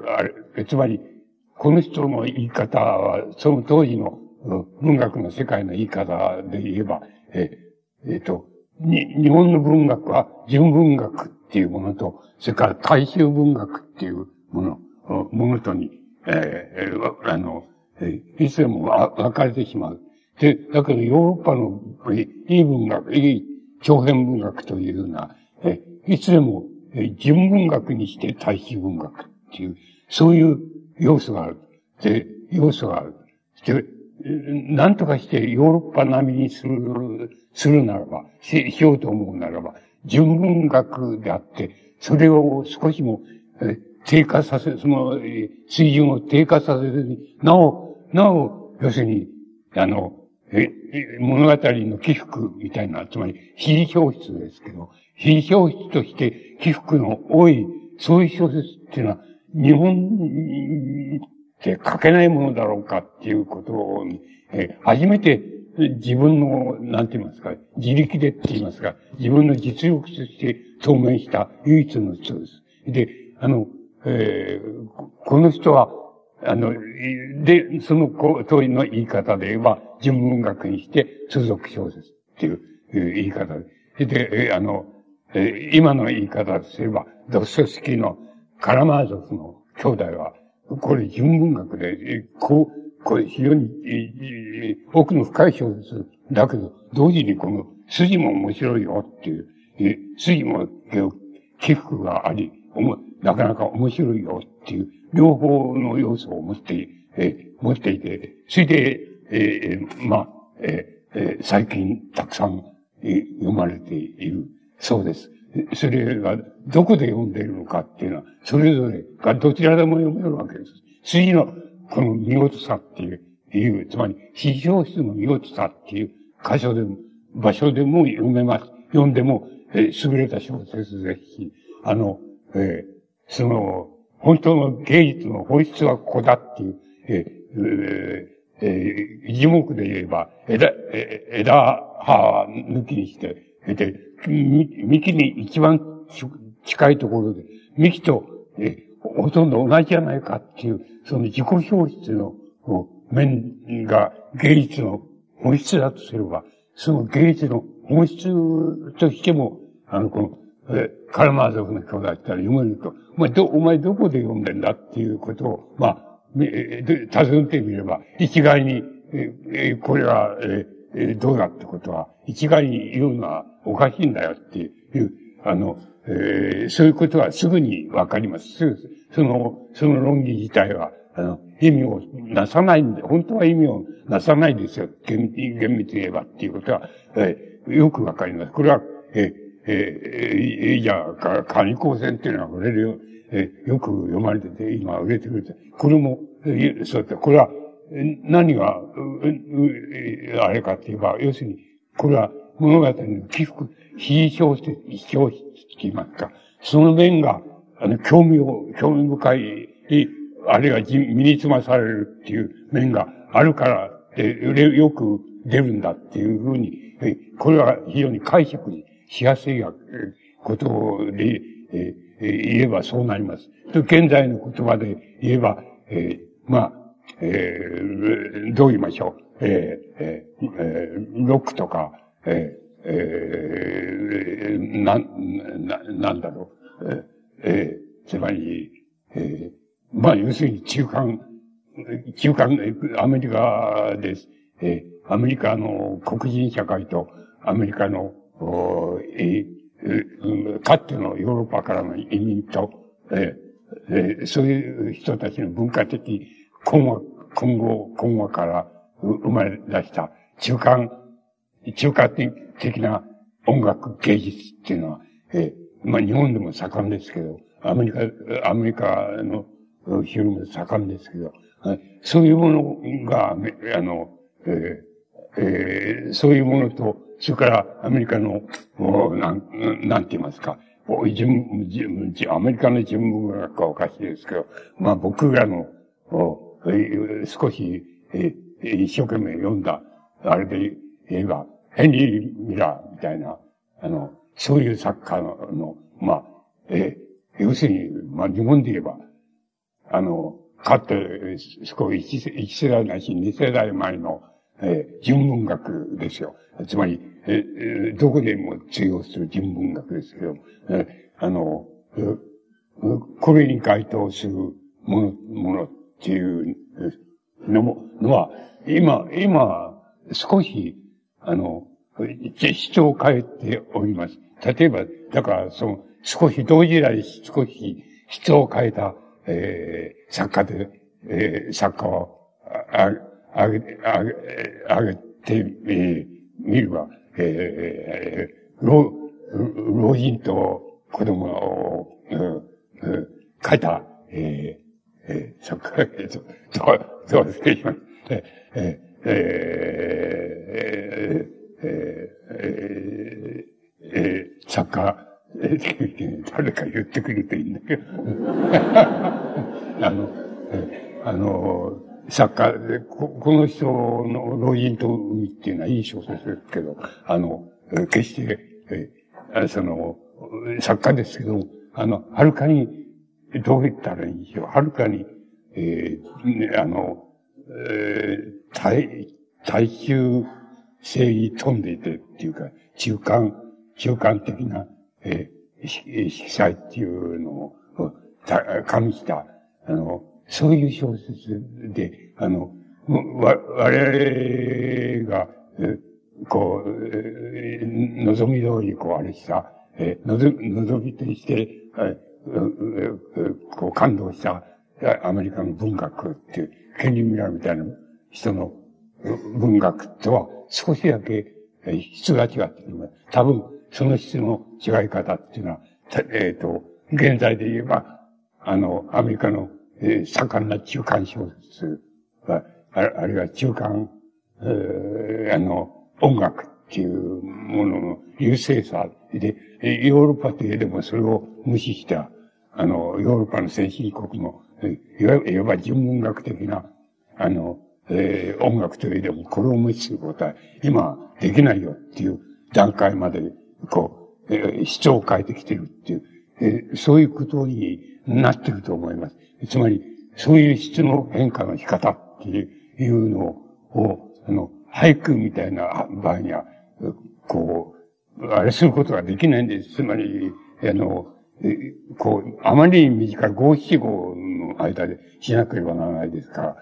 あれ、つまり、この人の言い方は、その当時の文学の世界の言い方で言えば、え、えっと、に、日本の文学は純文学っていうものと、それから大衆文学っていうもの、ものとに、えー、あの、いつでも分かれてしまう。で、だけどヨーロッパのいい文学、いい長編文学というような、えいつでも純文学にして大衆文学っていう、そういう要素がある。で、要素がある。で、なんとかしてヨーロッパ並みにする、するならば、し、しようと思うならば、純文学であって、それを少しも、え低下させ、その、水準を低下させずに、なお、なお、要するに、あの、え、物語の起伏みたいな、つまり、非表出ですけど、非表出として起伏の多い、そういう小説っていうのは、日本で書けないものだろうかっていうことを、え、初めて自分の、なんて言いますか、自力でって言いますか、自分の実力として透明した唯一の人です。で、あの、えー、この人は、あの、で、その通りの言い方で言えば、純文学にして通俗小説っていう言い方で。で、あの、今の言い方とすれば、ドストエフスキーのカラマーゾフの兄弟は、これ純文学で、こう、これ非常に奥の深い小説だけど、同時にこの筋も面白いよっていう、筋も起伏があり、なかなか面白いよっていう、両方の要素を持って、えー、持っていて、それで、えー、まあ、えー、最近たくさん、えー、読まれているそうです。それがどこで読んでいるのかっていうのは、それぞれがどちらでも読めるわけです。次のこの見事さっていう、いうつまり、非表出の見事さっていう箇所でも、場所でも読めます。読んでも、えー、優れた小説ですし、あの、えー、その、本当の芸術の本質はここだっていう、えーえー、樹木で言えば、枝、枝葉抜きにして、で、幹に一番近いところで、幹と、えー、ほとんど同じじゃないかっていう、その自己表出の面が芸術の本質だとすれば、その芸術の本質としても、あの、この、カラマーゾフの兄弟って言ったら読めると、お前ど、お前どこで読んでんだっていうことを、まあ、尋ねてみれば、一概に、え、これは、え、どうだってことは、一概に言うのはおかしいんだよっていう、あの、えー、そういうことはすぐにわかります。その、その論議自体は、あの、意味をなさないんで、本当は意味をなさないですよ。厳密に言えばっていうことは、えー、よくわかります。これは、えーえー、じゃあ、カニ光線っていうのは売れるよ、えー、よく読まれてて、今売れてくれて、これも、えー、そうやって、これは、何が、あれかって言えば、要するに、これは物語の起伏、非表出、非表出って言いますか、その面が、あの、興味を、興味深い、あるいは身につまされるっていう面があるから、で、よく出るんだっていうふうに、これは非常に解釈にしやすいことで、えー、言えばそうなります。現在の言葉で言えば、えー、まあ、えー、どう言いましょう。えーえー、ロックとか、えーえー、な、な、なんだろう。えー、つまり、えー、まあ、要するに中間、中間、アメリカです。えー、アメリカの黒人社会とアメリカの、えー、かつてのヨーロッパからの移民と、えーえー、そういう人たちの文化的混和、混合、混和から生まれ出した中間、中華的な音楽芸術っていうのは、えー、まあ日本でも盛んですけど、アメリカ、アメリカのフィルム盛んですけど、そういうものが、あの、えーえー、そういうものと、それからアメリカの、なん、なんて言いますか、人アメリカの人文学はおかしいですけど、まあ僕らの、少し、えー、一生懸命読んだ、あれで言えば、ヘンリー・ミラーみたいな、あの、そういう作家の、まあ、えー、要するに、まあ日本で言えば、あの、かって、少し一世代ないし二世代前の、えー、人文学ですよ。つまり、えー、どこでも通用する人文学ですけど、えー、あの、これに該当するもの、ものっていうのも、のは、今、今、少し、あの、主張を変えております。例えば、だから、その、少し同時代少し主張を変えた、えー、作家で、えー、作家を、あ、あげ、あげ、あげて、えー、みるわ。えー、老、老人と子供を、うんうん、書いた、えー、えー、作家、えー、どう、どう失礼します。えー、えー、えー、えー、えー、作家、えー、誰か言ってくれていいんだけど。あの、えー、あの、作家で、こ, この人の老人と海っていうのはいい小説ですけど、あの、決して、えその、作家ですけど、あの、はるかに、どう言ったらいいんでしょう、はるかに、えー、あの、えー、大、大衆性に富んでいてっていうか、中間、中間的な、えー、色彩っていうのを、加味した、あの、そういう小説で、あの、わ、我々が、えこう、望み通り、こう、あれした、え望、望みとして、えこう、感動したアメリカの文学っていう、ケンリー・ミラーみたいな人の文学とは少しだけ質が違ってくる。多分、その質の違い方っていうのは、えっと、現在で言えば、あの、アメリカのえー、盛んな中間小説は、あるいは中間、えー、あの、音楽っていうものの優勢さで、ヨーロッパといえどもそれを無視した、あの、ヨーロッパの先進国の、いわいわば人文学的な、あの、えー、音楽といえどもこれを無視することは今できないよっていう段階まで、こう、えー、主張を変えてきてるっていう、えー、そういうことになっていると思います。つまり、そういう質の変化の仕方っていうのを、あの、俳句みたいな場合には、こう、あれすることができないんです。つまり、あの、こう、あまりに短い五七五の間でしなければならないですから、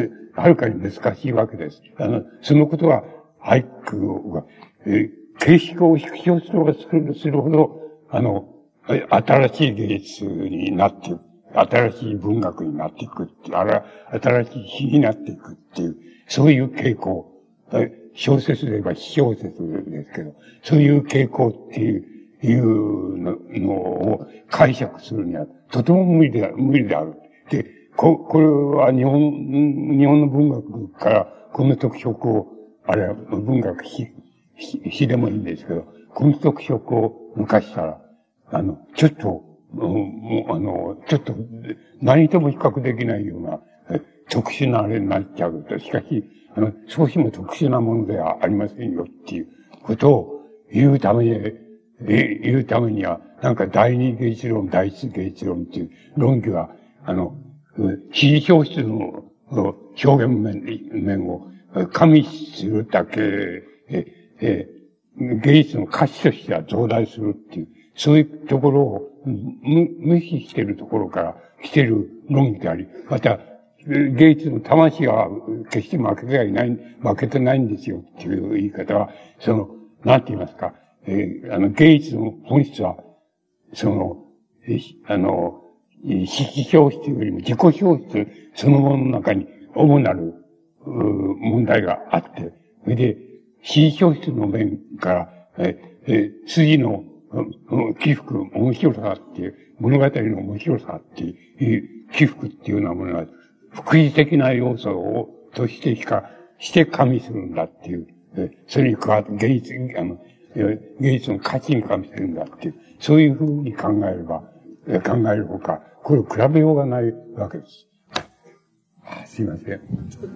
はるかに難しいわけです。あの、そのことは、俳句が、え形式を縮小すればするほど、あの、新しい芸術になっていく。新しい文学になっていくっていう、あら、新しい詩になっていくっていう、そういう傾向。小説で言えば詩小説ですけど、そういう傾向っていう、いうののを解釈するには、とても無理で、無理である。で、こ、これは日本、日本の文学からこの特色を、あれは文学詩、詩でもいいんですけど、この特色を抜かしたら、あの、ちょっと、もう、あの、ちょっと、何とも比較できないような、特殊なあれになっちゃうと。しかし、あの、少しも特殊なものではありませんよっていうことを言うために、言うためには、なんか第二芸術論、第一芸術論っていう論議は、あの、非表出の表現面、面を加味するだけ、え、え、芸術の価値としては増大するっていう、そういうところを無、無視しているところから来ている論議であり、また、芸術の魂は決して負けてはいない、負けてないんですよっていう言い方は、その、なんて言いますか、えー、あの、芸術の本質は、その、あの、識表出よりも自己表出そのものの中に主なる、問題があって、それで、識表出の面から、えー、筋の、 起伏、面白さっていう、物語の面白さっていう起伏っていうようなものが、副次的な要素を、としてしか、して加味するんだっていう、それに加わって芸術、あの、芸術の価値に加味するんだっていう、そういうふうに考えれば、考えるほか、これを比べようがないわけです。あ、すいません。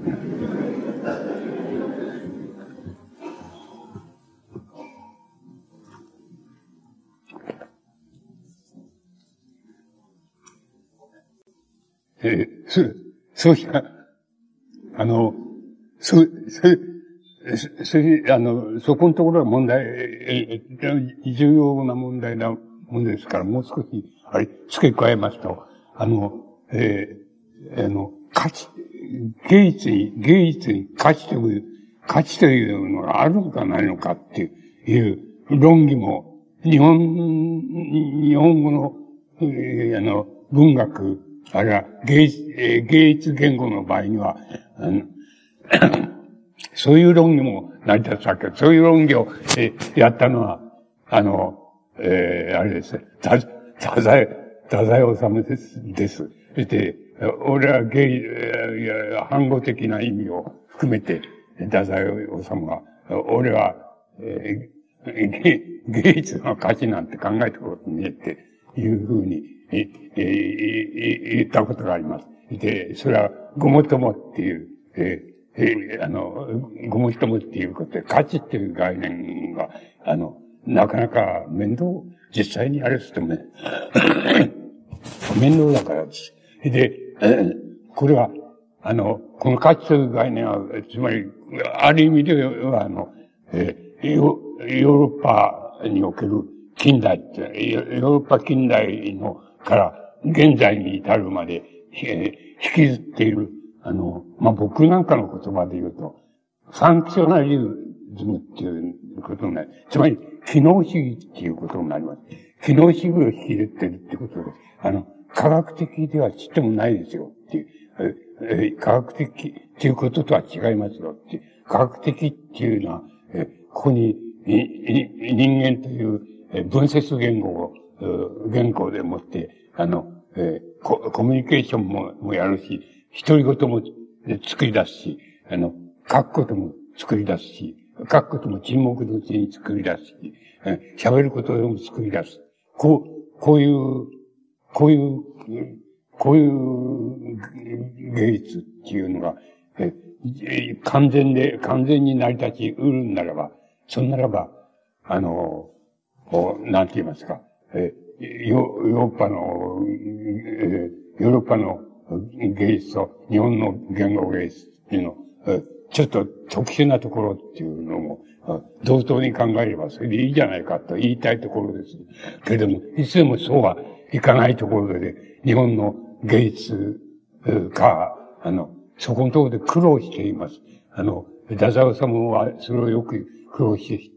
えー、そ、そうした、あの、そ、そ、それ、あの、そこのところは問題、えー、重要な問題なものですから、もう少し、あれ、付け加えますと、あの、えー、あの、価値、芸術に、芸術に価値という、価値というのがあるのかないのかっていう論議も、日本、日本語の、えー、あの、文学、あるいは芸術、えー、芸術言語の場合には、あのそういう論議も成り立つわけです。そういう論議を、えー、やったのは、あの、えー、あれです。た、太宰、太宰治です。です。そして、俺は芸、いや、反語的な意味を含めて、太宰治が、俺は、えー、芸、芸術の価値なんて考えたことねえっていうふうに、え、え、言ったことがあります。で、それは、ごもっともっていう、え、え、あの、ごもっともっていうことで、価値っていう概念が、あの、なかなか面倒、実際にあれですとね、面倒だからです。で、これは、あの、この価値という概念は、つまり、ある意味では、あの、えー、ヨーロッパにおける近代って、ヨーロッパ近代の、から現在に至るまで、えー、引きずっている、あの、まあ、僕なんかの言葉で言うと、ファンクショナリズムっていうことになる。つまり、機能主義っていうことになります。機能主義を引きずってるってことです。あの、科学的ではちっともないですよっていう。えー、科学的っていうこととは違いますよっていう。科学的っていうのは、えー、ここに、人間という分節言語を、言語でもって、あの、えー、コ, コミュニケーションも、もやるし、独り言も作り出すし、あの、書くことも作り出すし、書くことも沈黙のうちに作り出すし、喋ることでも作り出す。こう、こういう、こういう、こういう芸術っていうのが、え完全で、完全に成り立ちうるんならば、そんならば、あの、なんて言いますか、えヨーロッパの、えヨーロッパの芸術と日本の言語芸術っていうの、ちょっと特殊なところっていうのも、同等に考えればそれでいいじゃないかと言いたいところです。けれども、いつでもそうはいかないところで、日本の芸術が、あの、そこのところで苦労しています。あの、太宰治はそれをよく苦労して、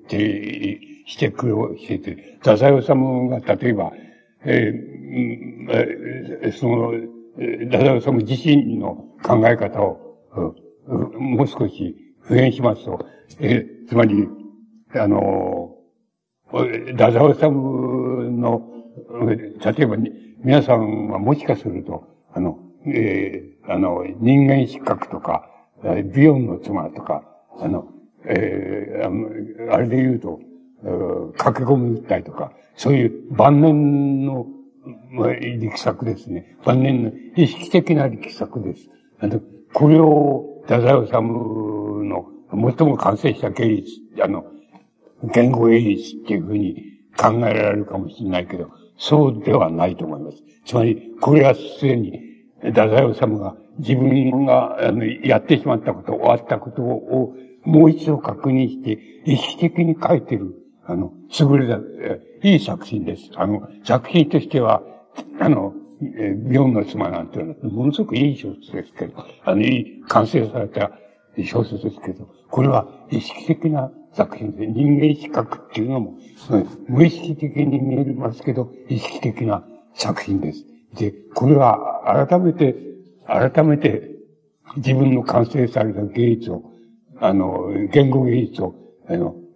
して苦労してて、太宰治が例えば、えー、その、太宰治自身の考え方を、もう少し普遍しますと、えー、つまり、あの、太宰治の、例えば、皆さんはもしかすると、あの、えー、あの、人間失格とか、ビヨンの妻とか、あの、えー、あれで言うと、駆け込み訴えとか、そういう晩年の、まあ、力作ですね。晩年の意識的な力作です。あの、これを、太宰治の最も完成した芸術、あの、言語芸術っていうふうに考えられるかもしれないけど、そうではないと思います。つまり、これはすでに、太宰治が自分があのやってしまったこと、終わったことをもう一度確認して、意識的に書いてる、あの、優れた、いい作品です。あの、作品としては、あの、ビヨンの妻なんていうのは、ものすごくいい小説ですけど、あの、いい完成された小説ですけど、これは意識的な作品で、人間視覚っていうのも、無意識的に見えますけど、意識的な作品です。で、これは改めて、改めて自分の完成された芸術を、あの、言語芸術を、あの、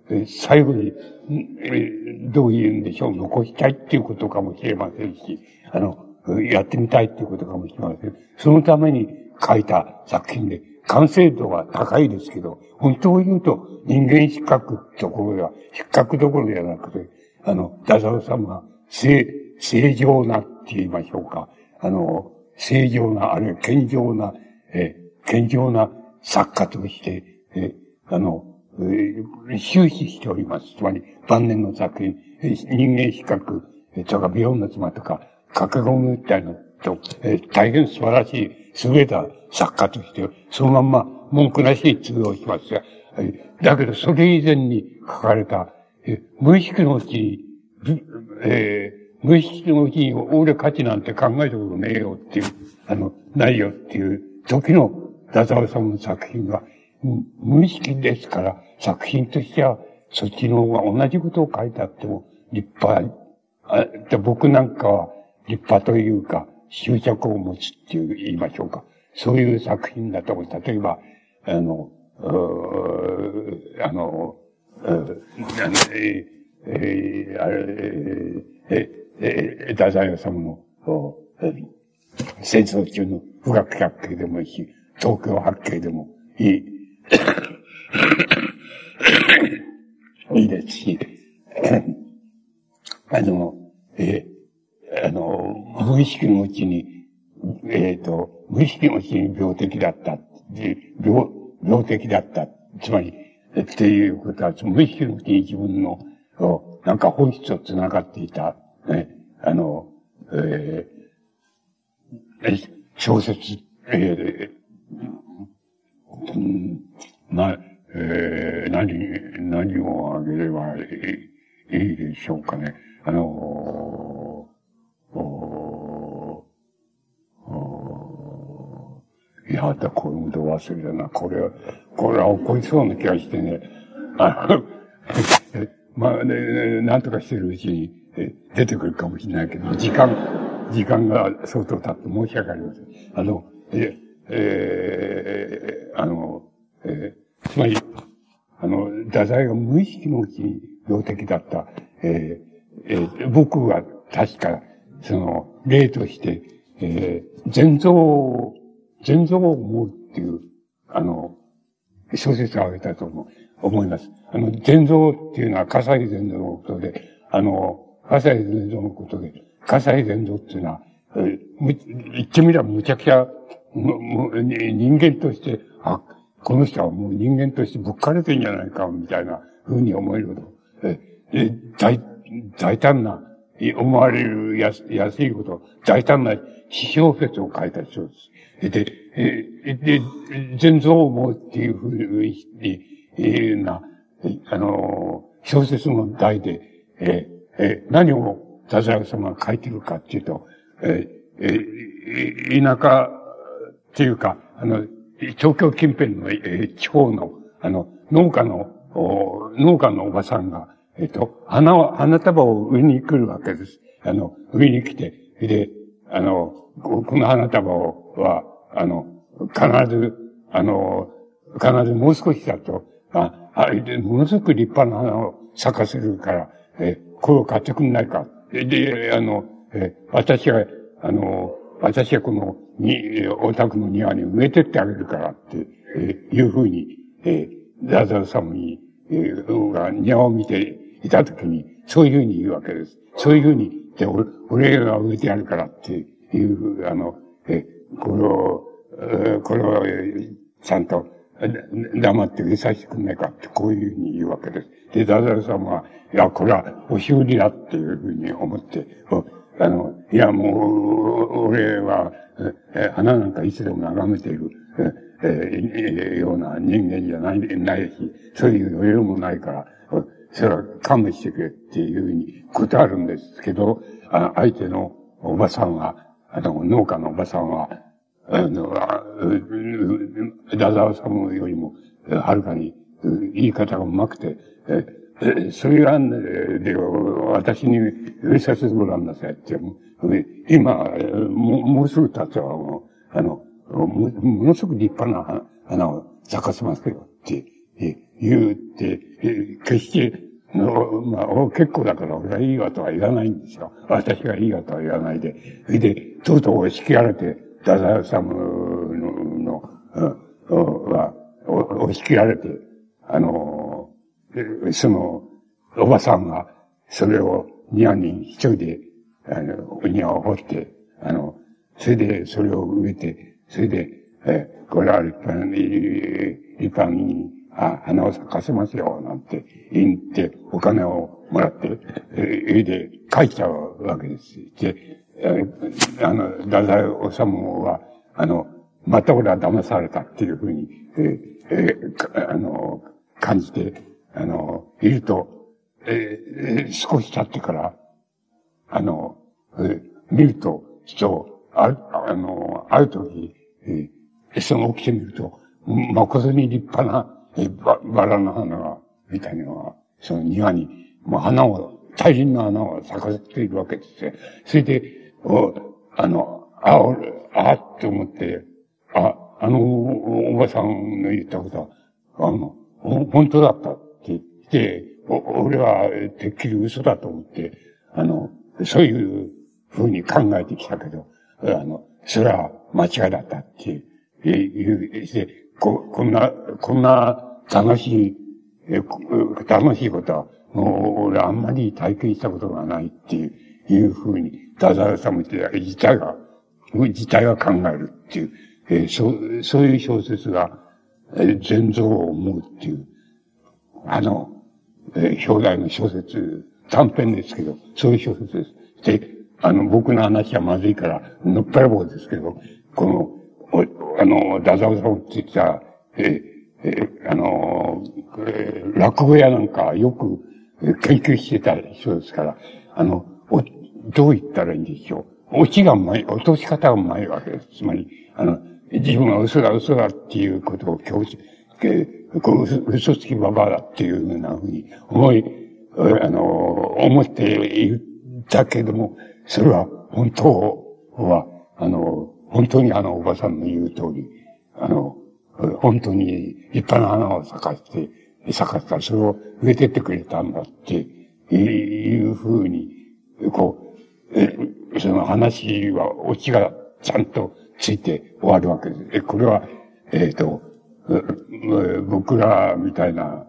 最後に、どういうんでしょう、残したいっていうことかもしれませんし、あの、やってみたいっていうことかもしれません。そのために書いた作品で、完成度は高いですけど、本当を言うと人間失格ところが、失格どころではなくて、あの、太宰さんは正、正常なって言いましょうか。あの、正常な、あるいは健常な、え、健常な作家として、え、あの、えー、終始しております。つまり、晩年の作品、人間失格、えー、とか、ビヨンの妻とか、カカゴムみたいなと、えー、大変素晴らしい、優れた作家として、そのまんま文句なしに通用しますが、えー、だけど、それ以前に書かれた、えー、無意識のうちに、えー、無意識のうちに、俺価値なんて考えたことねえよっていう、あの、ないよっていう時の太宰さんの作品が、無意識ですから、作品としては、そっちの方が同じことを書いてあっても、立派、あ僕なんかは立派というか、執着を持つっていう言いましょうか。そういう作品だと思う。例えば、あの、あの、ええ、あれ、え、え、太宰治の、戦争中の富岳百景でもいいし、東京八景でもいい。いいですし、あの、えー、あの、無意識のうちに、えっ、ー、と、無意識のうちに病的だった、病、病的だった、つまり、っていうことは、無意識のうちに自分の、なんか本質と繋がっていた、ね、あの、えー、小説、えー、うん、まえー、何、何をあげればいい、いいでしょうかね。あの、おおいやだ、これもど忘れだな。これは、これは起こりそうな気がしてね。あの、まあね、なんとかしてるうちに出てくるかもしれないけど、時間、時間が相当経って申し訳ありません。あの、え、えー、あの、えー、つまり、あの、太宰が無意識のうちに病的だった、えーえー、僕は確か、その、例として、えー、禅蔵を、禅蔵を思うっていう、あの、小説を挙げたと思う、思います。あの、禅蔵っていうのは、葛西禅蔵のことで、あの、葛西禅蔵のことで、葛西禅蔵っていうのは、えー、言ってみればむちゃくちゃ、人間として、あ、この人はもう人間としてぶっかれてんじゃないか、みたいな風に思えるほど、え、え、大、大胆な、思われるやす、安いこと、大胆な私小説を書いた人です。で、え、で、禅蔵を思うっていうふうに、えな、あの、小説の題で、え、え、何を太宰治が書いてるかっていうと、え、え、田舎っていうか、あの、東京近辺の、えー、地方の、あの、農家の、農家のおばさんが、えっと、花を、花束を売りに来るわけです。あの、売りに来て、で、あの、この花束を、は、あの、必ず、あの、必ずもう少しだと、あ、あでものすごく立派な花を咲かせるから、え、これを買ってくんないか。で、あの、え、私が、あの、私はこの、に、お宅の庭に植えてってあげるからって、えー、いうふうに、えー、ダザーサムに、えー、が庭を見ていたときに、そういうふうに言うわけです。そういうふうに、で、俺が植えてやるからっていう、あの、えー、これを、えー、これを、ちゃんと、黙って植えさせてくんないかって、こういうふうに言うわけです。で、ダザーサムは、いや、これは押し売りだっていうふうに思って、あの、いや、もう、俺は、え、花なんかいつでも眺めている、え、え、ような人間じゃない、ないし、そういう余裕もないから、それは勘弁してくれっていうふうに断るんですけど、あ相手のおばさんは、あの、農家のおばさんは、あの、ダザーサムよりも、はるかに言い方がうまくて、えそれがんで、私に植えさせてごらんなさいって、今、ももうすぐ経つは、あの、ものすごく立派な花を咲かせますよって言うって、決して、まあ、結構だから俺はいいわとは言わないんですよ。私がいいわとは言わないで。それで、とうとう押し切られて、太宰治の、の、は、押し切られて、あの、その、おばさんが、それを庭に一人で、あの、お庭を掘って、あの、それで、それを植えて、それで、え、これは立派に、立派に、あ、花を咲かせますよ、なんて言って、お金をもらって、え、絵で描いちゃうわけです。で、あの、太宰治は、あの、また俺は騙されたっていうふうに、え、え、あの、感じて、あの、いると、え、少し経ってから、あの、え、見ると、そう、ある、あの、ある時、え、その起きてみると、誠に立派な、え、ババラの花が、みたいなのが、その庭に、もう花を、大輪の花を咲かせているわけですよ。それで、お、あの、あ、俺、あって思って、あ、あの、おばさんの言ったことは、あの、本当だったって言って、お俺は、てっきり嘘だと思って、あの、そういう風に考えてきたけど、あの、それは間違いだったっていう、いう、で、こ、こんな、こんな楽しい、え、楽しいことは、もう、俺あんまり体験したことがないっていう、いうふうに、太宰治自体が、自体が考えるっていう、えー、そう、そういう小説が、えー、全像を思うっていう、あの、えー、表題の小説、短編ですけど、そういう小説です。で、あの、僕の話はまずいから、のっぺらぼうですけど、この、おあの、太宰治って言ったら、えーえー、あの、えー、落語やなんかよく研究してた人ですから、あの、おどう言ったらいいんでしょう。オチがうまい、落とし方がうまいわけです。つまり、あの、自分が嘘だ嘘だっていうことを強調、えー、こう嘘つきババアだっていうふうなふうに思い、あの、思っているだけども、それは本当は、あの、本当にあのおばさんの言う通り、あの、本当に立派な花を咲かせて、咲かせたらそれを植えてってくれたんだっていうふうに、こう、えその話は、オチがちゃんとついて終わるわけです。えこれは、えっと、僕らみたいな、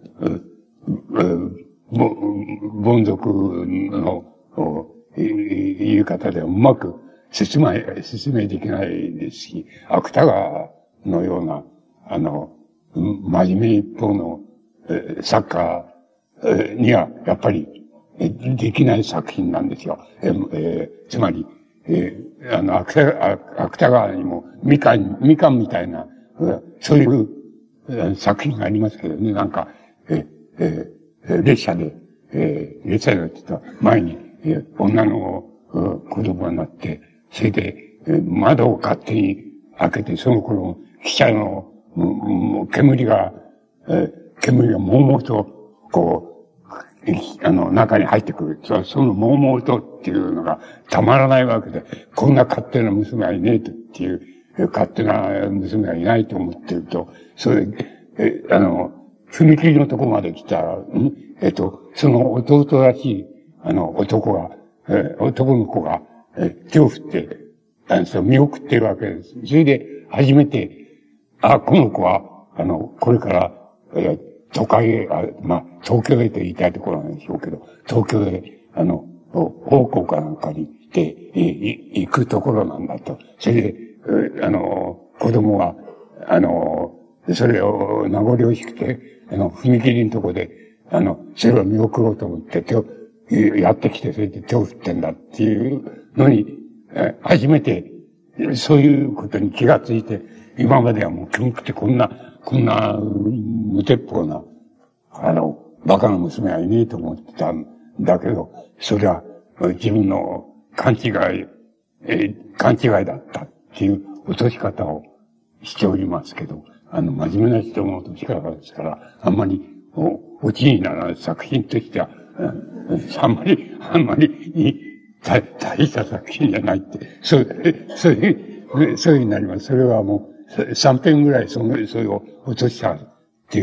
凡族の言い方ではうまく説明、説明できないですし、芥川のような、あの、真面目一方の作家には、やっぱり、できない作品なんですよ。えー、つまり、えー、あの、芥川にも、みかん、みかんみたいな、そういう作品がありますけどね、なんか、えー、列車で、えー、列車でって言った前に、えー、女の子供になって、それで、えー、窓を勝手に開けて、その頃、汽車の、もう煙が、えー、煙がもうもうと、こう、あの、中に入ってくる。その、もうもうとっていうのがたまらないわけで、こんな勝手な娘はいねえとっていう、勝手な娘はいないと思ってると、それで、え、あの、踏切のとこまで来たら、んえっと、その弟らしい、あの、男が、え、男の子が、え、手を振って、あの、見送ってるわけです。それで、初めて、あ、この子は、あの、これから、え、都会へ、あまあ、東京へと言いたいところなんでしょうけど、東京へ、あの、方向かなんかに行って、行くところなんだと。それで、あの、子供は、あの、それを名残惜しくて、あの、踏切のとこで、あの、それを見送ろうと思って手を、やってきて、それで手を振ってんだっていうのに、初めて、そういうことに気がついて、今まではもう教育ってこんな、こんな無鉄砲な、あの、バカな娘はいねえと思ってたんだけど、それは自分の勘違い、えー、勘違いだったっていう落とし方をしておりますけど、あの、真面目な人の落とし方ですから、あんまり、お、落ちにならない作品としては、あんまり、あんまり、大、大した作品じゃないって、そう、そういう、そういうになります。それはもう、さんぺんぐらいその、それを落としたっていう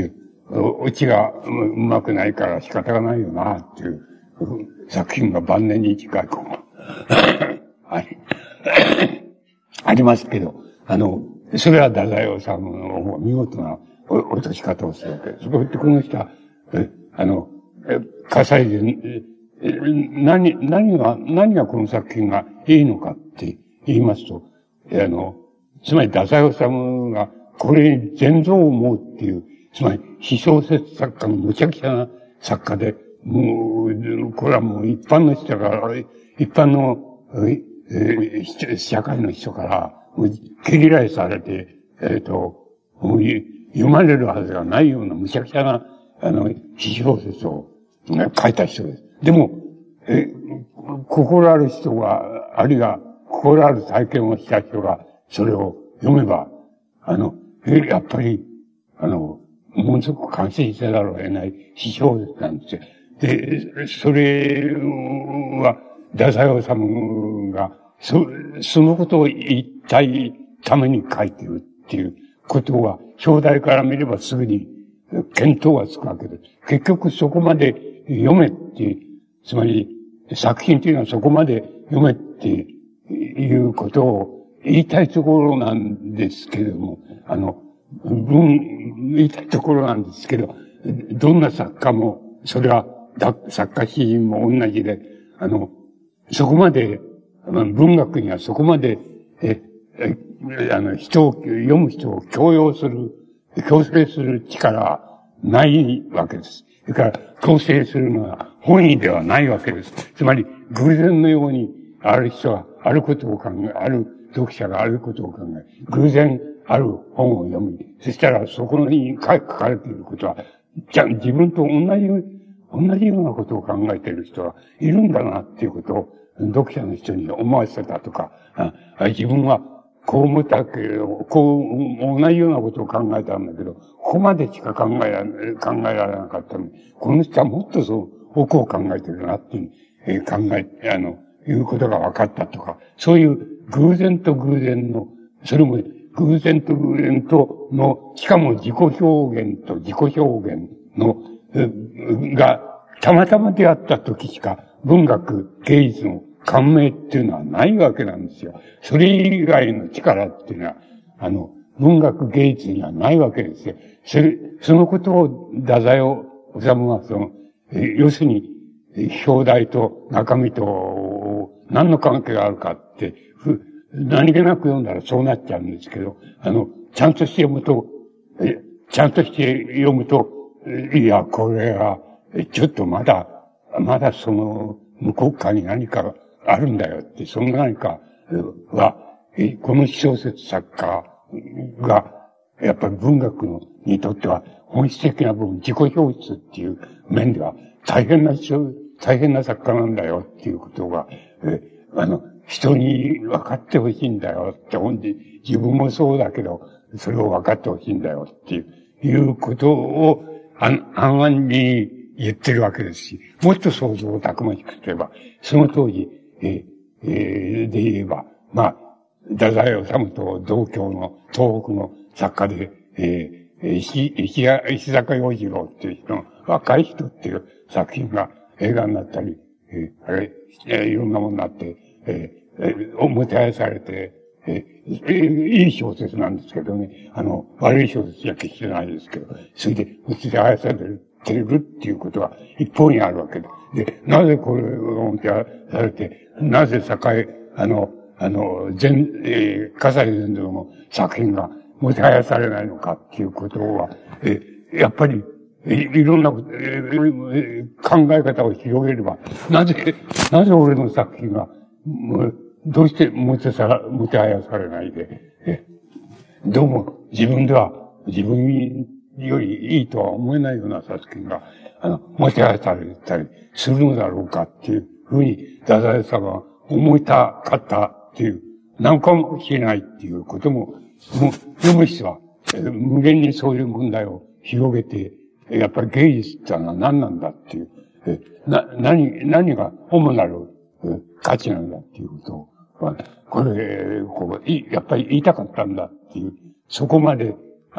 うちがうまくないから仕方がないよな、っていう作品が晩年に近い子もあり、ありますけど、あの、それは太宰治の見事な落とし方をするわけです。そこでこの人は、あの、火災で、何、何が、何がこの作品がいいのかって言いますと、あの、つまり太宰治がこれに全像を思うっていう、つまり非小説作家の無茶苦茶な作家で、もう、これはもう一般の人から、一般の、えー、社会の人から、毛嫌いされて、えっと、読まれるはずがないような無茶苦茶な、あの、非小説を書いた人です。でも、え、心ある人が、あるいは心ある体験をした人が、それを読めば、あの、え、やっぱり、あの、ものすごく感心せざるを得ない非小説なんですよ。で、それは、太宰治が、そ、そのことを言いたいために書いてるっていうことは、表題から見ればすぐに見当がつくわけです。結局そこまで読めって、つまり作品というのはそこまで読めっていうことを言いたいところなんですけれども、あの、文、言いたいところなんですけど、どんな作家も、それは作家詩人も同じで、あの、そこまで、文学にはそこまで、え、え、あの、人を、読む人を強要する、強制する力はないわけです。それから、強制するのは本意ではないわけです。つまり、偶然のように、ある人は、あることを考え、ある読者があることを考え、偶然ある本を読み、そしたら、そこに書かれていることは、じゃ自分と同じ、同じようなことを考えている人はいるんだな、っていうことを、読者の人に思わせたとか、自分はこう思ったけど、こう、同じようなことを考えたんだけど、ここまでしか考えられ、考えられなかったのに、この人はもっとそう、奥を考えてるなっていう、えー、考え、あの、いうことが分かったとか、そういう偶然と偶然の、それも偶然と偶然との、しかも自己表現と自己表現の、が、たまたま出会った時しか、文学、芸術の感銘っていうのはないわけなんですよ。それ以外の力っていうのは、あの、文学芸術にはないわけですよ。それ、そのことを、太宰治は、その、え要するに、表題と中身と、何の関係があるかって、ふ、何気なく読んだらそうなっちゃうんですけど、あの、ちゃんとして読むと、えちゃんとして読むと、いや、これは、ちょっとまだ、まだその、向こう側に何かあるんだよって、その何かは、この小説作家が、やっぱり文学のにとっては本質的な部分、自己表出っていう面では大変な人、大変な作家なんだよっていうことが、えあの、人に分かってほしいんだよって、本当に自分もそうだけど、それを分かってほしいんだよっていう、いうことを、暗々に言ってるわけですし、もっと想像をたくましくすれば、その当時、えーえー、で言えば、まあ、太宰治と同郷の東北の作家で、えー、石、石、石坂洋次郎っていう人の若い人っていう作品が映画になったり、えー、あれ、えー、いろんなものになって、えー、おもてはやされて、えー、いい小説なんですけどね、あの、悪い小説じゃ決してないですけど、それで、もてはやされる。てるっていうことが一方にあるわけで。で、なぜこれをもてはやされて、なぜ栄、あの、あの、全、えー、葛西禅蔵の作品がもてはやされないのかっていうことは、えー、やっぱり、い, いろんな、えー、考え方を広げれば、なぜ、なぜ俺の作品が、どうしてもてさ、もてはやされないで、えー、どうも自分では、自分に、よりいいとは思えないような作品が、あの、もてはやされたりするのだろうかっていうふうに、太宰さんは思いたかったっていう、なんかもしれないっていうことも、もう、読む人は、無限にそういう問題を広げて、やっぱり芸術ってのは何なんだっていう、えな、何、何が主なる価値なんだっていうことを、これ、こう、やっぱり言いたかったんだっていう、そこまで、あの、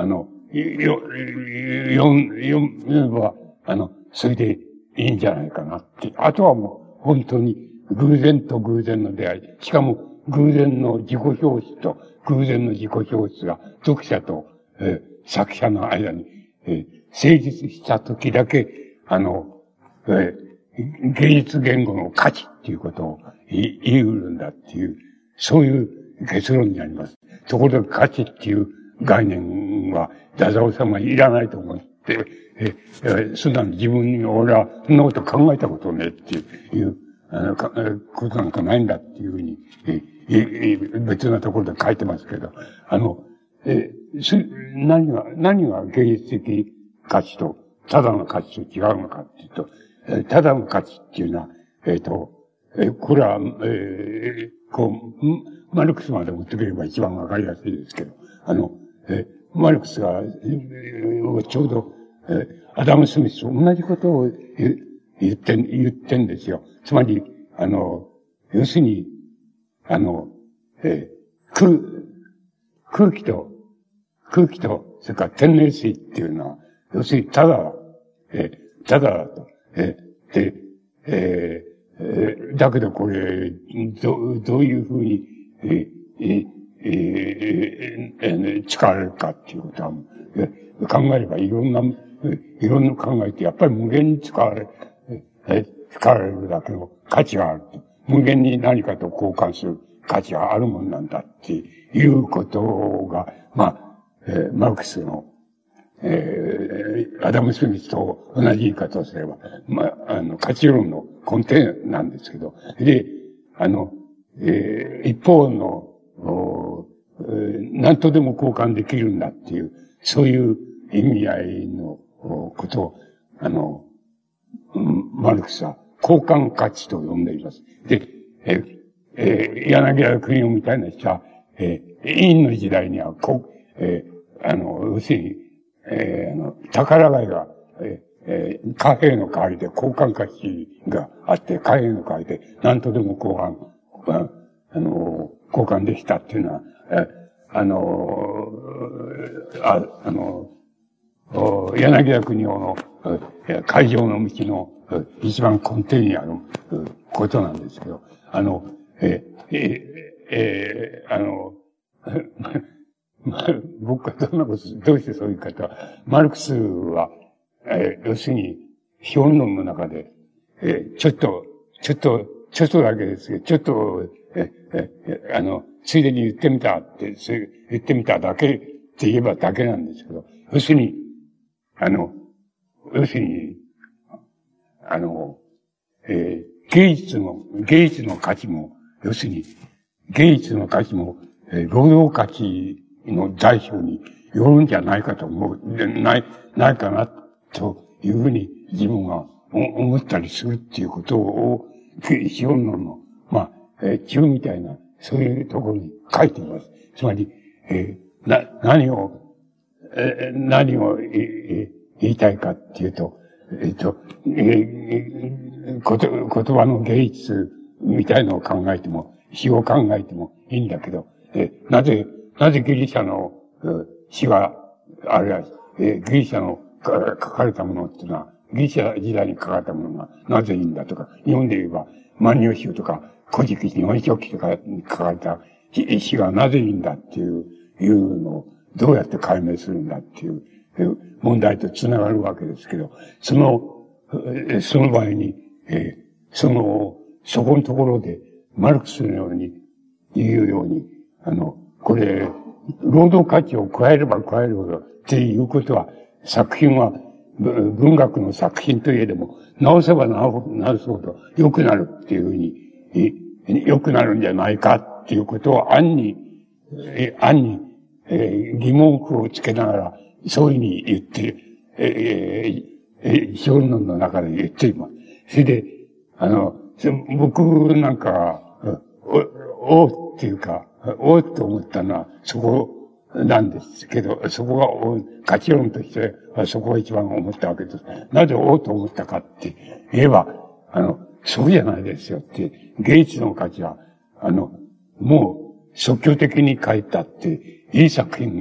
よ、よ、よ、読めば、あの、それでいいんじゃないかなって。あとはもう、本当に偶然と偶然の出会い。しかも、偶然の自己表出と偶然の自己表出が読者と、えー、作者の間に、えー、成立した時だけ、あの、えー、芸術言語の価値っていうことを言い、言い得るんだっていう、そういう結論になります。ところで価値っていう概念は、太宰治はいらないと思って、えー、素直に自分に俺はそんなこと考えたことねっていう、あの、か、ことなんかないんだっていうふうに、えー、別なところで書いてますけど、あの、えー、す、何が、何が芸術的価値と、ただの価値と違うのかっていうと、えー、ただの価値っていうのは、えっ、ー、と、えー、これは、えー、こう、マルクスまで持ってくれば一番わかりやすいですけど、あの、えー、マルクスが、えー、ちょうど、えー、アダム・スミスと同じことを言って、言ってんですよ。つまり、あの、要するに、あの、えー、空、空気と、空気と、それから天然水っていうのは、要するにただ、えー、ただだと、えー、で、えー、えー、だけどこれ、ど、どういうふうに、えー、えー、えー、えー、使われるかっていうことは、えー、考えればいろんな、いろんな考えて、やっぱり無限に使われ、え、使われるだけの価値があると。無限に何かと交換する価値があるもんなんだっていうことが、まあ、えー、マルクスの、えー、アダム・スミスと同じ言い方をすれば、まあ、あの、価値論の根底なんですけど、で、あの、えー、一方の、えー、何とでも交換できるんだっていう、そういう意味合いのことを、あの、マルクスは交換価値と呼んでいます。で、え、えー、柳家国夫みたいな人は、えー、陰の時代には、こえー、あの、要するに、えー、あの、宝貝が、えーえー、貨幣の代わりで交換価値があって、貨幣の代わりで何とでも交換、あの、交換できたっていうのは、えー、あの、あ、あの、柳家国夫の海上の道の一番根底にあることなんですけど、あの、え、え、え、あの、ま、僕はどんなこと、どうしてそういう方、マルクスは、え、要するに、評論の中で、え、ちょっと、ちょっと、ちょっとだけですけど、ちょっと、え、え、あの、ついでに言ってみたって、言ってみただけって言えばだけなんですけど、要するに、あの、要するに、あの、えー、芸術の、芸術の価値も、要するに、芸術の価値も、えー、労働価値の代表によるんじゃないかと思う、ない、ないかな、というふうに自分が思ったりするっていうことを、資本論の、まあ、えー、中みたいな、そういうところに書いています。つまり、えー、な、何を、えー、何を、えー、言いたいかっていうと、えっと、えー、こと、言葉の芸術みたいのを考えても、詩を考えてもいいんだけど、えー、なぜ、なぜギリシャの詩は、あるいは、えー、ギリシャの書かれたものっていうのは、ギリシャ時代に書かれたものがなぜいいんだとか、日本で言えば、万葉集とか、古事記、日本書紀とかに書かれた詩がなぜいいんだっていう、いうのをどうやって解明するんだっていう問題とつながるわけですけど、その、その場合に、えー、その、そこのところで、マルクスのように言うように、あの、これ、労働価値を加えれば加えるほどっていうことは、作品は、文学の作品といえども、直せば直すほど良くなるっていうふうに、良くなるんじゃないかっていうことを暗に、暗に、えー、疑問符をつけながら、そういうふうに言って、えー、えー、小論の中で言っています。それで、あの、僕なんか、お、おっていうか、おと思ったのは、そこなんですけど、そこが、価値論としてはそこが一番思ったわけです。なぜおと思ったかって言えば、あの、そうじゃないですよって、芸術の価値は、あの、もう即興的に書いたって、いい作品が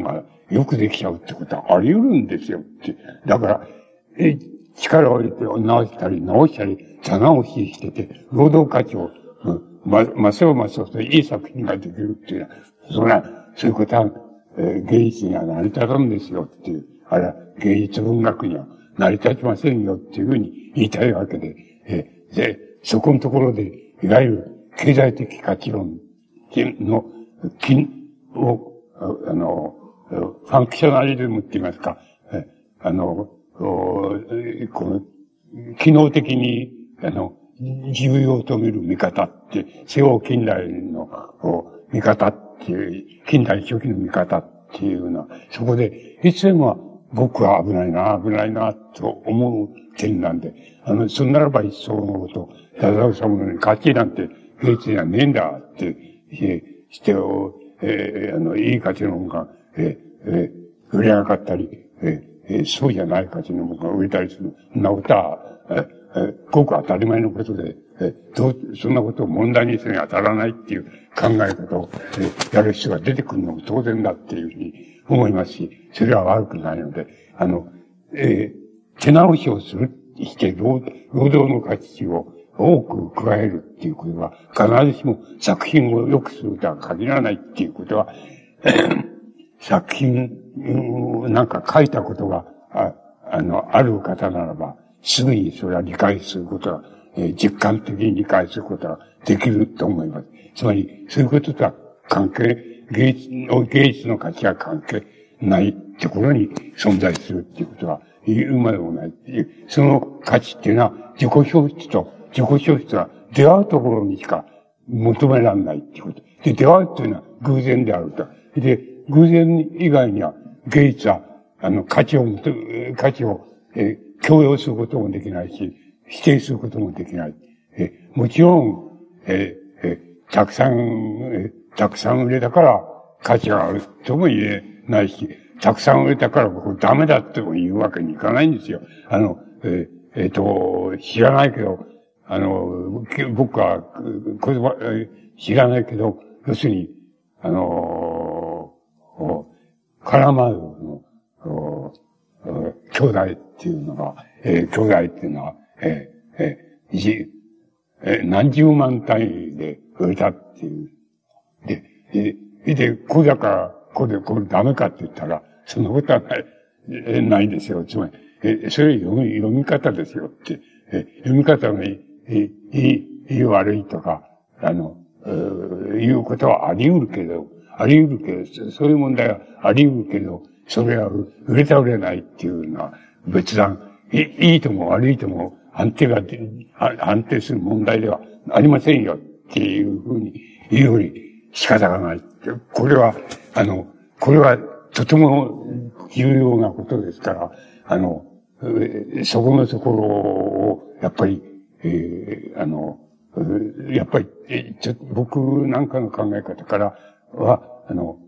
よくできちゃうってことはあり得るんですよって。だから、え、力を入れて直したり直したり、座直ししてて、労働価値を、うん、ま、まそうまそうといい作品ができるっていうのは、そんな、そういうことは、えー、芸術には成り立たんですよっていう、あれは芸術文学には成り立ちませんよっていうふうに言いたいわけで、えー、で、そこのところで、いわゆる経済的価値論の、金を、あの、ファンクショナリズムって言いますか、えー、あの、この、機能的に、あの、重要と見る見方って、西欧近代の見方っていう、近代初期の見方っていうのは、そこで、いつでも僕は危ないな、危ないな、と思う点なんで、あの、そんならば一層のこと、太宰治の価値なんて、芸術にはねえんだって、えー、して、えー、あの、いい価値のものが、えー、えー、売れなかったり、えーえー、そうじゃない価値のものが売れたりする。そんなことは、えーえー、ごく当たり前のことで、えー、どう、そんなことを問題にするに当たらないっていう考え方を、えー、やる人が出てくるのも当然だっていうふうに思いますし、それは悪くないので、あの、えー、手直しをする、して労、労働の価値を多く加えるっていうことは、必ずしも作品を良くするとは限らないっていうことは、作品、なんか書いたことが、あ, あの、ある方ならば、すぐにそれは理解することが、えー、実感的に理解することができると思います。つまり、そういうこととは関係、芸術の、芸術の価値は関係ないところに存在するっていうことは言うまでもないっていう、その価値っていうのは、自己表出と、自己表出は出会うところにしか求められないっていうこと。で、出会うっていうのは偶然であると。で、偶然以外には芸術は、あの、価値を、価値を、えー、強要することもできないし、否定することもできない。えー、もちろん、えーえー、たくさん、えー、たくさん売れたから価値があるとも言えないし、たくさん売れたからこれダメだっても言うわけにいかないんですよ。あの、えー、えー、と、知らないけど、あの、僕は、これは知らないけど、要するに、あの、カラマーゾの、兄弟っていうのが、えー、兄弟っていうのは、えーえーじえー、何十万単位で売れたっていう。で、で、で、こうだから、こうで、これダメかって言ったら、そんなことはない、えー、ないですよ。つまり、えー、それ読み、読み方ですよって。えー、読み方がいい、いい、いい悪いとか、あの、いうことはあり得るけど、あり得るけど、そういう問題はあり得るけど、それは売れた売れないっていうのは別段、いいいとも悪いとも安定が、安定する問題ではありませんよっていうふうに言うより仕方がない。これは、あの、これはとても重要なことですから、あの、そこのところを、やっぱり、えー、あの、やっぱり、ちょ僕なんかの考え方からは、あの、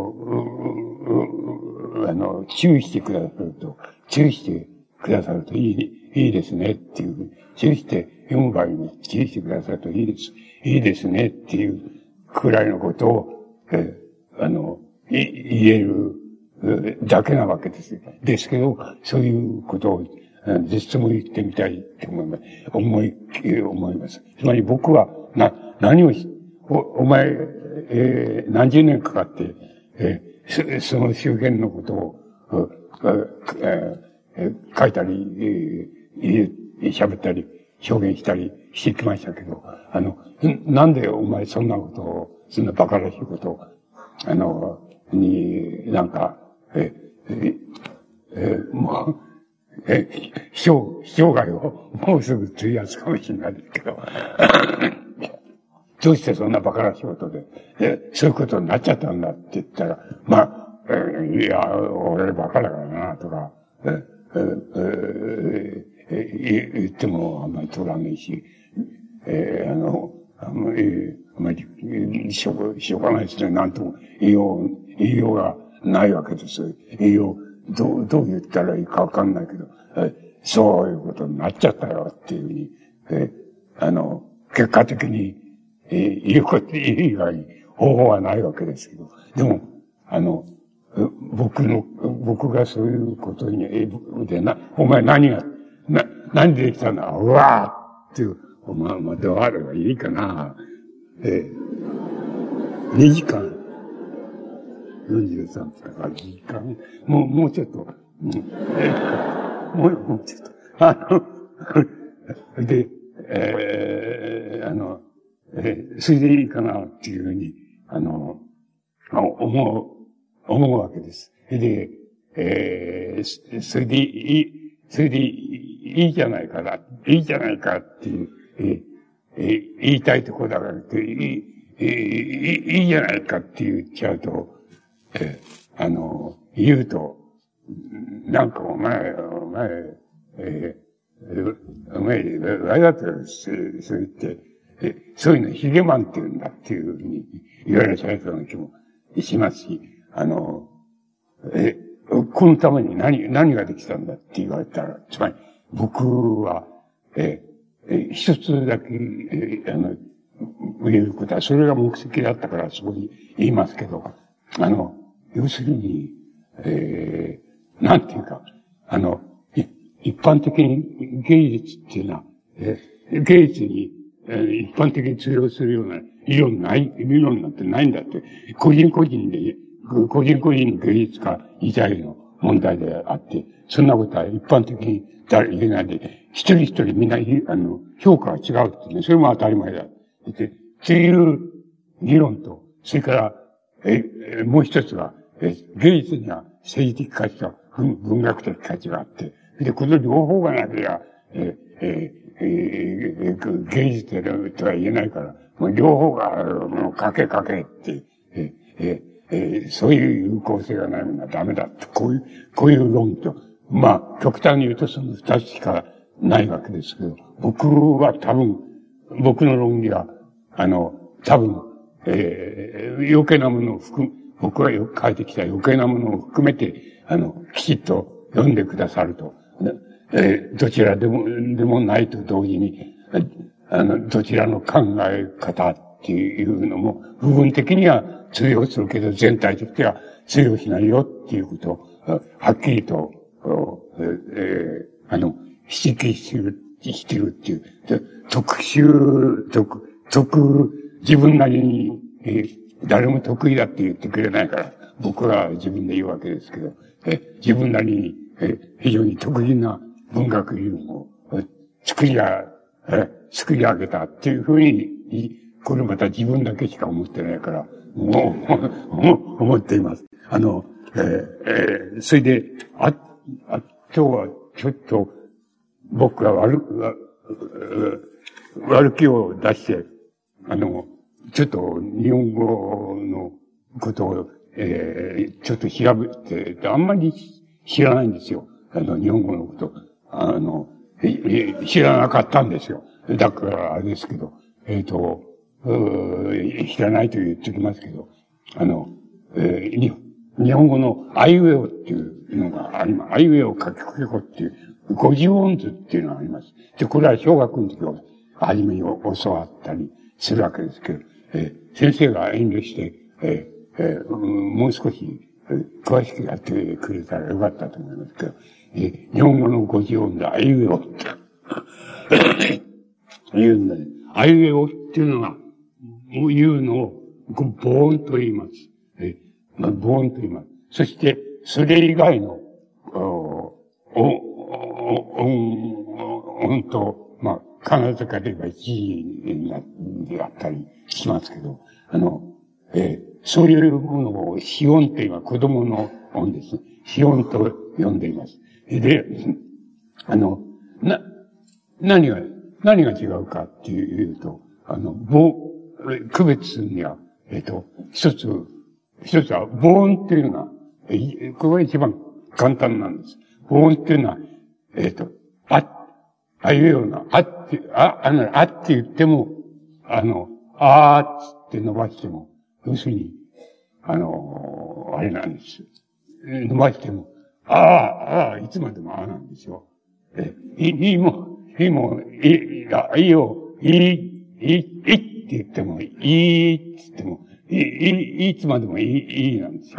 あの、注意してくださると、注意してくださるといい、いいですねっていう、注意して読む場合に注意してくださるといいです、いいですねっていうくらいのことを、えー、あの、言えるだけなわけです。ですけど、そういうことを、実も言ってみたいと思います。思い、思います。つまり僕は、な、何をし、お、お前、えー、何十年かかって、えー、その周辺のことを、えー、書いたり、えー、喋ったり、表現したりしてきましたけど、あの、なんでお前そんなことを、そんな馬鹿らしいことを、あの、に、なんか、えー、えー、もう、え、生、生涯をもうすぐ費やすかもしれないですけど、どうしてそんな馬鹿な仕事で、え、そういうことになっちゃったんだって言ったら、まあ、えいや、俺馬鹿だからな、とか、えええ言ってもあんまり通らねえし、えー、あの、あんまり、あんまり、しょ、しょうがないですね。なんとも、言いよう、言いようがないわけです。言いよう、どう、どう言ったらいいかわかんないけど、えそういうことになっちゃったよっていうふうに、えあの、結果的に、え言うこと以外に方法はないわけですけど、でも、あの、 僕の、僕がそういうことに、え、でな、お前何が、な、何でできたんだうわーっていう、お前、まあ、どうあればいいかな。ええ、にじかん、よんじゅうさんぷんだからにじかん、もう、もうちょっと、うん、ええ、もう、もうちょっと、あの、で、えー、あの、えー、それでいいかなっていうふうに、あの、思う、思うわけです。で、えー、それでいい、それでいいじゃないかな、いいじゃないかっていう、えーえー、言いたいところだからって、いい、えー、いいじゃないかって言っちゃうと、えー、あの、言うと、なんかお前、お前、えー、お前、わざとそう言って、え、そういうのヒゲマンって言うんだっていうふうに言われちゃいそうな気もしますし、あの、え、このために何、何ができたんだって言われたら、つまり僕は、え、え一つだけ、え、あの、言えることは、それが目的だったからそこに言いますけど、あの、要するに、えー、なんていうか、あの、一般的に芸術っていうのは、え芸術に、えー、一般的に通用するような理論ない、理論なんてないんだって、個人個人で、個人個人の芸術家以外の問題であって、そんなことは一般的に誰言えないで、一人一人みんな、あの、評価が違うってね、それも当たり前だ。で、っていう議論と、それから、え、もう一つは、え、芸術には政治的価値と文学的価値があって、で、この両方がなければ、え、え、え、芸術とは言えないから、もう両方が、もうかけかけって、え、え、え、そういう有効性がないものはダメだって、こういう、こういう論と、まあ、極端に言うとその二つしかないわけですけど、僕は多分、僕の論理は、あの、多分、えー、余計なものを含む、僕がよく書いてきた余計なものを含めて、あの、きちっと読んでくださると、えー、どちらでも、でもないと同時に、あの、どちらの考え方っていうのも、部分的には通用するけど、全体としては通用しないよっていうことを、はっきりと、えー、あの、指摘してる、してるっていう、特殊、特、特、自分なりに、えー、誰も得意だって言ってくれないから、僕は自分で言うわけですけど、え自分なりに、え非常に得意な文学理論を作り上げ、作り上げたっていうふうに、これまた自分だけしか思ってないから、もう、思っています。あの、えーえー、それで、あ、あ、今日はちょっと僕が悪、悪気を出して、あの、ちょっと日本語のことを、えー、ちょっと調べて、あんまり知らないんですよ。あの、日本語のこと。あの、知らなかったんですよ。だから、あれですけど、えっ、ー、と、知らないと言っておきますけど、あの、えー、日本語のアイウェオっていうのがあります。アイウェオ書きこけこっていう、五十音図っていうのがあります。で、これは小学の時を初めに教わったりするわけですけど、えー、先生が遠慮して、えーえー、もう少し詳しくやってくれたらよかったと思いますけど、えー、日本語の五十音でアイウェオって言うんだね。アイウェオっていうのが、言うのを、ボ音と言います。えー、ボ音と言います。そして、それ以外の、お、お、音、音と、まあ、必ずかで言えば一時であったりしますけど、あの、えー、そういうものを子音っていうのは子供の音ですね。子音と呼んでいます。で、あの、な、何が、何が違うかっていうと、あの、母、区別するには、えっと、一つ、一つは母音っていうのは、これが一番簡単なんです。母音っていうのは、えっと、あ、あいうような、あって、あ、あの、あって言っても、あの、あーって伸ばしても、要するに、あの、あれなんです。伸ばしても、ああ、ああ、いつまでもああなんですよ。え、い、いいも、いいも、いい、いいよ、いい、いい、いいって言っても、いいって言っても、いい、いつまでもいい、いいなんですよ。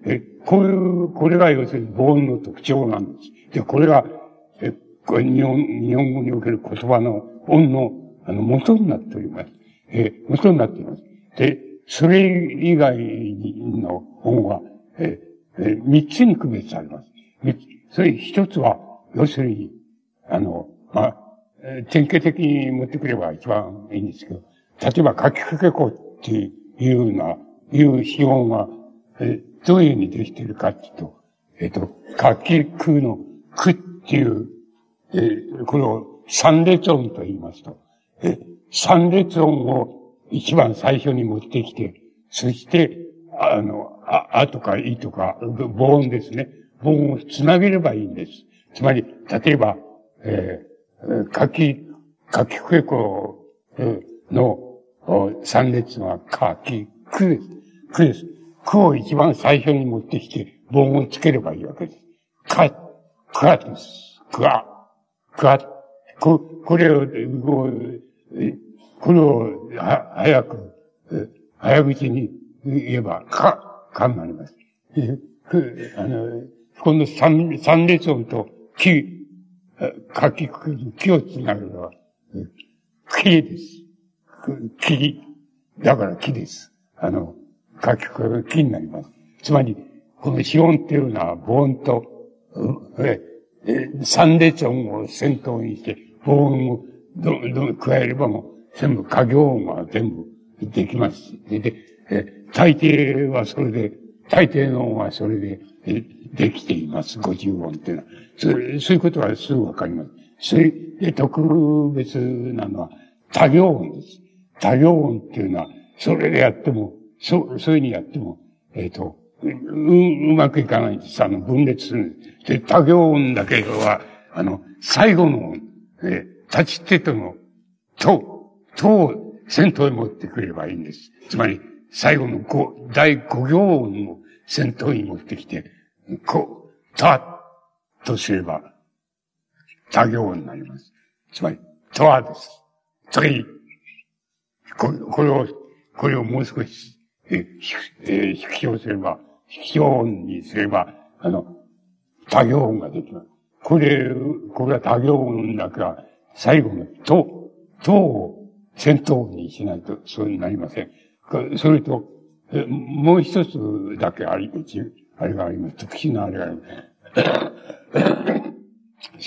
え、こういう、これが要するに母音の特徴なんです。で、これが、え、これ日本、日本語における言葉の音の、あの、元になっております。え、元になっています。で、それ以外の音は、え、え、三つに区別されます。それ一つは、要するに、あの、まあ、典型的に持ってくれば一番いいんですけど、例えば、かきくけこっていうような、いう子音が、え、どういうふうにできているかっていうと、えっと、かきくのくっていう、えー、これを三列音と言いますと、え、三列音を一番最初に持ってきて、そして、あの、あ、あとかいとか、母音ですね。母音をつなげればいいんです。つまり、例えば、えー、かき、かきくけこの三列はかきくです。くです。くを一番最初に持ってきて、母音をつければいいわけです。か、かです。か、か、こ、これを、これを、は、早く、早口に言えば、か、かになります。く、あの、この三、三列音と、き、かきくきをつなげれば、きです。き、だからきです。あの、かきくきになります。つまり、この子音っていうのは母音と、え、え、三列音を先頭にして、母音をど、ど、加えればもう、全部、過行音が全部できます。で、でえ、大抵はそれで、大抵の音はそれで、え、できています。五十音っていうのは。そう、そういうことはすぐわかります。それで、特別なのは、多行音です。多行音っていうのは、それでやっても、そう、そういうふうにやっても、えっと、う、うまくいかないんです。あの、分裂するんです。で、多行音だけは、あの、最後の音、え、立ち手との、と、とを先頭に持ってくればいいんです。つまり、最後の五、第五行音を先頭に持ってきて、こう、た、とすれば、多行音になります。つまり、とはです。次、これ、これを、これをもう少し、え、え、引き寄せれば、引き音にすれば、あの、多行音ができます。これ、これは多行音だから、最後のと、とを先頭にしないと、そうになりません。それと、もう一つだけあり、あれがあります。特殊なあれがあります。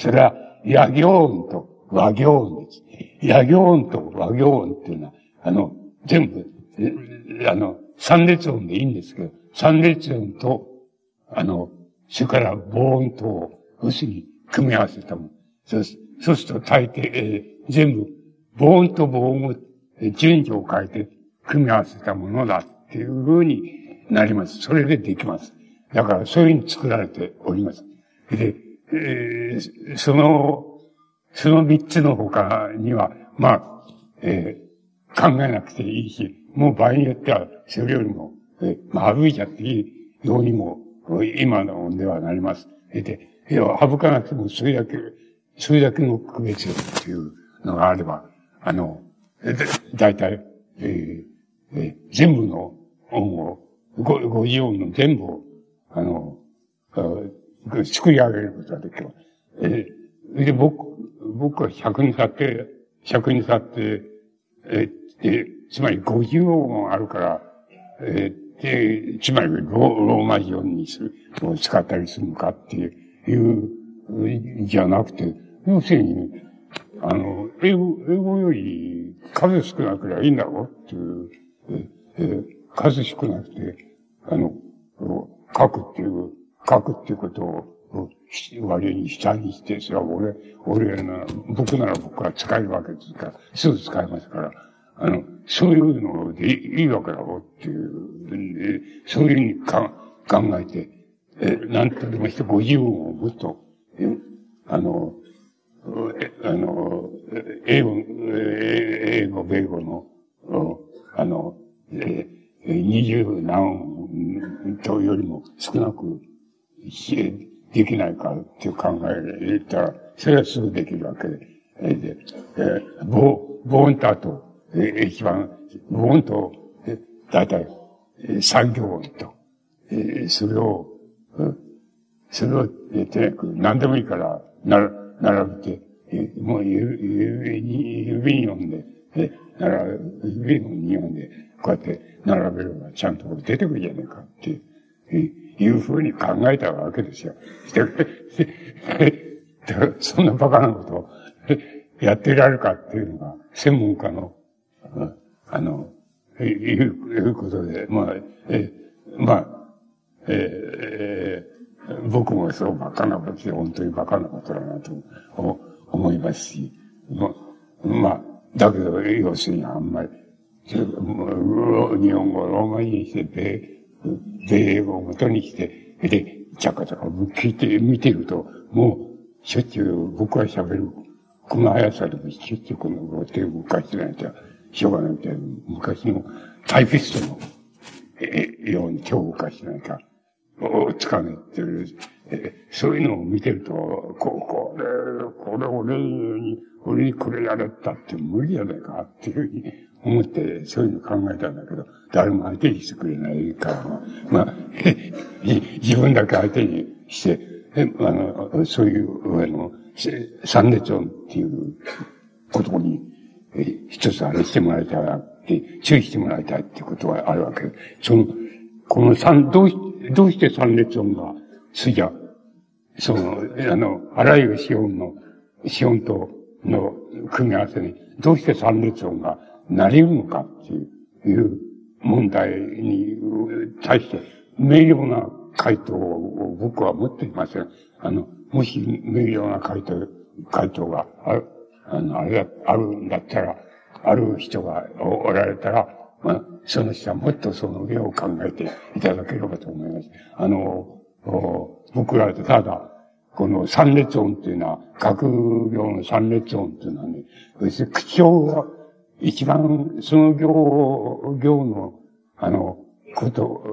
それは、野行音と和行音です。野行音と和行音っていうのは、あの、全部、あの、三列音でいいんですけど、三列音と、あの、それから母音とを、要するに組み合わせたもの。そうす、そうすると大抵、えー、全部、母音と母音を順序を変えて組み合わせたものだっていう風になります。それでできます。だからそういう風に作られております。で、えー、その、その三つの他には、まあ、えー、考えなくていいし、もう場合によっては、それよりも、えー、まあ、省いちゃっていいようにも、今の音ではなります。で、省かなくても、それだけ、それだけの区別っていうのがあれば、あの、だいたい、えーえー、全部の音を、ご、五十音の全部を、あの、作り上げることができます。えー、で、僕、僕は百に差って、百に差って、えー、つまり五十音あるから、えー、で、つまりローマ字音にする、を使ったりするのかっていう、いうじゃなくて、要するに、あの、英語、英語より数少なければいいんだろうっていう、えー、数少なくて、あの、書くっていう、書くっていうことを、割に下にして、それは俺、俺なら、僕なら僕は使えるわけですから、すぐ使えますから、あの、そういうのでいいわけだろうっていう、そういうふうにか考えて、え、なんとでもしてごじゅう音をもっと、あの、あの、英語、英語、米語の、あの、二十何音とよりも少なくできないかっていう考えたら、それはすぐできるわけで、で、母、母音とあと、一番、母音と、だいたい三行音と、 えー、それを、それを、えー、とにかく何でもいいから、なら、並べて、えー、もう指に、指に読んで、えー、なら、指に読んで、こうやって並べればちゃんと出てくるじゃないかって、えー、いうふうに考えたわけですよ。だからそんなバカなことをやっていられるかっていうのが、専門家の、あの、いう、いうことで、まあ、えー、まあ、えー、僕もそうバカなことで、本当にバカなことだなと思いますし、ま、まあ、だけど、要するにあんまり、日本語をローマ字にして、米、米英語を元にして、で、ちゃかちゃか聞いて、見てると、もう、しょっちゅう僕が喋る、この速さでもしょっちゅうこの手を動かしてないと、しょうがないみたいな、昔のタイピストの、え、ように手を動かしてないか、をつかめっていう、え、そういうのを見てると、こ、これ、これ俺に、俺にこれやれたって無理じゃないかっていうふうに思って、そういうの考えたんだけど、誰も相手にしてくれないから、まあ、まあ、自分だけ相手にして、え、あの、そういう、あの、三列音っていうことに、え、一つあれしてもらいたいって、注意してもらいたいっていうことがあるわけで、その、この三、どうし、どうして三列音が、すじゃ、その、あの、あらゆる子音の、子音との組み合わせに、どうして三列音がなり得るのかっていう問題に対して、明瞭な回答を僕は持っていません。あの、もし明瞭な回答、回答がある、あの、あれだ、あるんだったら、ある人がおられたら、まあ、その人はもっとその上を考えていただければと思います。あの、僕らただ、この三列音っていうのは、学業の三列音っていうのはね、別に口調が一番、その行、行の、あの、こと、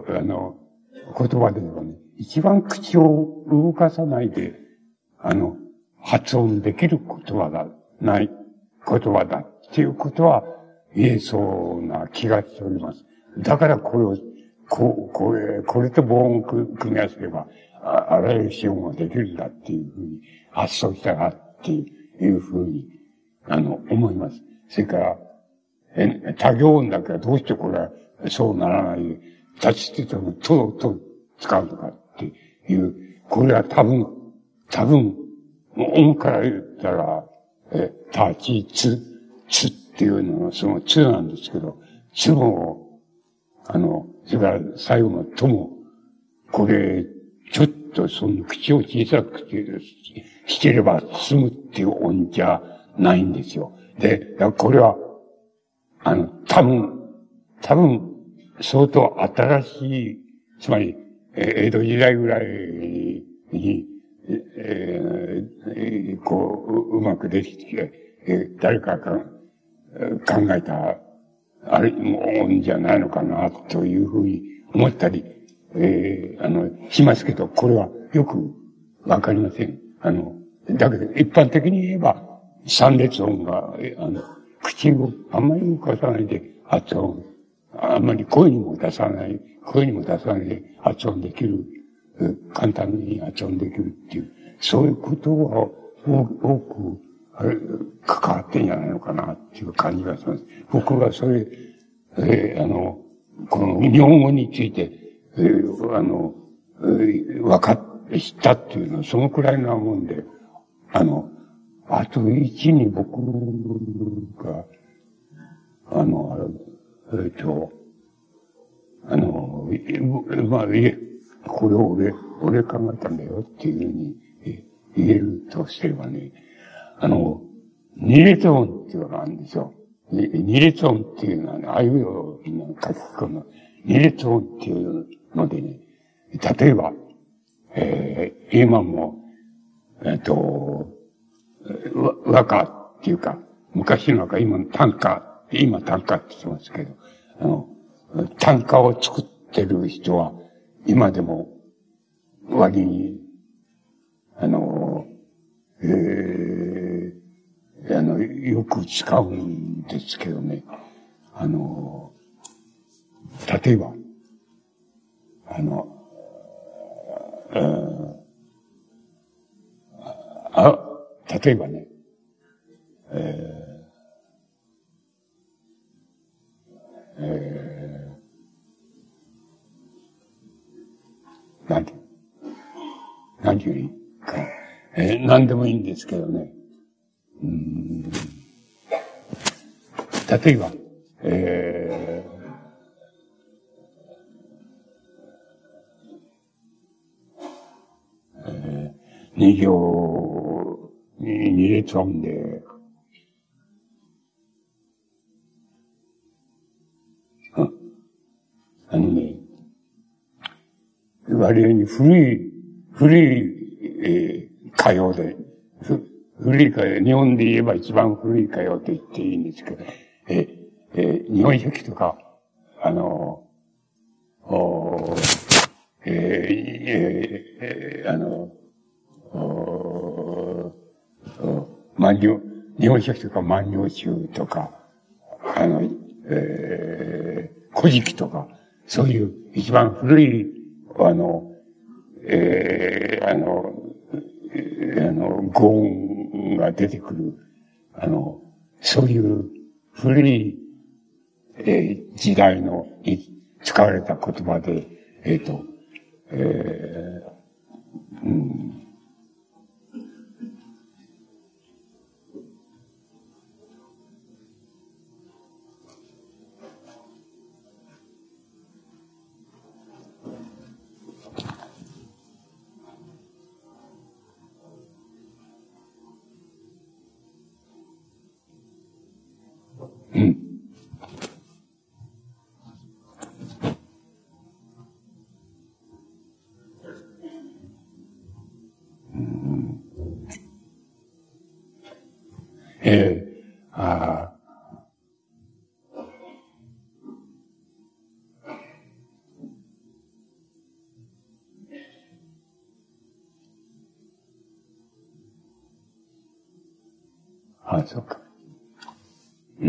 あの、言葉ではね、一番口を動かさないで、あの、発音できる言葉だ、ない言葉だっていうことは言えそうな気がしております。だからこれを、こう、これ、これと母音を組み合わせれば、あ, あらゆる子音ができるんだっていうふうに発想したがっていうふうに、あの、思います。それから、え、多行音だけはどうしてこれはそうならないで、立ちって言っても、と、と使うのかっていう、これは多分、多分、音から言ったら、え、立ち、つ、つっていうのはそのつなんですけど、つも、あの、それから最後のとも、これ、ちょっとその口を小さくしてれば済むっていう音じゃないんですよ。で、これは、あの、多分、多分、相当新しい、つまり、江戸時代ぐらいに、えー、こう、うまくできて、えー、誰かが考えた、あれ、もんじゃないのかな、というふうに思ったり、えー、あの、しますけど、これはよくわかりません。あの、だけど、一般的に言えば、三列音が、あの、口をあんまり動かさないで発音、あんまり声にも出さない、声にも出さないで発音できる、簡単に発音できるっていう、そういうことは多く、あれ、関わってんじゃないのかなっていう感じがします。僕がそれ、えー、あの、この日本語について、えー、あの、えー、分かって、知ったっていうのはそのくらいなもんで、あの、あと一に僕が、あの、えっ、ー、と、あの、まあ、いえ、これを俺、俺考えたんだよっていうふうに言えるとすればね、あの、二列音っていうのがあるんですよ。二列音っていうのはね、あいうえおの書き込む二列音っていうのでね、例えば、えー、今も、えっ、ー、と、和歌っていうか、昔の和歌、今の短歌、今短歌って言ってますけど、あの、短歌を作ってる人は、今でも、割に、あの、えー、あの、よく使うんですけどね、あの、例えば、あの、 えー、あ、例えばね、えー、えー、なんて、なんていうか、えー、なんでもいいんですけどね。うーん、例えば、えー、えー、二行に二列音で、あのね、割合に古い、古い、えー、歌謡で、ふ古い歌謡、日本で言えば一番古い歌謡と言っていいんですけど、えーえー、日本書紀とか、あの、おえー、えー、あの、お万葉、日本書紀とか万葉集とか、あの、えー、古事記とか、そういう一番古い、あの、えー、あの、えー、あの、語音が出てくる、あの、そういう古い、えー、時代の使われた言葉で、えっと、えー、うん、うん。うん、えー、ああ、あ、そうか。うん、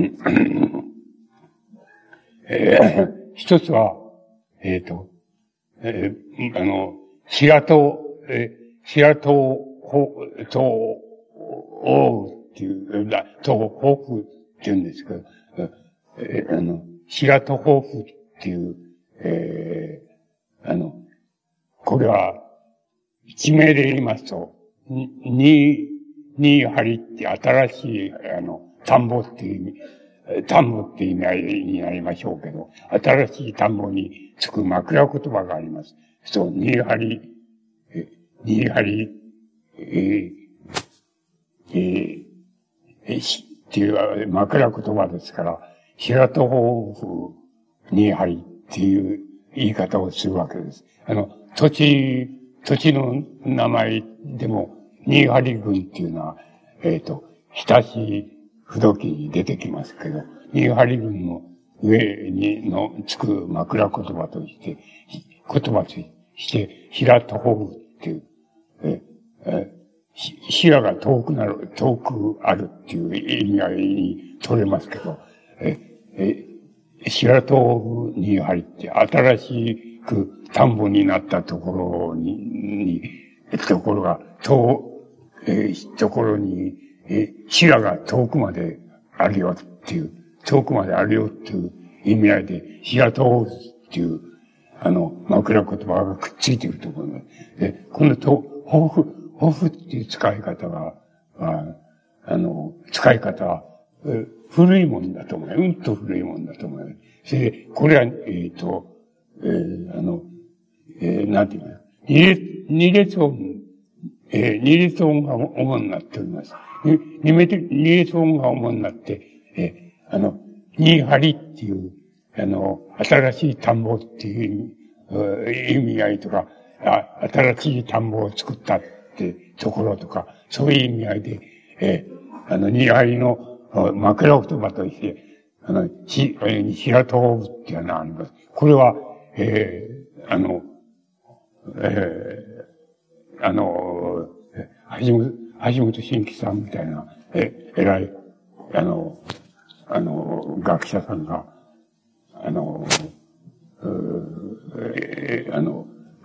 えー、一つは、えっ、ー、と、えー、あの、白と、えー、白と、ほ、と、おうっていう、だ、と、ほふっていうんですけど、えー、あの、白とほふっていう、えー、あの、これは、地名で言いますと、に、に張りって新しい、あの、田んぼっていう意味、田んぼっていう意味になりましょうけど、新しい田んぼにつく枕言葉があります。そう、に張り、に張り、えー、えー、えー、しっていう枕言葉ですから、白とほうふに張りっていう言い方をするわけです。あの、土地、土地の名前でも、新張郡っていうのは、えっ、ー、と、親しい不動記に出てきますけど、新張郡の上にのつく枕言葉として、言葉として、平とほうっていう、ええ平が遠くなる、遠くあるっていう意味合いに取れますけど、え、え、白とに入って新しく田んぼになったところに、にところが、遠、えー、ところに、えー、白が遠くまであるよっていう、遠くまであるよっていう意味合いで、白とっていう、あの、枕言葉がくっついているところで、で、このと、抱負、抱負っていう使い方が、あ, あの、使い方は、古いもんだと思う。うんと古いもんだと思う。それで、これは、えっ、ー、と、えー、あの、えー、なんていうかな。二列、二列音、えー、二列音が主になっております。二列、二列音が主になって、えー、あの、二張りっていう、あの、新しい田んぼっていう意味合いとか、あ新しい田んぼを作ったってところとか、そういう意味合いで、えー、あの、二張りの枕言葉として、あの、ひ、えー、白頭部っていうのがあります。これは、えー、あの、えー、あの、橋本、橋本新吉さんみたいな、え、偉い、あの、あの、学者さんが、あの、えー、あの、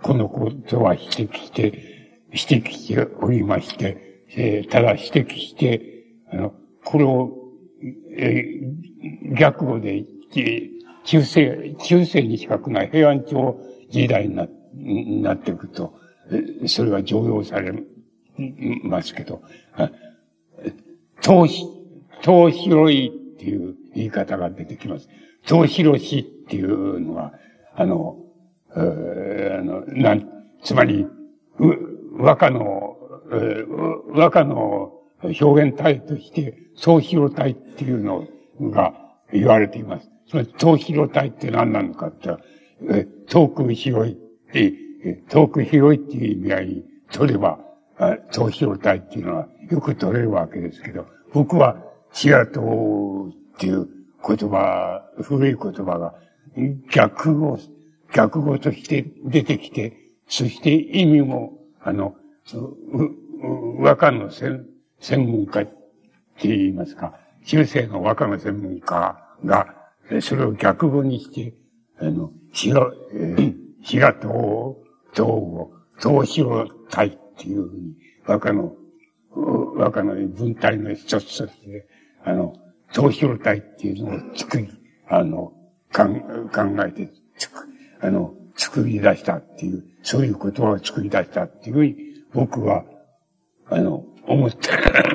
このことは指摘して、指摘しておりまして、えー、ただ指摘して、あの、これを、えー、逆語で、中世、中世にしか来ない平安朝時代にな、になっていくと、それが常用されますけど、東、東広いっていう言い方が出てきます。東広しっていうのは、あの、あの、なん、つまり、う、和歌の、和歌の表現体として、総広体っていうのが言われています。つまり、総広体って何なのかって、遠く広いって、遠く広いっていう意味合いに取れば、総広体っていうのはよく取れるわけですけど、僕は、シアトーっていう言葉、古い言葉が逆語、逆語として出てきて、そして意味も、あの、和歌の専門家って言いますか、中世の和歌の専門家が、それを逆語にして、あの、しが、えー、しがとう、とうを、とうしろたいっていうふうに、和歌の、和歌の文体の一つとして、あの、東広体っていうのを作り、あの、かん、考えて、つく、あの、作り出したっていう、そういう言葉を作り出したっていうふうに、僕は、あの、思って、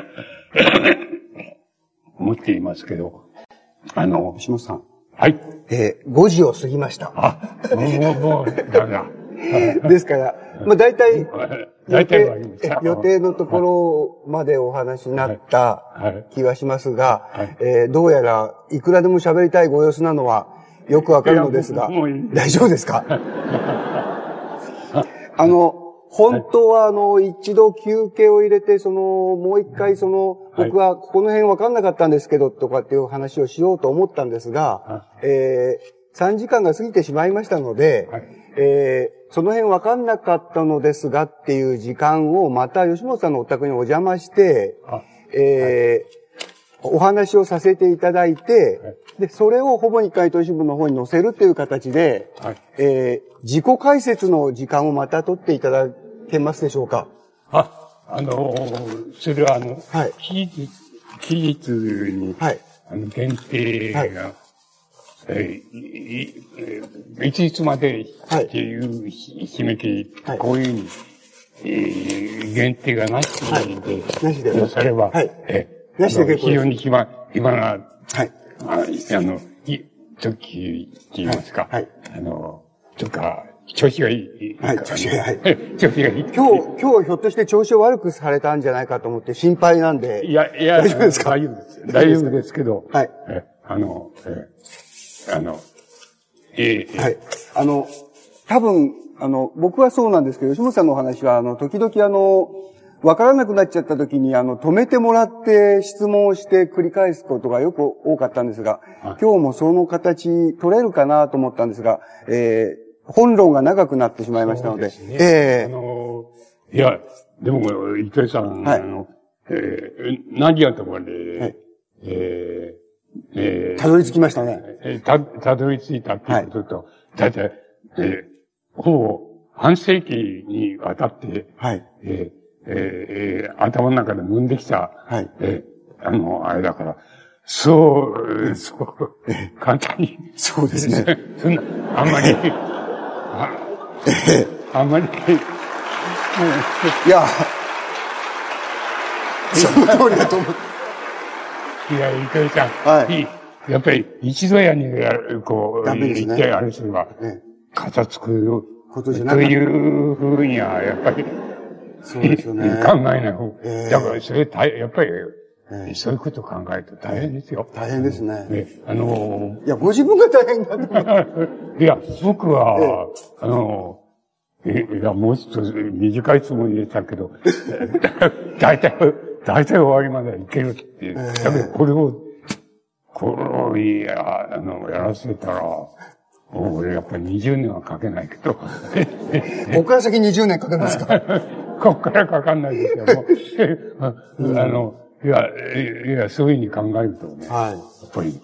思っていますけど、あの、 吉本さん。 はい。 えー、ごじを過ぎました。 あ、もう、もう、ダメだ。 ですから、まあ大体、 大体は予定のところまでお話になった気はしますが、えー、どうやらいくらでも喋りたいご様子なのはよくわかるのですが、大丈夫ですか？あの、本当はあの、一度休憩を入れて、その、もう一回その、僕はここの辺わかんなかったんですけど、とかっていう話をしようと思ったんですが、えー、さんじかんが過ぎてしまいましたので、えー、その辺わかんなかったのですがっていう時間をまた吉本さんのお宅にお邪魔して、えー、お話をさせていただいて、で、それをほぼ日刊糸井新聞の方に載せるっていう形で、えー、自己解説の時間をまた取っていただけますでしょうか？ あ、あのー、それはあの、はい、期日、期日に、はい、あの、限定が、はい、えー、いついつまでっていう締め切り、はい、こういうふうに、えー、限定がなしで、はい、 なしで。 それは、はい、えー、なしで結構です。非常に暇、暇な、はい、あ, あの、い、時って言いますか、はい、あの、とか、調子がいい。 はい、調子がいい。はい、 調子がいい。 今日、今日ひょっとして調子を悪くされたんじゃないかと思って心配なんで。 いや、いや、 大丈夫ですか？ 大丈夫です。大丈夫ですけど、 はい。 え、あの、え、あの、ええ、はい。あの、多分、あの、僕はそうなんですけど、吉本さんのお話は、あの、時々あの、わからなくなっちゃった時に、あの、止めてもらって質問をして繰り返すことがよく多かったんですが、はい、今日もその形取れるかなと思ったんですが、えー、本論が長くなってしまいましたので。 そうですね。 えー、 あの、いや、でも、糸井さん、はい、あの、えー、何やったかで、はい、えーえー、 たどり着きましたね。 えー、た、たどり着いたっていうことと、はい、だいたい、えー、ほぼ半世紀にわたって、 はい、 えーえー、頭の中で生んできた、 はい、 えー、あの、あれだから、そう、そう、簡単に。 そうですね。 そんな、あんまり、あ, あんまり、 いや、その通りだと思う。 いや、糸井さん、はい、やっぱり一度やにやる、こう、ね、言ってあれすれば、ね、片付くことじゃなくというふうには、やっぱり、 そうですよね。 考えない方。えー、だから、それ、やっぱり、えー、そういうことを考えると大変ですよ。 大変ですね。 ね、あのー、 いや、ご自分が大変だと思って。いや、僕は、えー、あのー、いや、もうちょっと短いつもりでしたけど、大体、大体終わりまでいけるっていう。えー、だけど、これを、これを、いや、あの、やらせたら、もう俺やっぱりにじゅうねんはかけないけど。ここから先にじゅうねんかかるんですか？ こっからかかんないですよ。もうあの、いや、いや、そういうふうに考えるとね、はい、やっぱり、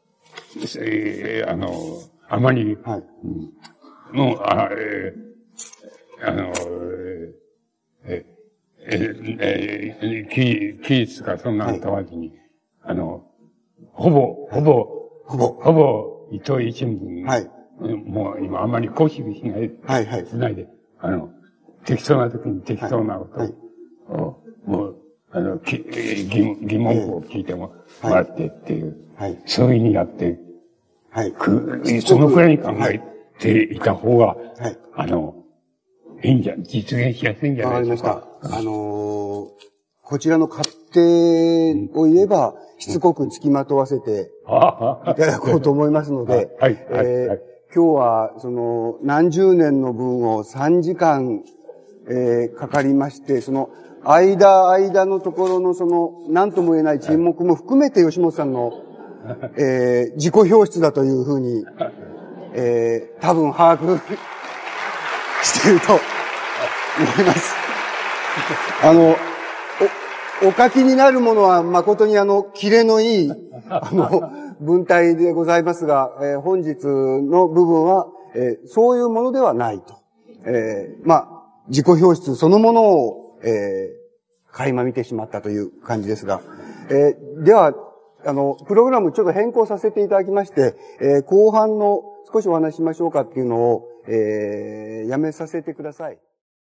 えー、あの、あまり、はい、うん、もう、あえあの、え、え、え、え、キキースかそんなの問わずに、はい、あの、ほぼ、ほぼ、 ほぼ、 ほぼ、伊藤新聞、 はい、 もう今あんまり公式しない、 はい、はい、 しないで、あの、適当な時に適当なことを、はいはい、もう、あの、き疑、疑問を聞いてもらってっていう、はい、そういうふうにやって、はい、くそのくらいに考えていた方が、はい、あの、いいんじゃ、実現しやすいんじゃないですか。わかりました。あのー、こちらの勝手を言えば、うん、しつこく付きまとわせていただこうと思いますので、はい、はい、えーはい、今日は、その、何十年の分をさんじかん、えー、かかりまして、その、間、間のところのその、何とも言えない沈黙も含めて吉本さんの、えー、自己表出だというふうに、えー、多分把握していると思います。あの、お、お書きになるものは誠にあの、キレのいい、あの、文体でございますが、えー、本日の部分は、えー、そういうものではないと。えー、まあ、自己表出そのものを、えー、垣間見てしまったという感じですが、えー、では、あの、プログラムちょっと変更させていただきまして、えー、後半の少しお話ししましょうかっていうのを、えー、やめさせてください。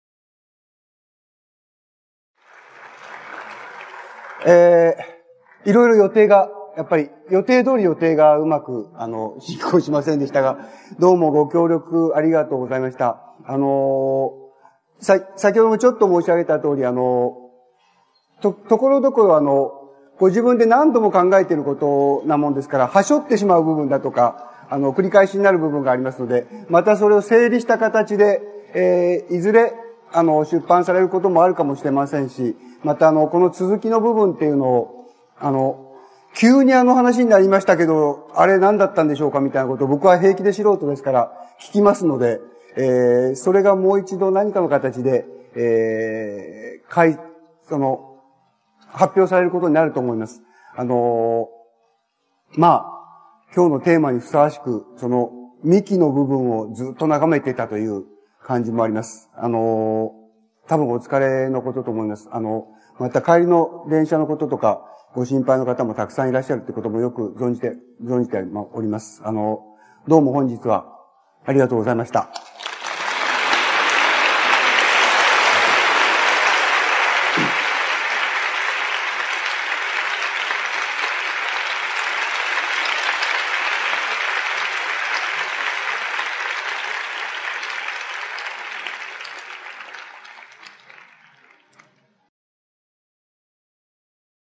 えー、いろいろ予定が、やっぱり予定通り予定がうまく、あの、進行しませんでしたが、どうもご協力ありがとうございました。あのー、さ、先ほどもちょっと申し上げた通り、あの、と、ところどころあの、ご自分で何度も考えていることなもんですから、はしょってしまう部分だとか、あの、繰り返しになる部分がありますので、またそれを整理した形で、えー、いずれ、あの、出版されることもあるかもしれませんし、またあの、この続きの部分っていうのを、あの、急にあの話になりましたけど、あれ何だったんでしょうかみたいなことを僕は平気で素人ですから聞きますので、えー、それがもう一度何かの形で、えー、かい、その、発表されることになると思います。あのー、まあ、今日のテーマにふさわしく、その、幹の部分をずっと眺めていたという感じもあります。あのー、多分お疲れのことと思います。あの、また帰りの電車のこととか、ご心配の方もたくさんいらっしゃるってこともよく存じて、存じております。あの、どうも本日はありがとうございました。